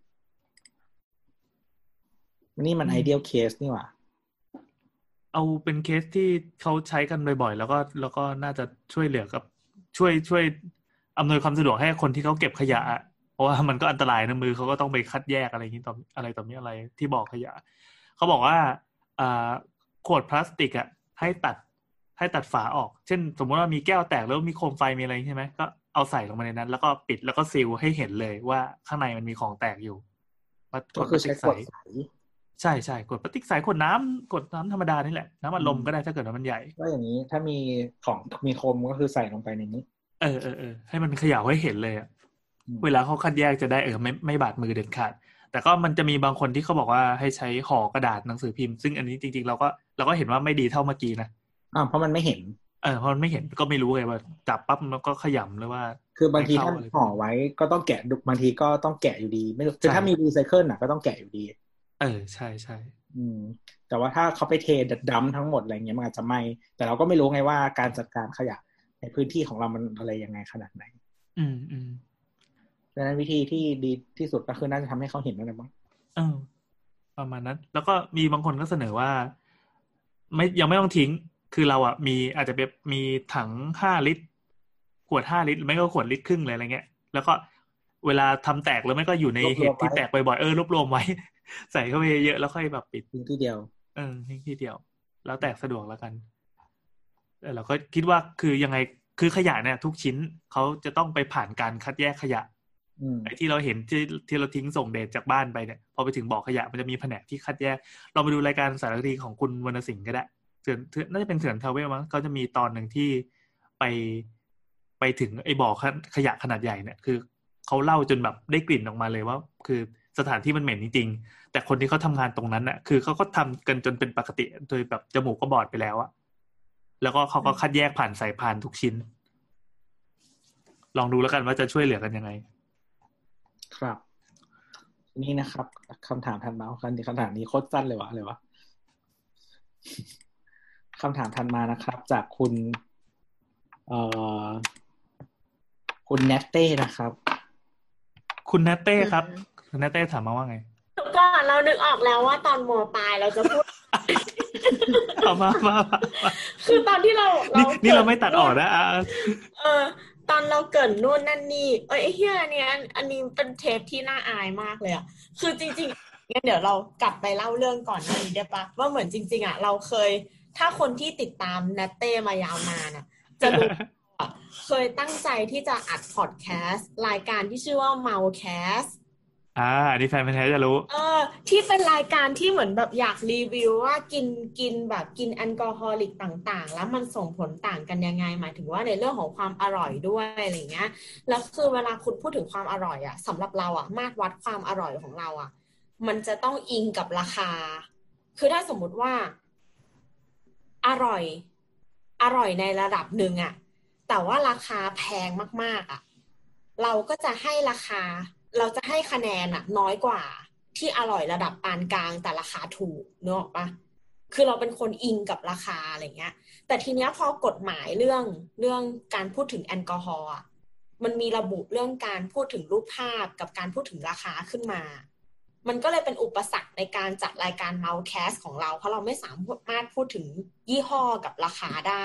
นี่มัน ideal case นี่หว่าเอาเป็นเคสที่เขาใช้กันบ่อยๆแล้วก็แล้วก็น่าจะช่วยเหลือกับช่วยช่วยอำนวยความสะดวกให้คนที่เขาเก็บขยะเพราะว่ามันก็อันตรายนะมือเขาก็ต้องไปคัดแยกอะไรอย่างนี้ต่ออะไรต่อมีอะไรที่บอกขยะเขาบอกว่าอ่าขวดพลาสติกอ่ะให้ตัดให้ตัดฝาออกเช่นสมมติว่ามีแก้วแตกแล้วมีโคมไฟมีอะไรใช่ไหมก็เอาใส่ลงมาในนั้นแล้วก็ปิดแล้วก็ซีลให้เห็นเลยว่าข้างในมันมีของแตกอยู่ก็คือใช้ขวดใสใช่ใช่ขวดพลาสติกใสขวดน้ำขวดน้ำธรรมดานี่แหละน้ำอัดลมก็ได้ถ้าเกิดว่ามันใหญ่ก็อย่างนี้ถ้ามีของมีคมก็คือใส่ลงไปในนี้เออเออเออให้มันเขย่าให้เห็นเลยอ่ะเวลาเขาคัดแยกจะได้เออไม่ไม่บาดมือเด็ดขาดแต่ก็มันจะมีบางคนที่เขาบอกว่าให้ใช้ห่อกระดาษหนังสือพิมพ์ซึ่งอันนี้จริงๆเราก็เราก็เห็นว่าไม่ดีเท่าเมื่อกี้นะอ่าเพราะมันไม่เห็นเออเพราะมันไม่เห็นก็ไม่รู้ไงว่าจับปั๊บมันก็ขยำหรือว่าคือบางทีถ้าห่อไว้ก็ต้องแกะบางทีก็ต้องแกะอยู่ดีไม่คือถ้ามีรีไซเคิลน่ะก็ต้องแกะอยู่ดีเออใช่ใช่อืมแต่ว่าถ้าเขาไปเทดัมทั้งหมดอะไรเงี้ยมันอาจจะไม่แต่เราก็ไม่รู้ไงว่าการจัดการขยะในพื้นที่ของเรามันอะไรยังไงขนาดไหนอืมอืมดังนั้นวิธีที่ดีที่สุดก็คือน่าจะทำให้เขาเห็นนั่นแหละมั้งเออประมาณนั้นแล้วก็มีบางคนก็เสนอว่าไม่ยังไม่ต้องทิ้งคือเราอ่ะมีอาจจะแบบมีถังห้าลิตรขวดห้าลิตรไม่ก็ขวดลิตรครึ่งอะไรเงี้ยแล้วก็เวลาทำแตกแล้วไม่ก็อยู่ในเหตุที่แตกบ่อยๆเออรวบรวมไว้ใส่เข้าไปเยอะแล้วค่อยแบบปิดทิ้งทีเดียวเออทิ้งทีเดียวแล้วแตกสะดวกแล้วกันแต่เราก็คิดว่าคือยังไงคือขยะเนี่ยทุกชิ้นเขาจะต้องไปผ่านการคัดแยกขยะไอ้ที่เราเห็นที่ที่เราทิ้งส่งเดชจากบ้านไปเนี่ยพอไปถึงบ่อขยะมันจะมีแผนกที่คัดแยกเราไปดูรายการสารคดีของคุณวรรณสิงห์ก็ได้เถื่อนน่าจะเป็นเถื่อนทาวเวลมั้งเขาจะมีตอนหนึ่งที่ไปไปถึงไอ้บ่อขยะขนาดใหญ่เนี่ยคือเขาเล่าจนแบบได้กลิ่นออกมาเลยว่าคือสถานที่มันเหม็นจริงๆแต่คนที่เขาทำงานตรงนั้นน่ะคือเขาก็ทำกันจนเป็นปกติโดยแบบจมูกก็บอดไปแล้วอะแล้วก็เขาก็คัดแยกผ่านสายพานทุกชิ้นลองดูแล้วกันว่าจะช่วยเหลือกันยังไงครับนี่นะครับคำถามถัดมาคันคำถามนี้โคตรสั้นเลยวะเลยวะคำถามถัดมานะครับจากคุณเอ่อคุณเนตเต้นะครับคุณเนตเต้ครับคุณเนตเต้ถามมาว่าไงก่อนเรานึกออกแล้วว่าตอนม.ปลายเราจะพูดเอามามาคือตอนที่เรานี่นี่เราไม่ตัดออกนะเออตอนเราเกิดนู่นนั่นนี่เอ้ยเฮียเนี่ยอันนี้เป็นเทปที่น่าอายมากเลยอ่ะคือจริงๆงั้นเดี๋ยวเรากลับไปเล่าเรื่องก่อนหน้านี้ได้ปะว่าเหมือนจริงๆอ่ะเราเคยถ้าคนที่ติดตามเนตเต้มายาวนานอ่ะจะรู้เคยตั้งใจที่จะอัดพอดแคสต์รายการที่ชื่อว่า Mousecast อ่าอันนี้แฟนพันธุ์แท้จะรู้เออที่เป็นรายการที่เหมือนแบบอยากรีวิวว่ากินกินแบบกินแอลกอฮอลิกต่างๆแล้วมันส่งผลต่างกันยังไงหมายถึงว่าในเรื่องของความอร่อยด้วยอะไรเงี้ยแล้วคือเวลาคุณพูดถึงความอร่อยอ่ะสำหรับเราอ่ะมาตรวัดความอร่อยของเราอ่ะมันจะต้องอิงกับราคาคือถ้าสมมุติว่าอร่อยอร่อยในระดับหนึ่งอ่ะแต่ว่าราคาแพงมากๆอ่ะเราก็จะให้ราคาเราจะให้คะแนนอะน้อยกว่าที่อร่อยระดับปานกลางแต่ราคาถูกเนอะปะคือเราเป็นคนอิงกับราคาอะไรเงี้ยแต่ทีเนี้ยพอกฎหมายเรื่องเรื่องการพูดถึงแอลกอฮอล์มันมีระบุเรื่องการพูดถึงรูปภาพกับการพูดถึงราคาขึ้นมามันก็เลยเป็นอุปสรรคในการจัดรายการ Mousecast ของเราเพราะเราไม่สามารถพูดถึงยี่ห้อกับราคาได้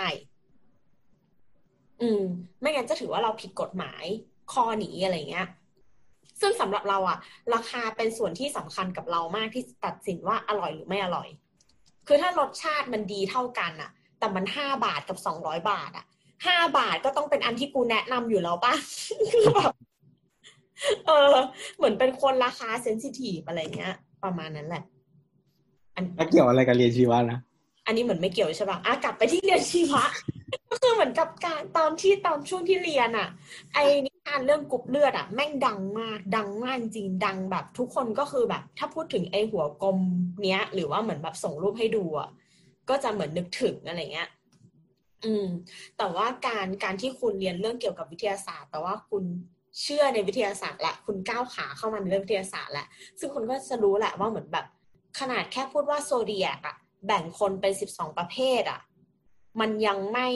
อืมไม่งั้นจะถือว่าเราผิดกฎหมายข้อนี้อะไรเงี้ยซึ่งสำหรับเราอะราคาเป็นส่วนที่สำคัญกับเรามากที่ตัดสินว่าอร่อยหรือไม่อร่อยคือถ้ารสชาติมันดีเท่ากันอะแต่มันห้าบาทกับสองร้อยบาทอะห้าบาทก็ต้องเป็นอันที่กูแนะนำอยู่แล้วป่ะคือแบบเออเหมือนเป็นคนราคาเซนซิทีฟอะไรเงี้ยประมาณนั้นแหละอันแล้วเกี่ยวอะไรกับเรียนชีวะนะอันนี้เหมือนไม่เกี่ยวใช่ป่ะอ่ะกลับไปที่เรียนชีวะ ก็คือเหมือนกับการตอนที่ตอนช่วงที่เรียนอ่ะไอ้นิทานเรื่องกรุ๊ปเลือดอ่ะแม่งดังมากดังมากจริงดังแบบทุกคนก็คือแบบถ้าพูดถึงไอ้หัวกลมเนี้ยหรือว่าเหมือนแบบส่งรูปให้ดูอ่ะก็จะเหมือนนึกถึงอะไรเงี้ยอืมแต่ว่าการการที่คุณเรียนเรื่องเกี่ยวกับวิทยาศาสตร์แต่ว่าคุณเชื่อในวิทยาศาสตร์ละคุณก้าวขาเข้ามาในเรื่องวิทยาศาสตร์แหละซึ่งคุณก็จะรู้แหละว่าเหมือนแบบขนาดแค่พูดว่าโซเดียกอ่ะแบ่งคนเป็นสิบสองประเภทอ่ะมันยังไม่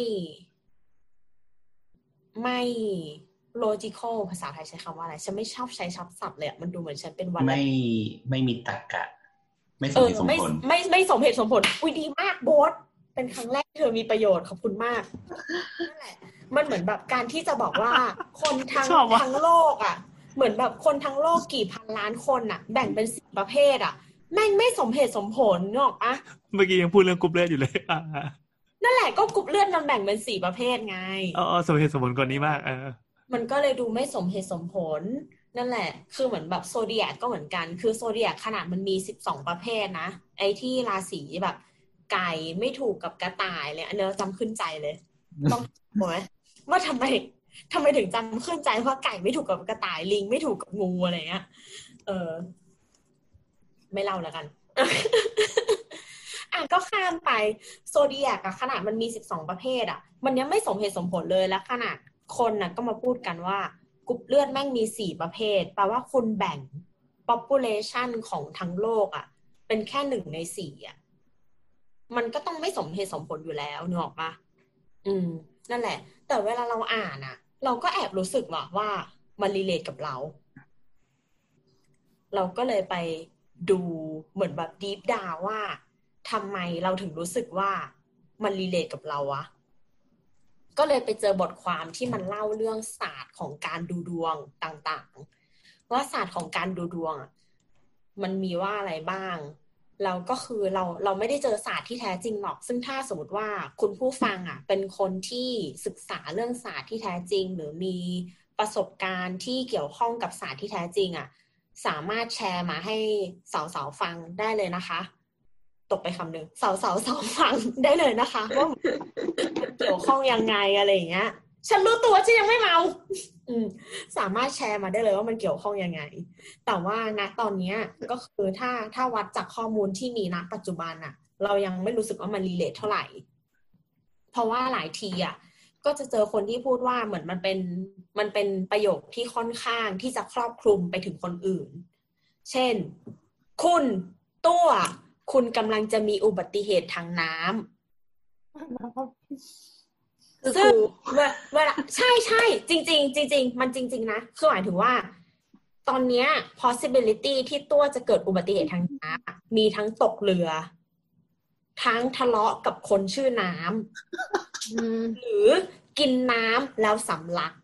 ไม่ logical ภาษาไทยใช้คำว่าอะไรฉันไม่ชอบใช้ศัพท์เลยอ่ะมันดูเหมือนฉันเป็นวันไม่ไม่มีตรรกะไม่สมเหตุสมผลไม่ไม่สมเหตุสมผลอุ้ยดีมากโบ๊ทเป็นครั้งแรกเธอมีประโยชน์ขอบคุณมากนั่นแหละมันเหมือนแบบการที่จะบอกว่าคนทั้งทั้งโลกอ่ะเหมือนแบบคนทั้งโลกกี่พันล้านคนอ่ะแบ่งเป็นสิบประเภทอ่ะแม่งไม่สมเหตุสมผลนึกออกปะเมื่อกี้ยังพูดเรื่องกรุ๊ปเลือดอยู่เลยอ่านั่นแหละก็กรุ๊ปเลือดมันแบ่งเป็นสี่ประเภทไงอ๋อสมเหตุสมผลกว่านี้มากเออมันก็เลยดูไม่สมเหตุสมผลนั่นแหละคือเหมือนแบบโซเดียกก็เหมือนกันคือโซเดียกขนาดมันมีสิบสองประเภทนะไอ้ที่ราศีแบบไก่ไม่ถูกกับกระต่ายเลยอันนี้เราจำขึ้นใจเลยต้องบอกไหมว่าทำไมทำไมถึงจำขึ้นใจเพราะไก่ไม่ถูกกับกระต่ายลิงไม่ถูกกับงูอะไรเงี้ยเออไม่เล่าแล้วกัน อ่ะก็ข้ามไปโซเดียกอะขนาดมันมีสิบสองประเภทอะมันยังไม่สมเหตุสมผลเลยและขนาดคนน่ะก็มาพูดกันว่ากรุ๊ปเลือดแม่งมีสี่ประเภทแปลว่าคุณแบ่ง population ของทั้งโลกอะเป็นแค่หนึ่งในสี่อะมันก็ต้องไม่สมเหตุสมผลอยู่แล้วนึกออกปะอืมนั่นแหละแต่เวลาเราอ่านอะเราก็แอบรู้สึกว่าว่ามันรีเลทกับเราเราก็เลยไปดูเหมือนแบบดีฟดาวว่าทำไมเราถึงรู้สึกว่ามันรีเลทกับเราวะก็เลยไปเจอบทความที่มันเล่าเรื่องศาสตร์ของการดูดวงต่างๆว่าศาสตร์ของการดูดวงมันมีว่าอะไรบ้างเราก็คือเราเราไม่ได้เจอศาสตร์ที่แท้จริงหรอกซึ่งถ้าสมมติว่าคุณผู้ฟังอ่ะเป็นคนที่ศึกษาเรื่องศาสตร์ที่แท้จริงหรือมีประสบการณ์ที่เกี่ยวข้องกับศาสตร์ที่แท้จริงอ่ะสามารถแชร์มาให้สาวๆฟังได้เลยนะคะตกไปคำหนึ่งสาวสาวสาวฟังได้เลยนะคะว่าเกี่ยวข้องยังไงอะไรอย่างเงี้ยฉันรู้ตัวฉันยังไม่เมาอืมสามารถแชร์มาได้เลยว่ามันเกี่ยวข้องยังไงแต่ว่าณตอนนี้ก็คือถ้าถ้าวัดจากข้อมูลที่มีณปัจจุบันอะเรายังไม่รู้สึกว่ามันรีเลทเท่าไหร่เพราะว่าหลายทีอะก็จะเจอคนที่พูดว่าเหมือนมันเป็นมันเป็นประโยคที่ค่อนข้างที่จะครอบคลุมไปถึงคนอื่นเช่นคุณตัวคุณกำลังจะมีอุบัติเหตุทางน้ำซึ่งเวลาใช่ใช่จริงจริงจริงๆมันจริงๆนะคือหมายถึงว่าตอนเนี้ย possibility ที่ตัวจะเกิดอุบัติเหตุทางน้ำมีทั้งตกเรือทั้งทะเลาะกับคนชื่อน้ำหรือกินน้ำแล้วสำลัก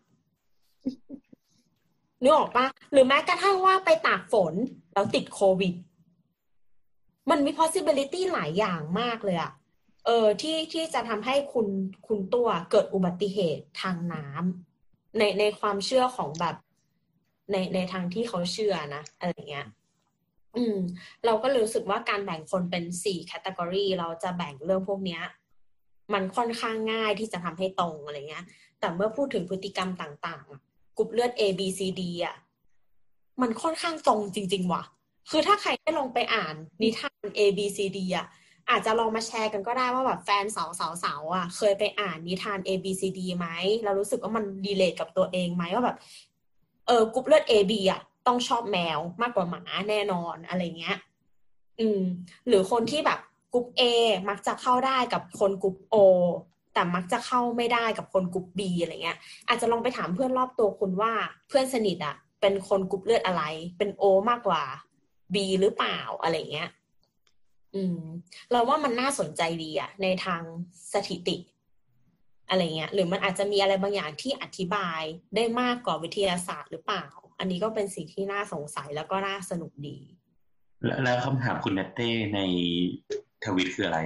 นึกออกปะหรือแม้กระทั่งว่าไปตากฝนแล้วติดโควิดมันมี possibility หลายอย่างมากเลยอะเออที่ที่จะทำให้คุณคุณตัวเกิดอุบัติเหตุทางน้ำในในความเชื่อของแบบในในทางที่เขาเชื่อนะอะไรเงี้ยอืมเราก็รู้สึกว่าการแบ่งคนเป็นสี่แคตตากรีเราจะแบ่งเรื่องพวกเนี้ยมันค่อนข้างง่ายที่จะทำให้ตรงอะไรเงี้ยแต่เมื่อพูดถึงพฤติกรรมต่างๆกลุ่มเลือด A B C D อ่ะมันค่อนข้างตรงจริงๆว่ะคือถ้าใครได้ลองไปอ่านนิทาน A B C D อ่ะอาจจะลองมาแชร์กันก็ได้ว่าแบบแฟนสาวสาวสาวอ่ะเคยไปอ่านนิทาน A B C D ไหมเรารู้สึกว่ามันรีเลทกับตัวเองไหมว่าแบบเออกรุ๊ปเลือด A B อ่ะต้องชอบแมวมากกว่าหมาแน่นอนอะไรเงี้ยอืมหรือคนที่แบบกรุ๊ป A มักจะเข้าได้กับคนกรุ๊ป O แต่มักจะเข้าไม่ได้กับคนกรุ๊ป B อะไรเงี้ยอาจจะลองไปถามเพื่อนรอบตัวคุณว่าเพื่อนสนิทอ่ะเป็นคนกรุ๊ปเลือดอะไรเป็น O มากกว่า B หรือเปล่าอะไรเงี้ยอืมเราว่ามันน่าสนใจดีอ่ะในทางสถิติอะไรเงี้ยหรือมันอาจจะมีอะไรบางอย่างที่อธิบายได้มากกว่าวิทยาศาสตร์หรือเปล่าอันนี้ก็เป็นสิ่งที่น่าสงสัยแล้วก็น่าสนุกดีแล้วคำถามคุณนัตเต้ในทวิตคืออะไร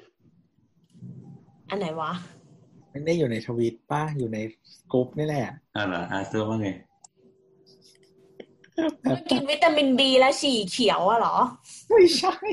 อันไหนวะไม่ได้อยู่ในทวิตป่ะอยู่ในกรุ๊ปนี่แหละอ๋อเหรออาเซอร์ว่าไงกินวิตามิน B แล้วฉี่เขียวอะเหรอไม่ใช่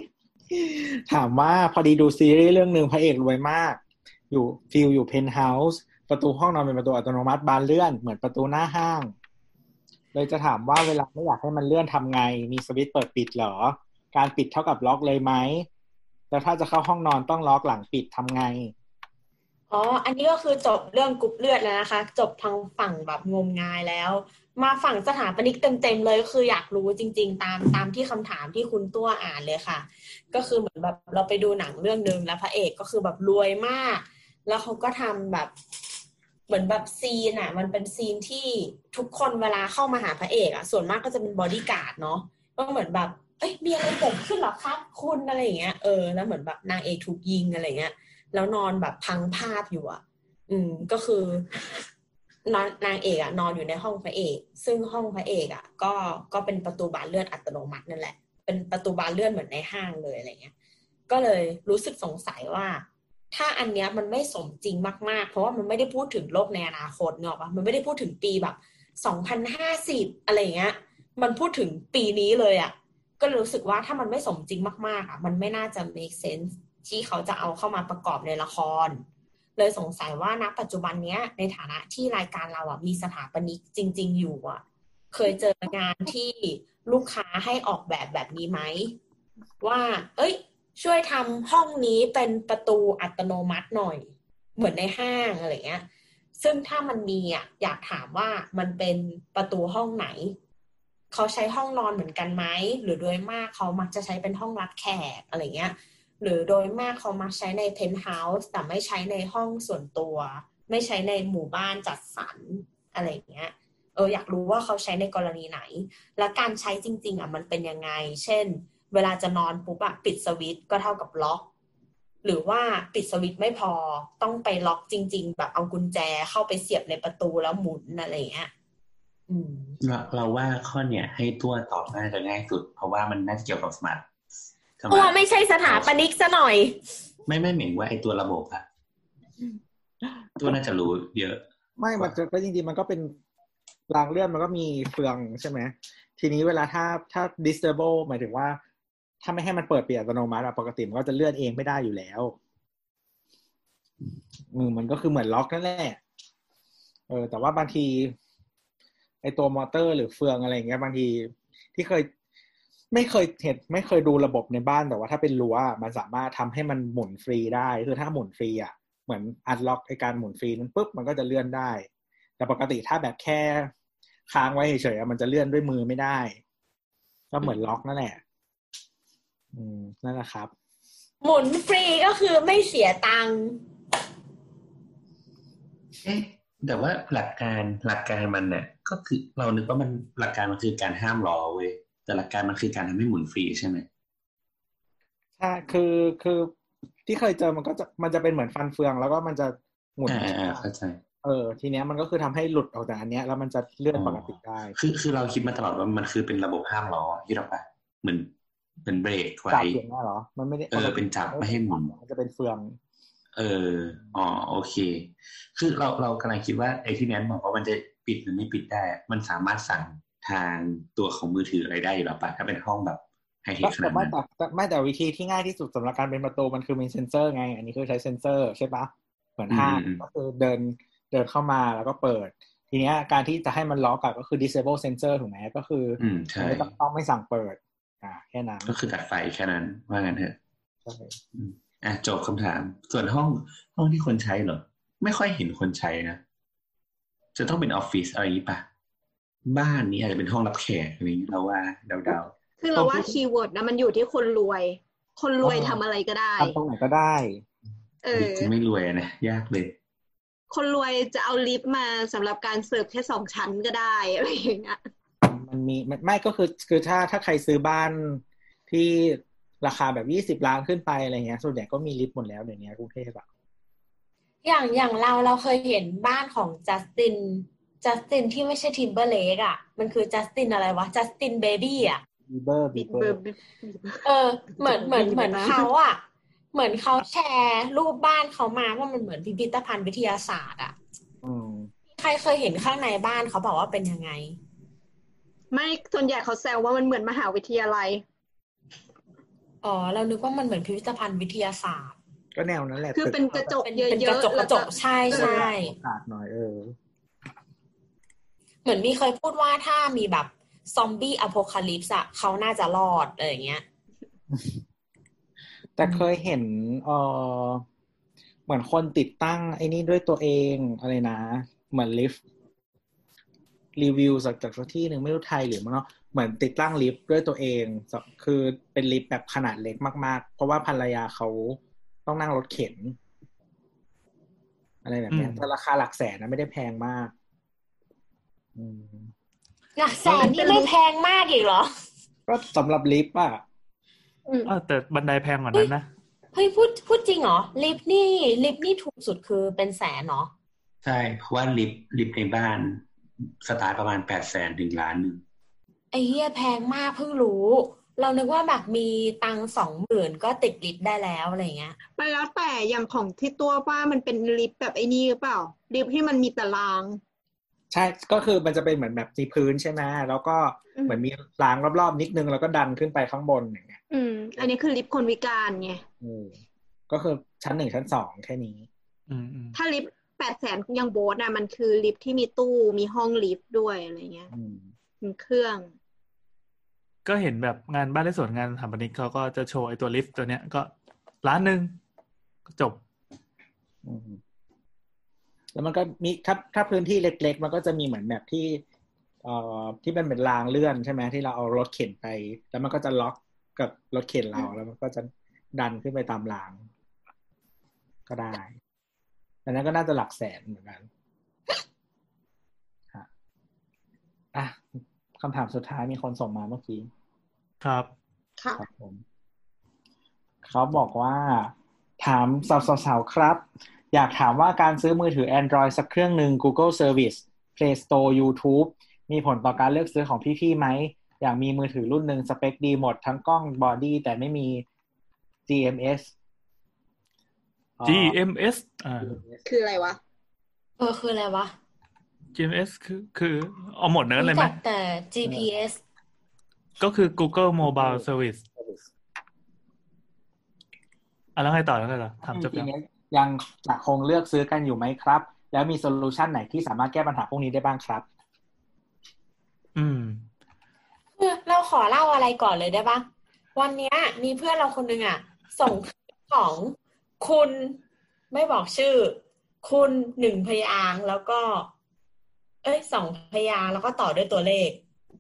ถามว่าพอดีดูซีรีส์เรื่องนึงพระเอกรวยมากอยู่ฟิลอยู่เพนท์เฮาส์ประตูห้องนอนเป็นประตูอัตโนมัติบานเลื่อนเหมือนประตูหน้าห้างเลยจะถามว่าเวลาไม่อยากให้มันเลื่อนทำไงมีสวิตช์เปิดปิดเหรอการปิดเท่ากับล็อกเลยไหมแล้วถ้าจะเข้าห้องนอนต้องล็อกหลังปิดทำไงอ๋ออันนี้ก็คือจบเรื่องกรุ๊ปเลือดแล้วนะคะจบทางฝั่งแบบงมงายแล้วมาฝั่งสถาปนิกเต็มๆเลยคืออยากรู้จริงๆตามตามที่คำถามที่คุณตัวอ่านเลยค่ะก็คือเหมือนแบบเราไปดูหนังเรื่องนึงแล้วพระเอกก็คือแบบรวยมากแล้วเขาก็ทำแบบเหมือนแบบซีนอ่ะมันเป็นซีนที่ทุกคนเวลาเข้ามาหาพระเอกอ่ะส่วนมากก็จะเป็นบอดี้การ์ดเนาะก็เหมือนแบบเอ้ยมีอะไรเกิดขึ้นหรอครับคุณอะไรอย่างเงี้ยเออแล้วเหมือนแบบนางเอกถูกยิงอะไรเงี้ยแล้วนอนแบบพังภาพอยู่อ่ะอืมก็คือนอนนางเอกอ่ะนอนอยู่ในห้องพระเอกซึ่งห้องพระเอกอ่ะก็ก็เป็นประตูบานเลื่อนอัตโนมัตินั่นแหละเป็นประตูบานเลื่อนเหมือนในห้างเลยอะไรเงี้ยก็เลยรู้สึกสงสัยว่าถ้าอันเนี้ยมันไม่สมจริงมากๆเพราะว่ามันไม่ได้พูดถึงโลกในอนาคตเนอะปะมันไม่ได้พูดถึงปีแบบสองพันห้าสิบอะไรเงี้ยมันพูดถึงปีนี้เลยอ่ะก็รู้สึกว่าถ้ามันไม่สมจริงมากๆอ่ะมันไม่น่าจะ make sense ที่เขาจะเอาเข้ามาประกอบในละครเลยสงสัยว่าณปัจจุบันเนี้ยในฐานะที่รายการเราอ่ะมีสถาปนิกจริงๆอยู่อ่ะเคยเจองานที่ลูกค้าให้ออกแบบแบบนี้ไหมว่าเอ้ยช่วยทำห้องนี้เป็นประตูอัตโนมัติหน่อยเหมือนในห้างอะไรเงี้ยซึ่งถ้ามันมีอ่ะอยากถามว่ามันเป็นประตูห้องไหนเขาใช้ห้องนอนเหมือนกันไหมหรือโดยมากเขามักจะใช้เป็นห้องรับแขกอะไรเงี้ยหรือโดยมากเขามักใช้ในเพนท์เฮาส์แต่ไม่ใช้ในห้องส่วนตัวไม่ใช้ในหมู่บ้านจัดสรรอะไรเงี้ยเอออยากรู้ว่าเขาใช้ในกรณีไหนและการใช้จริงๆอ่ะมันเป็นยังไงเช่นเวลาจะนอนปุ๊บอะปิดสวิตช์ก็เท่ากับล็อกหรือว่าปิดสวิตช์ไม่พอต้องไปล็อกจริงๆแบบเอากุญแจเข้าไปเสียบในประตูแล้วหมุนอะไรเงี้ยอืมเราเราว่าข้อเนี้ยให้ตัวตอบน่าจะง่ายสุดเพราะว่ามันน่าจะเกี่ยวกับสมาร์ทตัวไม่ใช่สถาปนิกซะหน่อยไม่ไม่เหมือนว่าไอ้ตัวระบบอะตัวน่าจะรู้เยอะไม่มันจะก็จริงๆมันก็เป็นรางเลื่อนมันก็มีเฟืองใช่ไหมทีนี้เวลาถ้าถ้า disable หมายถึงว่าถ้าไม่ให้มันเปิดปิดอัตโนมัติปกติมันก็จะเลื่อนเองไม่ได้อยู่แล้วอืมมันก็คือเหมือนล็อกนั่นแหละเออแต่ว่าบางทีไอตัวมอเตอร์หรือเฟืองอะไรอย่างเงี้ยบางทีที่เคยไม่เคยเห็นไม่เคยดูระบบในบ้านแต่ว่าถ้าเป็นรั้วมันสามารถทำให้มันหมุนฟรีได้คือถ้าหมุนฟรีอ่ะเหมือนอันล็อกไอการหมุนฟรีนั้นปุ๊บมันก็จะเลื่อนได้แต่ปกติถ้าแบบแค่ค้างไว้เฉยๆมันจะเลื่อนด้วยมือไม่ได้ก็เหมือนล็อกนั่นแหละอืมนั่นแหละครับหมุนฟรีก็คือไม่เสียตังค์เอ๊ะแต่ว่าหลักการหลักการมันเนี่ยก็คือเรานึกว่ามันหลักการมันคือการห้ามล้อเว้ยแต่หลักการมันคือการทำให้หมุนฟรีใช่ไหมใช่คือคือที่เคยเจอมันก็จะมันจะเป็นเหมือนฟันเฟืองแล้วก็มันจะหมุนอ่าเข้าใจเออทีเนี้ยมันก็คือทำให้หลุดออกจากอันเนี้ยแล้วมันจะเลื่อนปกติได้คือคือเราคิดมาตลอดว่ามันคือเป็นระบบห้ามล้อที่เราไปเหมือนเป็นเบรกไว้จับอย่างนี้เหรอมันไม่ได้เออเป็นจับไม่ให้หมุนมันจะเป็นเฟืองเอออ๋อโอเคคือเราเรากำลังคิดว่าไอ้ที่นั้นบอกว่ามันจะปิดหรือไม่ปิดได้มันสามารถสั่งทางตัวของมือถืออะไรได้หรือเปล่าถ้าเป็นห้องแบบไฮเทคขนาดนั้นแต่ไม่แต่วิธีที่ง่ายที่สุดสำหรับการเป็นประตูมันคือมีเซ็นเซอร์ไงอันนี้คือใช้เซ็นเซอร์ใช่ปะเหมือนห้างก็คือเดินเดินเข้ามาแล้วก็เปิดทีเนี้ยการที่จะให้มันล็อกก็คือ disable sensor ถูกไหมก็คือไม่ต้องต้องไม่สั่งเปิดอ่าแค่นั้นก็คือตัดไฟแค่นั้นว่างั้นเถอะใช่อ่ะจบคำถามส่วนห้องห้องที่คนใช้เหรอไม่ค่อยเห็นคนใช้นะจะต้องเป็นออฟฟิศอะไรอย่างนี้ป่ะบ้านนี้อาจจะเป็นห้องรับแขกอะไรอย่างนี้เราว่าเดาๆคือเราว่าคีย์เวิร์ดนะมันอยู่ที่คนรวยคนรวยทำอะไรก็ได้ทำตรงไหนก็ได้เออไม่รวยนะยากเลยคนรวยจะเอาลิฟต์มาสำหรับการเสิร์ฟแค่สองชั้นก็ได้อะไรอย่างเงี้ยมันมีไม่ก็คือคือถ้าถ้าใครซื้อบ้านที่ราคาแบบยี่สิบล้านขึ้นไปอะไรเงี้ยส่วนใหญ่ก็มีลิฟต์หมดแล้วเดี๋ยวนี้กรุงเทพอะอย่างอย่างเราเราเคยเห็นบ้านของจัสตินจัสตินที่ไม่ใช่ทิมเบอร์เลกอ่ะมันคือจัสตินอะไรวะจัสตินเบบี้อ่ะบีเบอร์บีเบอร์เออเหมือนเหมือนเหมือนเขาอ่ะเหมือนเขาแชร์รูปบ้านเขามาว่ามันเหมือนพิพิธภัณฑ์วิทยาศาสตร์อ่ะใครเคยเห็นข้างในบ้านเขาบอกว่าเป็นยังไงไม่ส่วนใหญ่เขาแซวว่ามันเหมือนมหาวิทยาลัยอ๋อเรานึกว่ามันเหมือนพิพิธภัณฑ์วิทยาศาสตร์ก็แนวนั้นแหละคือเป็นกระจกเยอะๆเป็นกระจกกระจกใช่ใช่อากาศหน่อยเออเหมือนมีเคยพูดว่าถ้ามีแบบซอมบี้อโพคาลิปส์อะเขาน่าจะรอดอะไรอย่างเงี้ยแต่เคยเห็นเออเหมือนคนติดตั้งไอ้นี่ด้วยตัวเองอะไรนะเหมือนลิฟต์รีวิวจากจากที่หนึ่งไม่รู้ไทยหรือมั้งเนาะเหมือนติดตั้งลิฟต์ด้วยตัวเองคือเป็นลิฟต์แบบขนาดเล็กมากๆเพราะว่าภรรยาเขาต้องนั่งรถเข็นอะไรแบบนี้แต่ราคาหลักแสนนะไม่ได้แพงมากหลักแสนนี่ไม่แพงมากอีกเหรอก็สำหรับลิฟต์อ่ะเออแต่บันไดแพงกว่านั้นนะเฮ้ยพูดพูดจริงเหรอลิฟต์นี่ลิฟต์นี่ถูกสุดคือเป็นแสนเนาะใช่เพราะว่าลิฟต์ลิฟต์ในบ้านสตาร์ทประมาณแปดแสนถึงล้านหนึ่งไอ้เหี้ยแพงมากเพิ่งรู้เรานึกว่าแบบมีตังสองหมื่นก็ติดลิฟต์ได้แล้วอะไรเงี้ยมันแล้วแต่อย่างของที่ตัวว่ามันเป็นลิฟต์แบบไอ้นี่หรือเปล่าลิฟต์ที่มันมีตารางใช่ก็คือมันจะเป็นเหมือนแบบที่พื้นใช่ไหมแล้วก็เหมือนมีรางรอบๆนิดนึงแล้วก็ดันขึ้นไปข้างบนอย่างเงี้ยอืมอันนี้คือลิฟต์คนพิการไงอืมก็คือชั้นหนึ่งชั้นสองแค่นี้อืมถ้าลิฟต์แปดแสนยังโบสอ่ะมันคือลิฟต์ที่มีตู้มีห้องลิฟต์ด้วยอะไรเงี้ยมีเครื่องก็เห็นแบบงานบ้านและสวนงานสถาปนิกเขาก็จะโชว์ไอ้ตัวลิฟต์ตัวเนี้ยก็ล้านหนึ่งจบแล้วมันก็มีถ้าถ้าพื้นที่เล็กๆมันก็จะมีเหมือนแบบที่เอ่อที่เป็นเป็นรางเลื่อนใช่ไหมที่เราเอารถเข็นไปแล้วมันก็จะล็อกกับรถเข็นเราแล้วมันก็จะดันขึ้นไปตามรางก็ได้แต่นั้นก็น่าจะหลักแสนเหมือนกันอ่ะคำถามสุดท้ายมีคนส่งมาเมื่อกี้ครับครับผมเขาบอกว่าถามสาวๆครับอยากถามว่าการซื้อมือถือ Android สักเครื่องหนึ่ง Google Service Play Store YouTube มีผลต่อการเลือกซื้อของพี่ๆไหมอยากมีมือถือรุ่นหนึ่งสเปคดีหมดทั้งกล้องบอดี้แต่ไม่มี จี เอ็ม เอสจี เอ็ม เอส อ่าคืออะไรวะเออคืออะไรวะจี เอ็ม เอส คือคือเอาหมดเนื้อเลยไหมแต่ จี พี เอสก็คือ Google Mobile Service อ่ะแล้วไงต่อแล้วไงต่อถามจบยังยังจะคงเลือกซื้อกันอยู่ไหมครับแล้วมีโซลูชันไหนที่สามารถแก้ปัญหาพวกนี้ได้บ้างครับอืมเราขอเล่าอะไรก่อนเลยได้ปะวันนี้มีเพื่อนเราคนนึงอ่ะส่งของคุณไม่บอกชื่อคุณหนึ่งพยางค์แล้วก็เอ้ยสองพยางค์แล้วก็ต่อด้วยตัวเลข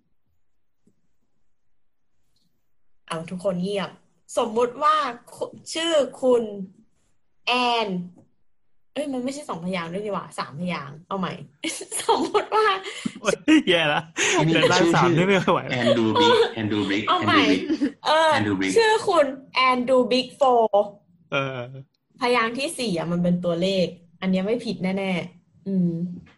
เอาทุกคนเงียบสมมุติว่าชื่อคุณแอนเอ้ยมันไม่ใช่สองพยางค์ด้วยดีกว่าสามพยางค์เอาใหม่สมมุติว่าแย่ละเดินล่าสามนี่ไม่ไหวแอนดูบิ๊กแอนดูบิ๊กเอาใหม่เออชื่อคุณแอนดูบิ๊กโฟเออพยางค์ที่สี่อ่ะมันเป็นตัวเลขอันนี้ไม่ผิดแน่ๆอืม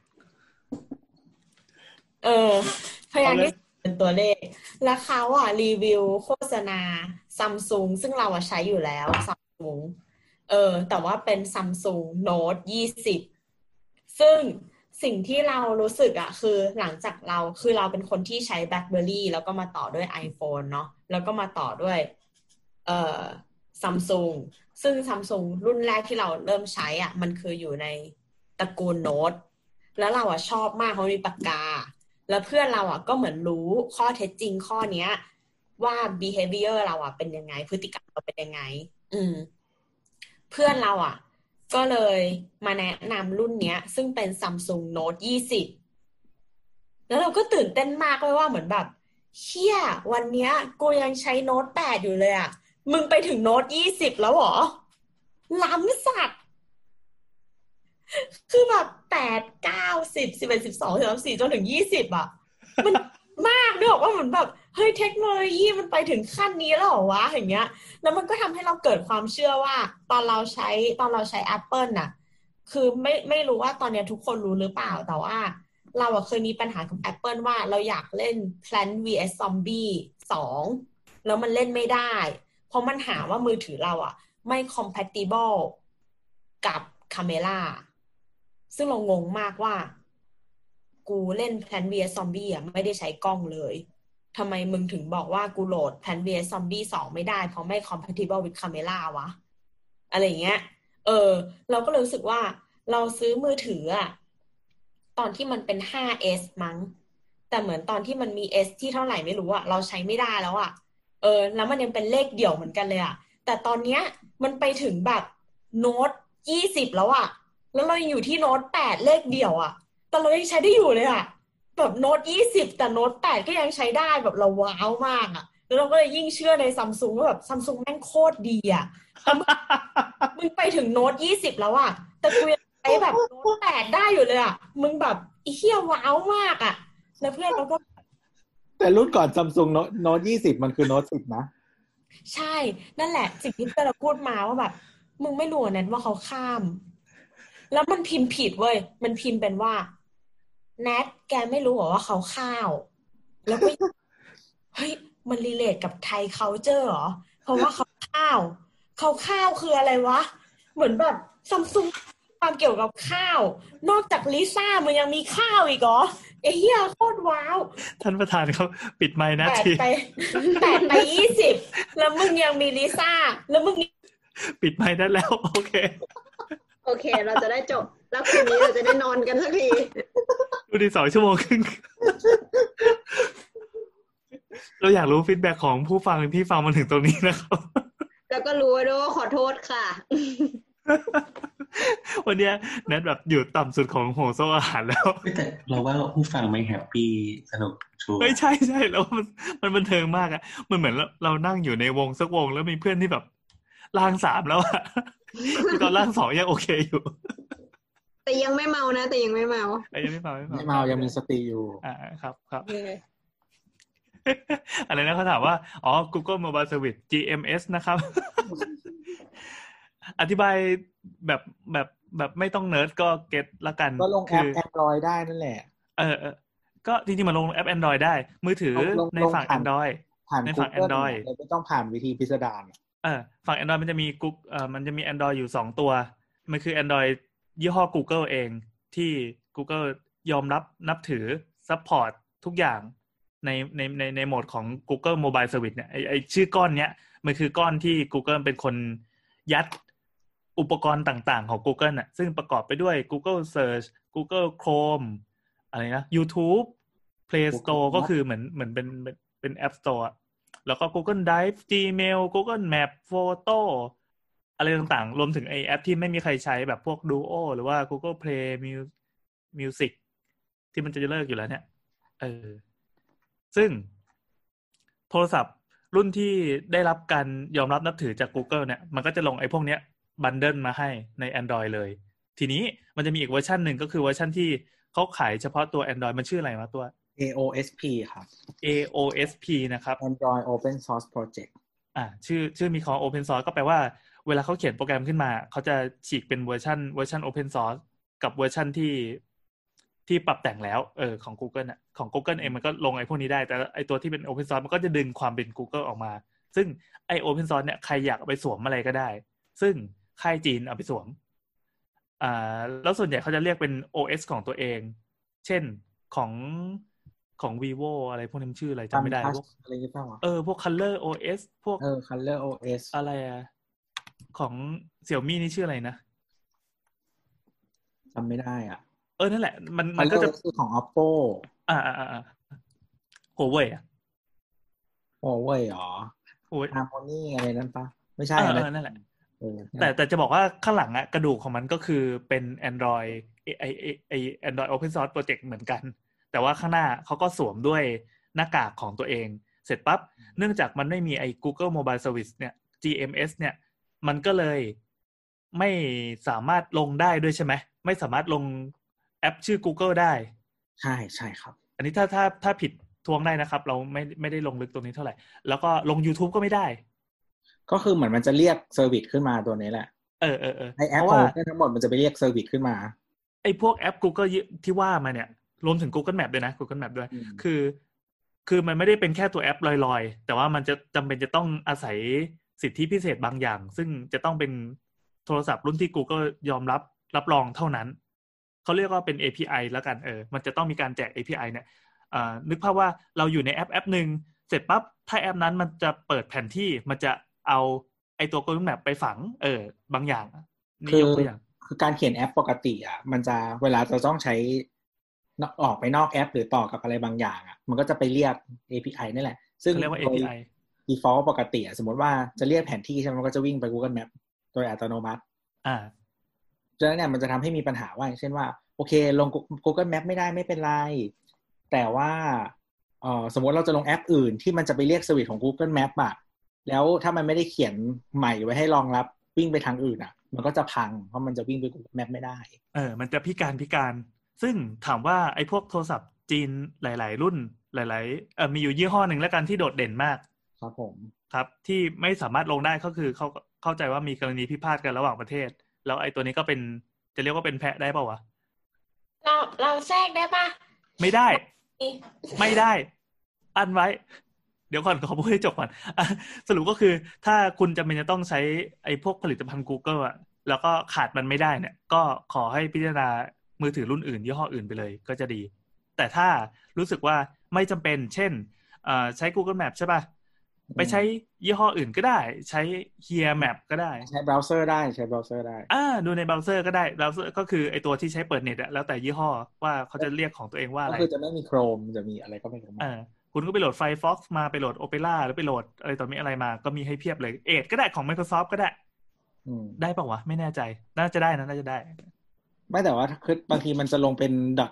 เออพยางค์ที่เป็นตัวเลขแล้วเขาอ่ะรีวิวโฆษณา Samsung ซึ่งเราอ่ะใช้อยู่แล้ว Samsung เออแต่ว่าเป็น Samsung Note ยี่สิบซึ่งสิ่งที่เรารู้สึกอ่ะคือหลังจากเราคือเราเป็นคนที่ใช้ BlackBerry แล้วก็มาต่อด้วย iPhone เนาะแล้วก็มาต่อด้วยเอ่อ Samsung ซึ่ง Samsung รุ่นแรกที่เราเริ่มใช้อ่ะมันคืออยู่ในตระกูล Note แล้วเราอ่ะชอบมากเพราะมีปากกาแล้วเพื่อนเราอ่ะก็เหมือนรู้ข้อเท็จจริงข้อเนี้ยว่า behavior เราอ่ะเป็นยังไงพฤติกรรมเราเป็นยังไงอืมเพื่อนเราอ่ะก็เลยมาแนะนำรุ่นเนี้ยซึ่งเป็น Samsung Note ยี่สิบแล้วเราก็ตื่นเต้นมากเลยว่าเหมือนแบบเชี่ยวันเนี้ยกูยังใช้ Note แปดอยู่เลยอ่ะมึงไปถึง Note ยี่สิบแล้วเหรอล้ำสัตว์คือแบบแปด เก้า สิบ สิบเอ็ด สิบสอง สิบสาม สิบสี่จนถึงยี่สิบอ่ะมันมากด้วยว่าเหมือนแบบเฮ้ยเทคโนโลยีมันไปถึงขั้นนี้แล้วเหรอวะอย่างเงี้ยแล้วมันก็ทำให้เราเกิดความเชื่อว่าตอนเราใช้ตอนเราใช้ Apple น่ะคือไม่ไม่รู้ว่าตอนนี้ทุกคนรู้หรือเปล่าแต่ว่าเราอะเคยมีปัญหากับ Apple ว่าเราอยากเล่น Plant วี เอส Zombie สองแล้วมันเล่นไม่ได้เพราะมันหาว่ามือถือเราอะไม่ compatible กับ Camera ซึ่งเรางงมากว่ากูเล่น Plant วี เอส Zombie อ่ะไม่ได้ใช้กล้องเลยทำไมมึงถึงบอกว่ากูโหลด Plant vs Zombie สองไม่ได้เพราะไม่ compatible with camera วะอะไรเงี้ยเออเราก็เลยรู้สึกว่าเราซื้อมือถืออะตอนที่มันเป็น ไฟว์ เอส มั้งแต่เหมือนตอนที่มันมี S ที่เท่าไหร่ไม่รู้อะเราใช้ไม่ได้แล้วอะเออแล้วมันยังเป็นเลขเดี่ยวเหมือนกันเลยอะแต่ตอนเนี้ยมันไปถึงแบบโน้ตยี่สิบแล้วอะแล้วเรายังอยู่ที่โน้ตแปดเลขเดี่ยวอะแต่เรายังใช้ได้อยู่เลยอะแบบโน้ตยี่สิบแต่โน้ตแปดก็ยังใช้ได้แบบเราว้าวมากอะแล้วเราก็เลยยิ่งเชื่อใน Samsung ว่าแบบ Samsung แม่งโคตรดีอะแต่มึงมึงไปถึงโน้ตยี่สิบแล้วอะแต่กูยังใช้แบบโน้ตแปดได้อยู่เลยอะมึงแบบไอ้เหี้ยว้าวมากอะแล้วเพื่อนเราก็แต่รุ่นก่อน Samsung Note ยี่สิบมันคือ Note สิบนะใช่นั่นแหละสิ่งที่เพื่อนเราพูดมาว่าแบบมึงไม่รู้นั้นว่าเขาข้ามแล้วมันพิมพ์ผิดเว้ยมันพิมพ์เป็นว่าแนทแกไม่รู้หรอว่าเขาข้าวแล้วก็เฮ้ยมันรีเลทกับไทย culture เหรอเพราะว่าเขาข้าวเขาข้าวคืออะไรวะเหมือนแบบซัมซุงความเกี่ยวกับข้าวนอกจากลิซ่ามันยังมีข้าวอีกเหรอไอ้เหี้ยโคตรว้าวท่านประธานเขาปิดไมค์นะทีแปดไปแปดไปยี่สิบแล้วมึงยังมีลิซ่าแล้วมึงปิดไมค์ได้แล้วโอเคโอเคเราจะได้จบแล้วคืนนี้เราจะได้นอนกันสักทีดูดีสองชั่วโมงครึ่งเราอยากรู้ฟีดแบ็กของผู้ฟังที่ฟังมาถึงตรงนี้นะครับแล้วก็รู้ด้วยว่าขอโทษค่ะวันนี้แนทแบบอยู่ต่ำสุดของโหโซ่อาหารแล้วแต่เราว่าผู้ฟังไม่แฮปปี้สนุกชัวร์ไม่ใช่ใช่แล้วมันมันบันเทิงมากอ่ะมันเหมือนเรานั่งอยู่ในวงสักวงแล้วมีเพื่อนที่แบบร่างสามแล้วอ่ะตอนร่างสองยังโอเคอยู่แต่ยังไม่เมานะแต่ยังไม่เมายังไม่เมาไม่เมาไม่เมายังมีสติอยู่อ่าครับครับอะไรนะเขาถามว่าอ๋อ Google Mobile Service จี เอ็ม เอส นะครับอธิบายแบบแบบแบบไม่ต้องเนิร์ดก็เก็ตละกันก็ลงแอป Android ได้นั่นแหละเออเออก็จริงๆมันลงแอป Android ได้มือถือในฝั่ง Android ในฝั่ง Android เราไม่ต้องผ่านวิธีพิสดารเออฝั่ง Android มันจะมี Google เอ่อมันจะมี Android อยู่สองตัวมันคือ Android ยี่ห้อ Google เองที่ Google ยอมรับนับถือ support ทุกอย่างในในในในโหมดของ Google Mobile Service เนี่ยไอ้ไอ้ชื่อก้อนเนี้ยมันคือก้อนที่ Google เป็นคนยัดอุปกรณ์ต่างๆของ Google น่ะซึ่งประกอบไปด้วย Google Search Google Chrome อะไรนะ YouTube Play Store ก็คือเหมือนเหมือนเป็นเป็น App Store แล้วก็ Google Drive Gmail Google Map Photo อะไรต่างๆรวมถึงไอ้แอปที่ไม่มีใครใช้แบบพวก Duo หรือว่า Google Play Music ที่มันจะเลิกอยู่แล้วเนี่ยเออซึ่งโทรศัพท์รุ่นที่ได้รับการยอมรับนับถือจาก Google เนี่ยมันก็จะลงไอ้พวกเนี้ยบันเดิลมาให้ใน Android เลยทีนี้มันจะมีอีกเวอร์ชันหนึ่งก็คือเวอร์ชันที่เขาขายเฉพาะตัว Android มันชื่ออะไรวะตัวเอ โอ เอส พี ครับเอ โอ เอส พี นะครับ Android Open Source Project อ่าชื่อชื่อมีคำ Open Source ก็แปลว่าเวลาเขาเขียนโปรแกรมขึ้นมาเขาจะฉีกเป็นเวอร์ชันเวอร์ชัน Open Source กับเวอร์ชันที่ที่ปรับแต่งแล้วเออของ Google น่ะของ Google เองมันก็ลงไอ้พวกนี้ได้แต่ไอ้ตัวที่เป็น Open Source มันก็จะดึงความเป็น Google ออกมาซึ่งไอ้ Open Source เนี่ยใครอยากเอาไปสวมอะไรก็ได้ซึ่งค่ายจีนเอาไปสวมอ่าแล้วส่วนใหญ่เขาจะเรียกเป็น โอ เอส ของตัวเองเช่นของของ Vivo อะไรพวกนี้มันชื่ออะไรจำไม่ได้พวกอะไรอย่างเงี้ยเออพวก Color โอ เอส พวกเออ Color โอ เอสอะไรอ่ะของ Xiaomi นี่ชื่ออะไรนะจำไม่ได้อ่ะเออนั่นแหละมันมันก็จะคือของ Oppo อ่าๆๆ Huawei อ่ะ Huawei อ๋อ Harmony อะไรนั่นปะไม่ใช่อะไรนั่นแหละแต่แต่จะบอกว่าข้างหลังอะกระดูกของมันก็คือเป็น Android ไอไอไอ Android Open Source Project เหมือนกันแต่ว่าข้างหน้าเขาก็สวมด้วยหน้ากากของตัวเองเสร็จปั๊บเนื่องจากมันไม่มีไอ้ Google Mobile Service เนี่ย จี เอ็ม เอส เนี่ยมันก็เลยไม่สามารถลงได้ด้วยใช่ไหมไม่สามารถลงแอปชื่อ Google ได้ใช่ใช่ครับอันนี้ถ้าถ้าถ้าผิดทวงได้นะครับเราไม่ไม่ได้ลงลึกตรงนี้เท่าไหร่แล้วก็ลง YouTube ก็ไม่ได้ก็คือเหมือนมันจะเรียกเซอร์วิสขึ้นมาตัวนี้แหละเออเออเออไอแอปของทั้งหมดมันจะไปเรียกเซอร์วิสขึ้นมาไอพวกแอป Google ที่ว่ามาเนี่ยรวมถึง Google Map ด้วยนะ Google Map ด้วยคือคือมันไม่ได้เป็นแค่ตัวแอปลอยๆแต่ว่ามันจะจำเป็นจะต้องอาศัยสิทธิพิเศษบางอย่างซึ่งจะต้องเป็นโทรศัพท์รุ่นที่ Google ยอมรับรับรองเท่านั้นเขาเรียกว่าเป็น เอ พี ไอ แล้วกันเออมันจะต้องมีการแจก เอ พี ไอ เนี่ยอ่านึกภาพว่าเราอยู่ในแอปแอปนึงเสร็จปั๊บถ้าแอปนั้นมันจะเปิดแผนที่มันจะเอาไอตัว Google Map ไปฝังเออบางอย่างนี่ยกตัวอย่างคือการเขียนแอปปกติอ่ะมันจะเวลาเราต้องใช้ออกไปนอกแอปหรือต่อกับอะไรบางอย่างอ่ะมันก็จะไปเรียก เอ พี ไอ นี่แหละซึ่งเรียกว่า เอ พี ไอ default ปกติอ่ะสมมติว่าจะเรียกแผนที่ใช่ไหมมันก็จะวิ่งไป Google Map โดยอัตโนมัติอ่าฉะนั้นเนี่ยมันจะทำให้มีปัญหาว่าเช่นว่าโอเคลง Google Map ไม่ได้ไม่เป็นไรแต่ว่าเอ่อสมมติเราจะลงแอปอื่นที่มันจะไปเรียกเซอร์วิสของ Google Map อ่ะแล้วถ้ามันไม่ได้เขียนใหม่ไว้ให้รองรับวิ่งไปทางอื่นอ่ะมันก็จะพังเพราะมันจะวิ่งไป Google Map ไม่ได้เออมันจะพิการพิการซึ่งถามว่าไอ้พวกโทรศัพท์จีนหลายๆรุ่นหลายๆเอ่อมีอยู่ยี่ห้อหนึ่งแล้วกันที่โดดเด่นมากครับผมครับที่ไม่สามารถลงได้ก็คือเขาเข้าใจว่ามีกรณีพิพาทกันระหว่างประเทศแล้วไอ้ตัวนี้ก็เป็นจะเรียกว่าเป็นแพะได้ป่าววะเราเราแทรกได้ป่ะไม่ได้ไม่ได้อันไว้เดี๋ยวก่อนขอพูดให้จบก่อนสรุปก็คือถ้าคุณจำเป็นจะต้องใช้ไอ้พวกผลิตภัณฑ์ Google อ่ะแล้วก็ขาดมันไม่ได้เนี่ยก็ขอให้พิจารณามือถือรุ่นอื่นยี่ห้ออื่นไปเลยก็จะดีแต่ถ้ารู้สึกว่าไม่จำเป็นเช่นใช้ Google Map ใช่ป่ะไปใช้ยี่ห้ออื่นก็ได้ใช้ Here Map ก็ได้ใช้เบราว์เซอร์ได้ใช้เบราว์เซอร์ได้อ่าดูในเบราว์เซอร์ก็ได้เบราว์เซอร์ก็คือไอ้ตัวที่ใช้เปิดเน็ตอะแล้วแต่ยี่ห้อว่าเขาจะเรียกของตัวเองว่าอะไรก็คือจะไม่มี Chrome จะมีอะไรก็ไม่รู้อ่าคุณก็ไปโหลด Firefox มาไปโหลด Opera หรือไปโหลดอะไรต่อมีอะไรมาก็มีให้เพียบเลย Edge ก็ได้ของ Microsoft ก็ได้ได้ป่าววะไม่แน่ใจน่าจะได้นะน่าจะได้ไม่แต่ว่าคือบางทีมันจะลงเป็น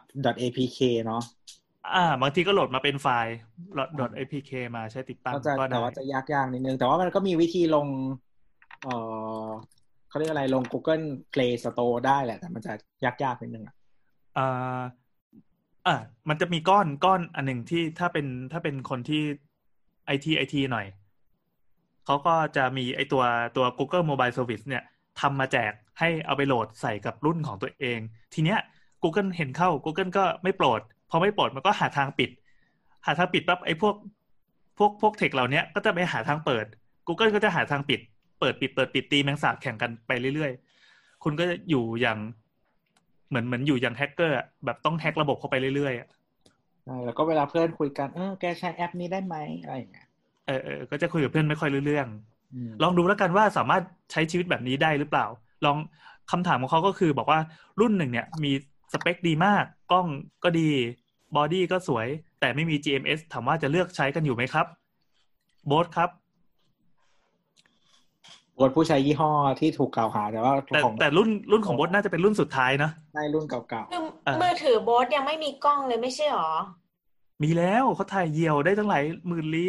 .apk เนาะอ่าบางทีก็โหลดมาเป็นไฟล์ .apk มาใช้ติดตั้งก็ได้แต่ว่าจะยากๆนิดนึงแต่ว่ามันก็มีวิธีลงเอ่อเขาเรียกอะไรลง Google Play Store ได้แหละแต่มันจะยากๆนิดนึงอ่ะอ่าอ่ามันจะมีก้อนก้อนอันหนึ่งที่ถ้าเป็นถ้าเป็นคนที่ ไอ ที ไอ ที หน่อยเขาก็จะมีไอตัวตัว Google Mobile Service เนี่ยทำมาแจกให้เอาไปโหลดใส่กับรุ่นของตัวเองทีเนี้ย Google เห็นเข้า Google ก็ไม่โปรดพอไม่โปรดมันก็หาทางปิดหาทางปิดปั๊บไอ้พวกพวกพวกเทคเหล่านี้ก็จะไปหาทางเปิด Google ก็จะหาทางปิดเปิดปิดเปิดปิดตีแมงสาบแข่งกันไปเรื่อยๆคุณก็จะอยู่อย่างเหมือนเหมือนอยู่อย่างแฮกเกอร์แบบต้องแฮกระบบเข้าไปเรื่อยๆอ่ะใช่แล้วก็เวลาเพื่อนคุยกันเออแกใช้แอปนี้ได้ไหมอะไรอย่างเงี้ยเออเออก็จะคุยกับเพื่อนไม่ค่อยรู้เรื่องลองดูแล้วกันว่าสามารถใช้ชีวิตแบบนี้ได้หรือเปล่าลองคำถามของเขาก็คือบอกว่ารุ่นหนึ่งเนี่ยมีสเปคดีมากกล้องก็ดีบอดี้ก็สวยแต่ไม่มี จี เอ็ม เอส ถามว่าจะเลือกใช้กันอยู่ไหมครับโบ๊ทครับโบ๊ทผู้ใช้ยี่ห้อที่ถูกกล่าวหาแต่ว่าแต่แต่รุ่นรุ่นของโบ๊ทน่าจะเป็นรุ่นสุดท้ายนะใช่รุ่นเก่าๆมือถือโบ๊ทยังไม่มีกล้องเลยไม่ใช่หรอมีแล้วเขาถ่ายเหี่ยวได้ตั้งหลายหมื่นลี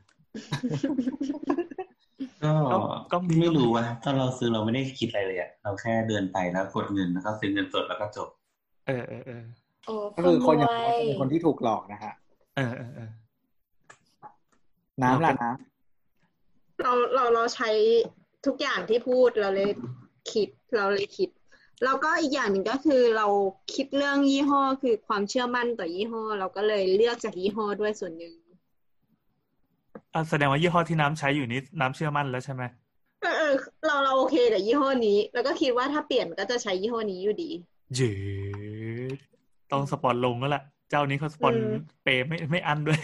ก็ก็ไม่รู้ว่าตอนเราซื้อเราไม่ได้คิดอะไรเลยอะเราแค่เดินไปแล้วกดเงินแล้วก็ซื้อเงินสดแล้วก็จบเออเออเออก็คือคนอย่างเราเป็นคนที่ถูกหลอกนะฮะเออเออเออน้ำล่ะน้ำเราเราเราใช้ทุกอย่างที่พูดเราเลยคิดเราเลยคิดแล้วก็อีกอย่างหนึ่งก็คือเราคิดเรื่องยี่ห้อคือความเชื่อมั่นต่อยี่ห้อเราก็เลยเลือกจากยี่ห้อด้วยส่วนหนึ่งอ่ะแสดงว่ายี่ห้อที่น้ำใช้อยู่นี้น้ำเชื่อมั่นแล้วใช่ไหมเออเออเราเราโอเคกับยี่ห้อนี้แล้วก็คิดว่าถ้าเปลี่ยนก็จะใช้ยี่ห้อนี้อยู่ดีเจ๋ต้องสปอนลงแล้วล่ะเจ้านี้เขาสปอนเปย์ไม่ไม่อั้นด้วย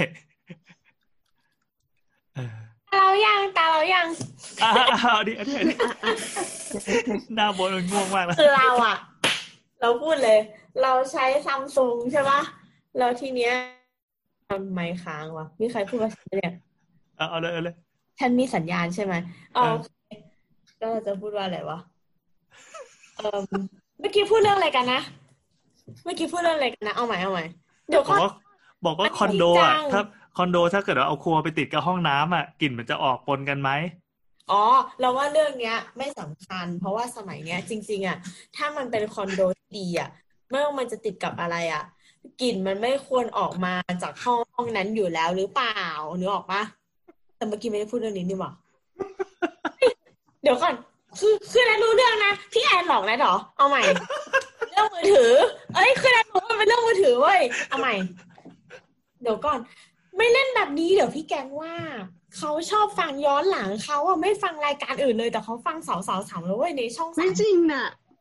เรายังตาเรายังอ่าดิอันนี้อันนี้หน้าบนมันง่วงมากแล้วคือเราอ่ะเราพูดเลยเราใช้ซัมซุงใช่ป่ะแล้วทีเนี้ยทำไมค้างวะมีใครพูดว่าเนี่ยเอาเอาเลยเอาเลยฉันมีสัญญาณใช่ไหมอ๋อก็จะพูดว่าอะไรวะเออเมื่อกี้พูดเรื่องอะไรกันนะเมื่อกี้พูดเรื่องอะไรกันนะเอาใหม่เอาใหม่เดี๋ยวบอกว่าบอกว่าคอนโดอ่ะถ้าคอนโดถ้าเกิดว่าเอาครัวไปติดกับห้องน้ำอ่ะกลิ่นมันจะออกปนกันไหมอ๋อเราว่าเรื่องเนี้ยไม่สำคัญเพราะว่าสมัยเนี้ยจริงๆอ่ะถ้ามันเป็นคอนโดดีอ่ะไม่ว่ามันจะติดกับอะไรอ่ะกลิ่นมันไม่ควรออกมาจากห้องห้องนั้นอยู่แล้วหรือเปล่านึกออกปะแต่เมื่อกี้ไม่ได้พูดเรื่องนี้นี่หว่าเดี๋ยวก่อนคือคือนะรู้เรื่องนะพี่แอนหลอกนะหรอเอาใหม่เรื่องมือถือเอ้ยคือนะรู้ว่ามันเป็นเรื่องมือถือเว้ยเอาใหม่เดี๋ยวก่อนไม่เล่นแบบนี้เดี๋ยวพี่แกงว่าเขาชอบฟังย้อนหลังเขาอ่ะไม่ฟังรายการอื่นเลยแต่เขาฟังสาวสาวสามแล้วเว้ยในช่องสามไม่จริงน่ะ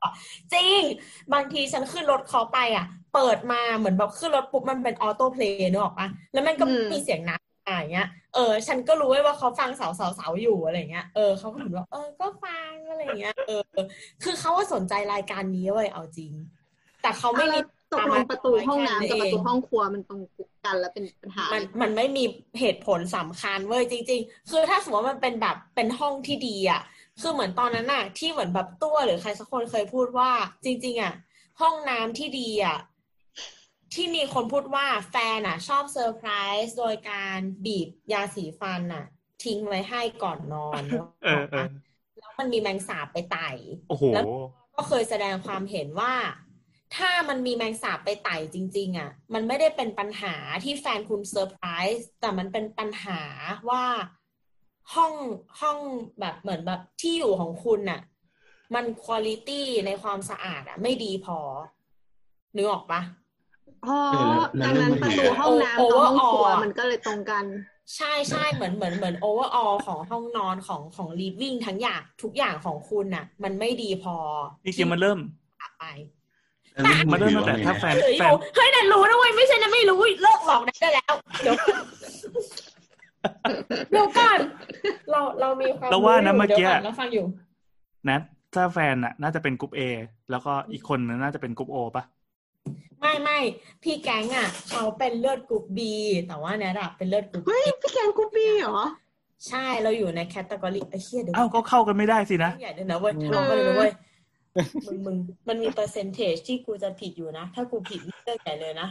จริงบางทีฉันขึ้นรถเขาไปอ่ะเปิดมาเหมือนแบบขึ้นรถปุ๊บมันเป็นออโต้เพลย์นึกออกปะแล้วมันก็มีเสียงน้ำอะไรเงี้ยเออฉันก็รู้ว่าเขาฟังสาวๆๆอยู่อะไรเงี้ยเออเขาก็เหมือนว่าเออก็ฟังอะไรเงี้ยเออคือเขาว่าสนใจรายการนี้เว้ยเอาจริงแต่เขาไม่มีตกลงประตูห้องน้ำกับประตูห้องครัวมันตรงกันแล้วเป็นปัญหามันมันไม่มีเหตุผลสำคัญเว้ยจริงๆคือถ้าสมมติว่ามันเป็นแบบเป็นห้องที่ดีอ่ะคือเหมือนตอนนั้นน่ะที่เหมือนแบบตัวหรือใครสักคนเคยพูดว่าจริงๆอ่ะห้องน้ำที่ดีอ่ะที่มีคนพูดว่าแฟนอ่ะชอบเซอร์ไพรส์โดยการบีบยาสีฟันอ่ะทิ้งไว้ให้ก่อนนอนเออเออแล้วมันมีแมงสาบไปไต่แล้วก็เคยแสดงความเห็นว่าถ้ามันมีแมงสาบไปไต่จริงๆอ่ะมันไม่ได้เป็นปัญหาที่แฟนคุณเซอร์ไพรส์แต่มันเป็นปัญหาว่าห้องห้องแบบเหมือนแบบที่อยู่ของคุณน่ะมันควอลิตี้ในความสะอาดอ่ะไม่ดีพอนึกออกปะอ๋อดังนั้นประตูห้องน้ำกับห้องครัวมันก็เลยตรงกันใช่ใช่เหมือนเหมือนเหมือนโอเวอร์ออลของห้องนอนของของลิฟวิ่งทั้งอย่างทุกอย่างของคุณน่ะมันไม่ดีพอจริงๆมันเริ่มไปมาเริ่มตั้งแต่ถ้าแฟนแฟนเฮ้ยนั่นรู้นะเว้ยไม่ใช่นะไม่รู้เลิกหลอกได้แล้วเดี๋ยวเดี๋ยวก่อนเราเรามีความเราว่านะเมื่อกี้เราฟังอยู่นะถ้าแฟนน่ะน่าจะเป็นกรุ๊ป A แล้วก็อีกคนนึงน่าจะเป็นกรุ๊ป O ป่ะไม่ไม่พี่แก๊งอ่ะเขาเป็นเลือดกรุ๊ป B แต่ว่าเนี่ยอะเป็นเลือดกรุ๊ปเฮ้ยพี่แก๊งกรุ๊ป B เหรอใช่เราอยู่ในแคตตากรีไอ้เหี้ยเดี๋ยวอ้าวก็เข้ากันไม่ได้สินะใหญ่เดี๋ยวนะเว้ยทะเลาะกันเลยเว้ยมึงมึงมันมีเปอร์เซ็นเทจที่กูจะผิดอยู่นะถ้ากูผิดเรื่องใหญ่เลยนะ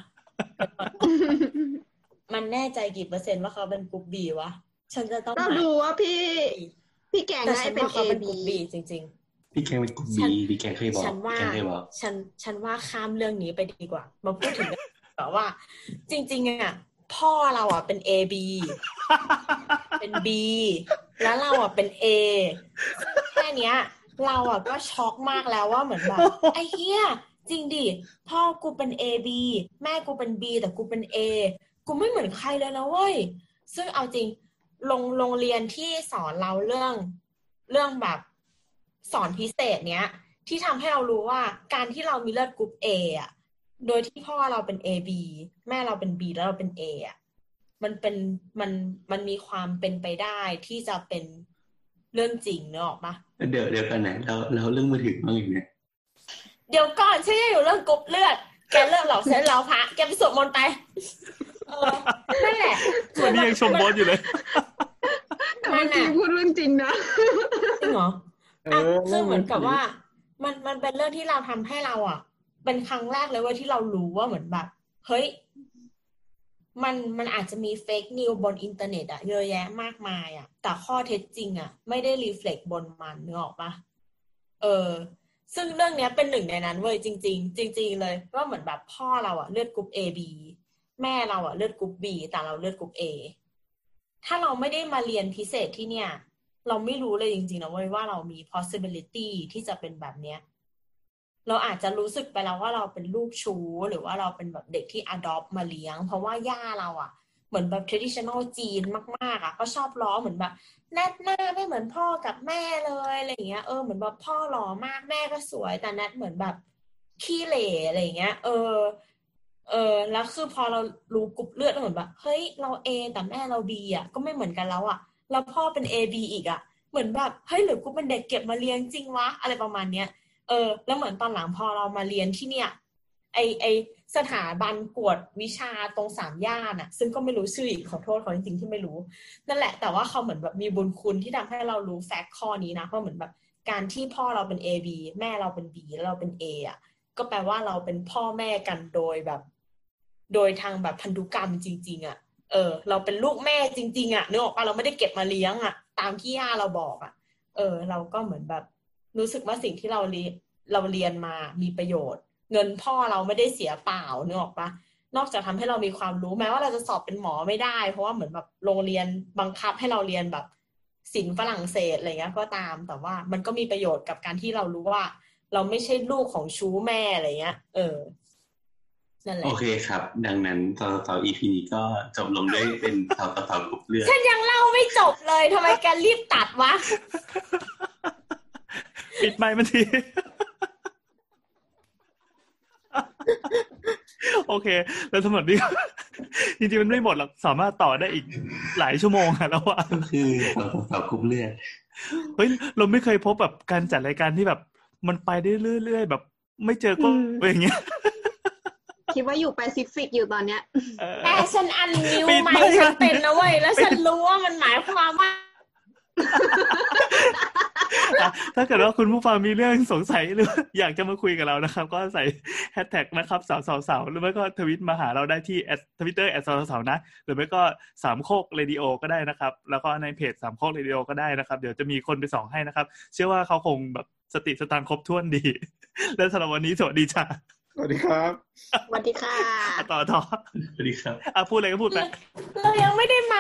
มันแน่ใจกี่เปอร์เซ็นต์ว่าเขาเป็นกรุ๊ป B วะฉันจะต้องเราดูว่าพี่พี่แกงได้เป็น A B จริงๆพี่แกงเป็นกรุ๊ป B พี่แกงเคยบอกฉันว่าฉันฉันว่าข้ามเรื่องนี้ไปดีกว่ามาพูดถึงแบบว่าจริงๆอ่ะพ่อเราอ่ะเป็น A B เป็น B แล้วเราอ่ะเป็น A แค่เนี้ยเราอ่ะก็ช็อกมากแล้วว่าเหมือนแบบไอ้เหี้ยจริงดิพ่อกูเป็น A B แม่กูเป็น B แต่กูเป็น A กูไม่เหมือนใครเลยนะเว้ยซึ่งเอาจริงโรงโรงเรียนที่สอนเราเรื่องเรื่องแบบสอนพิเศษเนี้ยที่ทำให้เรารู้ว่าการที่เรามีเลือดกรุ๊ป A อ่ะโดยที่พ่อเราเป็น เอ บี แม่เราเป็น B แล้วเราเป็น A อ่ะมันเป็นมันมันมีความเป็นไปได้ที่จะเป็นเรื่องจริงเนอะออกปะเดี๋ยวเดี๋ยวกันไหนแล้วแล้วเรื่องมือถือบ้างอีกเนี่ยเดี๋ยวก่อนใช่อยู่เรื่องกรุ๊ปเลือดแกเลิกหลอกฉันแล้วพระแกไปสวดมนต์ไปเออนั่นแหละวันนี้ยังชมบอสอยู่เลยแต่เมื่อกี้พูดเรื่องจริงนะจริงเหรออ่ะคือเหมือนกับว่ามันมันเป็นเรื่องที่เราทำให้เราอ่ะเป็นครั้งแรกเลยว่าที่เรารู้ว่าเหมือนแบบเฮ้ยมันมันอาจจะมีเฟกนิวบนอินเทอร์เน็ตอะเยอะแยะมากมายอะแต่ข้อเท็จจริงอะไม่ได้รีเฟล็กบนมันนึกออกปะเออซึ่งเรื่องนี้เป็นหนึ่งในนั้นเว้ยจริงๆจริงๆเลยว่าเหมือนแบบพ่อเราอะเลือดกรุ๊ป A B แม่เราอะเลือดกรุ๊ป B แต่เราเลือดกรุ๊ป A ถ้าเราไม่ได้มาเรียนพิเศษที่เนี่ยเราไม่รู้เลยจริงๆนะเว้ยว่าเรามี possibility ที่จะเป็นแบบเนี้ยเราอาจจะรู้สึกไปแล้วว่าเราเป็นลูกชู้หรือว่าเราเป็นแบบเด็กที่ adopt มาเลี้ยงเพราะว่าย่าเราอ่ะเหมือนแบบ traditional จีนมากๆอ่ะก็ชอบล้อเหมือนแบบแนทหน้าไม่เหมือนพ่อกับแม่เลยอะไรอย่างเงี้ยเออเหมือนแบบพ่อหล่อมากแม่ก็สวยแต่แนทเหมือนแบบขี้เหร่อะไรอย่างเงี้ยเออเออแล้วคือพอเรารู้กรุ๊ปเลือดแล้วเหมือนแบบเฮ้ยเรา A แต่แม่เรา B อ่ะก็ไม่เหมือนกันแล้วอ่ะแล้วพ่อเป็น A B อีกอ่ะเหมือนแบบเฮ้ยหรือกูเป็นเด็กเก็บมาเลี้ยงจริงวะอะไรประมาณเนี้ยเออแล้วเหมือนตอนหลังพอเรามาเรียนที่เนี่ยไอไอสถาบันกวดวิชาตรงสามย่านน่ะซึ่งก็ไม่รู้ชื่ออีกขอโทษเขาจริงๆที่ไม่รู้นั่นแหละแต่ว่าเขาเหมือนแบบมีบุญคุณที่ทำให้เรารู้แฟกต์ข้อนี้นะเพราะเหมือนแบบการที่พ่อเราเป็น A B แม่เราเป็น B แล้วเราเป็น A อ่ะก็แปลว่าเราเป็นพ่อแม่กันโดยแบบโดยทางแบบพันธุกรรมจริงๆอ่ะเออเราเป็นลูกแม่จริงๆอ่ะนึกออกป่ะเราไม่ได้เก็บมาเลี้ยงอ่ะตามที่ย่าเราบอกอ่ะเออเราก็เหมือนแบบรู้สึกว่าสิ่งที่เราเรียนเราเรียนมามีประโยชน์เงินพ่อเราไม่ได้เสียเปล่านึกออกปะนอกจากทำให้เรามีความรู้แม้ว่าเราจะสอบเป็นหมอไม่ได้เพราะว่าเหมือนแบบโรงเรียนบังคับให้เราเรียนแบบศิลป์ฝรั่งเศสอะไรเงี้ยก็ตามแต่ว่ามันก็มีประโยชน์กับการที่เรารู้ว่าเราไม่ใช่ลูกของชู้แม่อะไรเงี้ยเออนั่นแหละโอเคครับดังนั้นต่อต่อ อี พี นี้ก็จบลงด้วยเป็นต่อต่อต่อกรุ๊ปเลือดฉันยังเล่าไม่จบเลยทำไมแกรีบตัดวะปิดไมค์มันทีโอเค แล้วทั้งหมดนี้ จริงๆมันไม่หมดหรอกสามารถต่อได้อีกหลายชั่วโมงอะแล้วว่าก็คือสาวคุบเลือดเฮ้ยเราไม่เคยพบแบบการจัดรายการที่แบบมันไปได้เรื่อยๆแบบไม่เจอก็อย่างเงี้ยคิดว่าอยู่แปซิฟิกอยู่ตอนเนี้ยแต่ฉันอันนิวปิดไม่ไม่ฉันเป็นนะเว้ยแล้วฉันรู้ว่ามันหมายความว่าถ้าเกิดว่าคุณผู้ฟังมีเรื่องสงสัยหรืออยากจะมาคุยกับเรานะครับก็ใส่แฮชแท็กนะครับสาวสาวสาวหรือไม่ก็ทวิตมาหาเราได้ที่ทวิตเตอร์แอดสาวสาวนะหรือไม่ก็สามโคกเรดิโอก็ได้นะครับแล้วก็ในเพจสามโคกเรดิโอก็ได้นะครับเดี๋ยวจะมีคนไปส่องให้นะครับเชื่อว่าเขาคงแบบสติสตางค์ครบถ้วนดี และสำหรับวันนี้สวัสดีจ้าสวัสดีครับสวัสดีค่ะต่อต่อสวัสดีครับอ่ะพูดอะไรก็พูดไปเรายังไม่ได้มา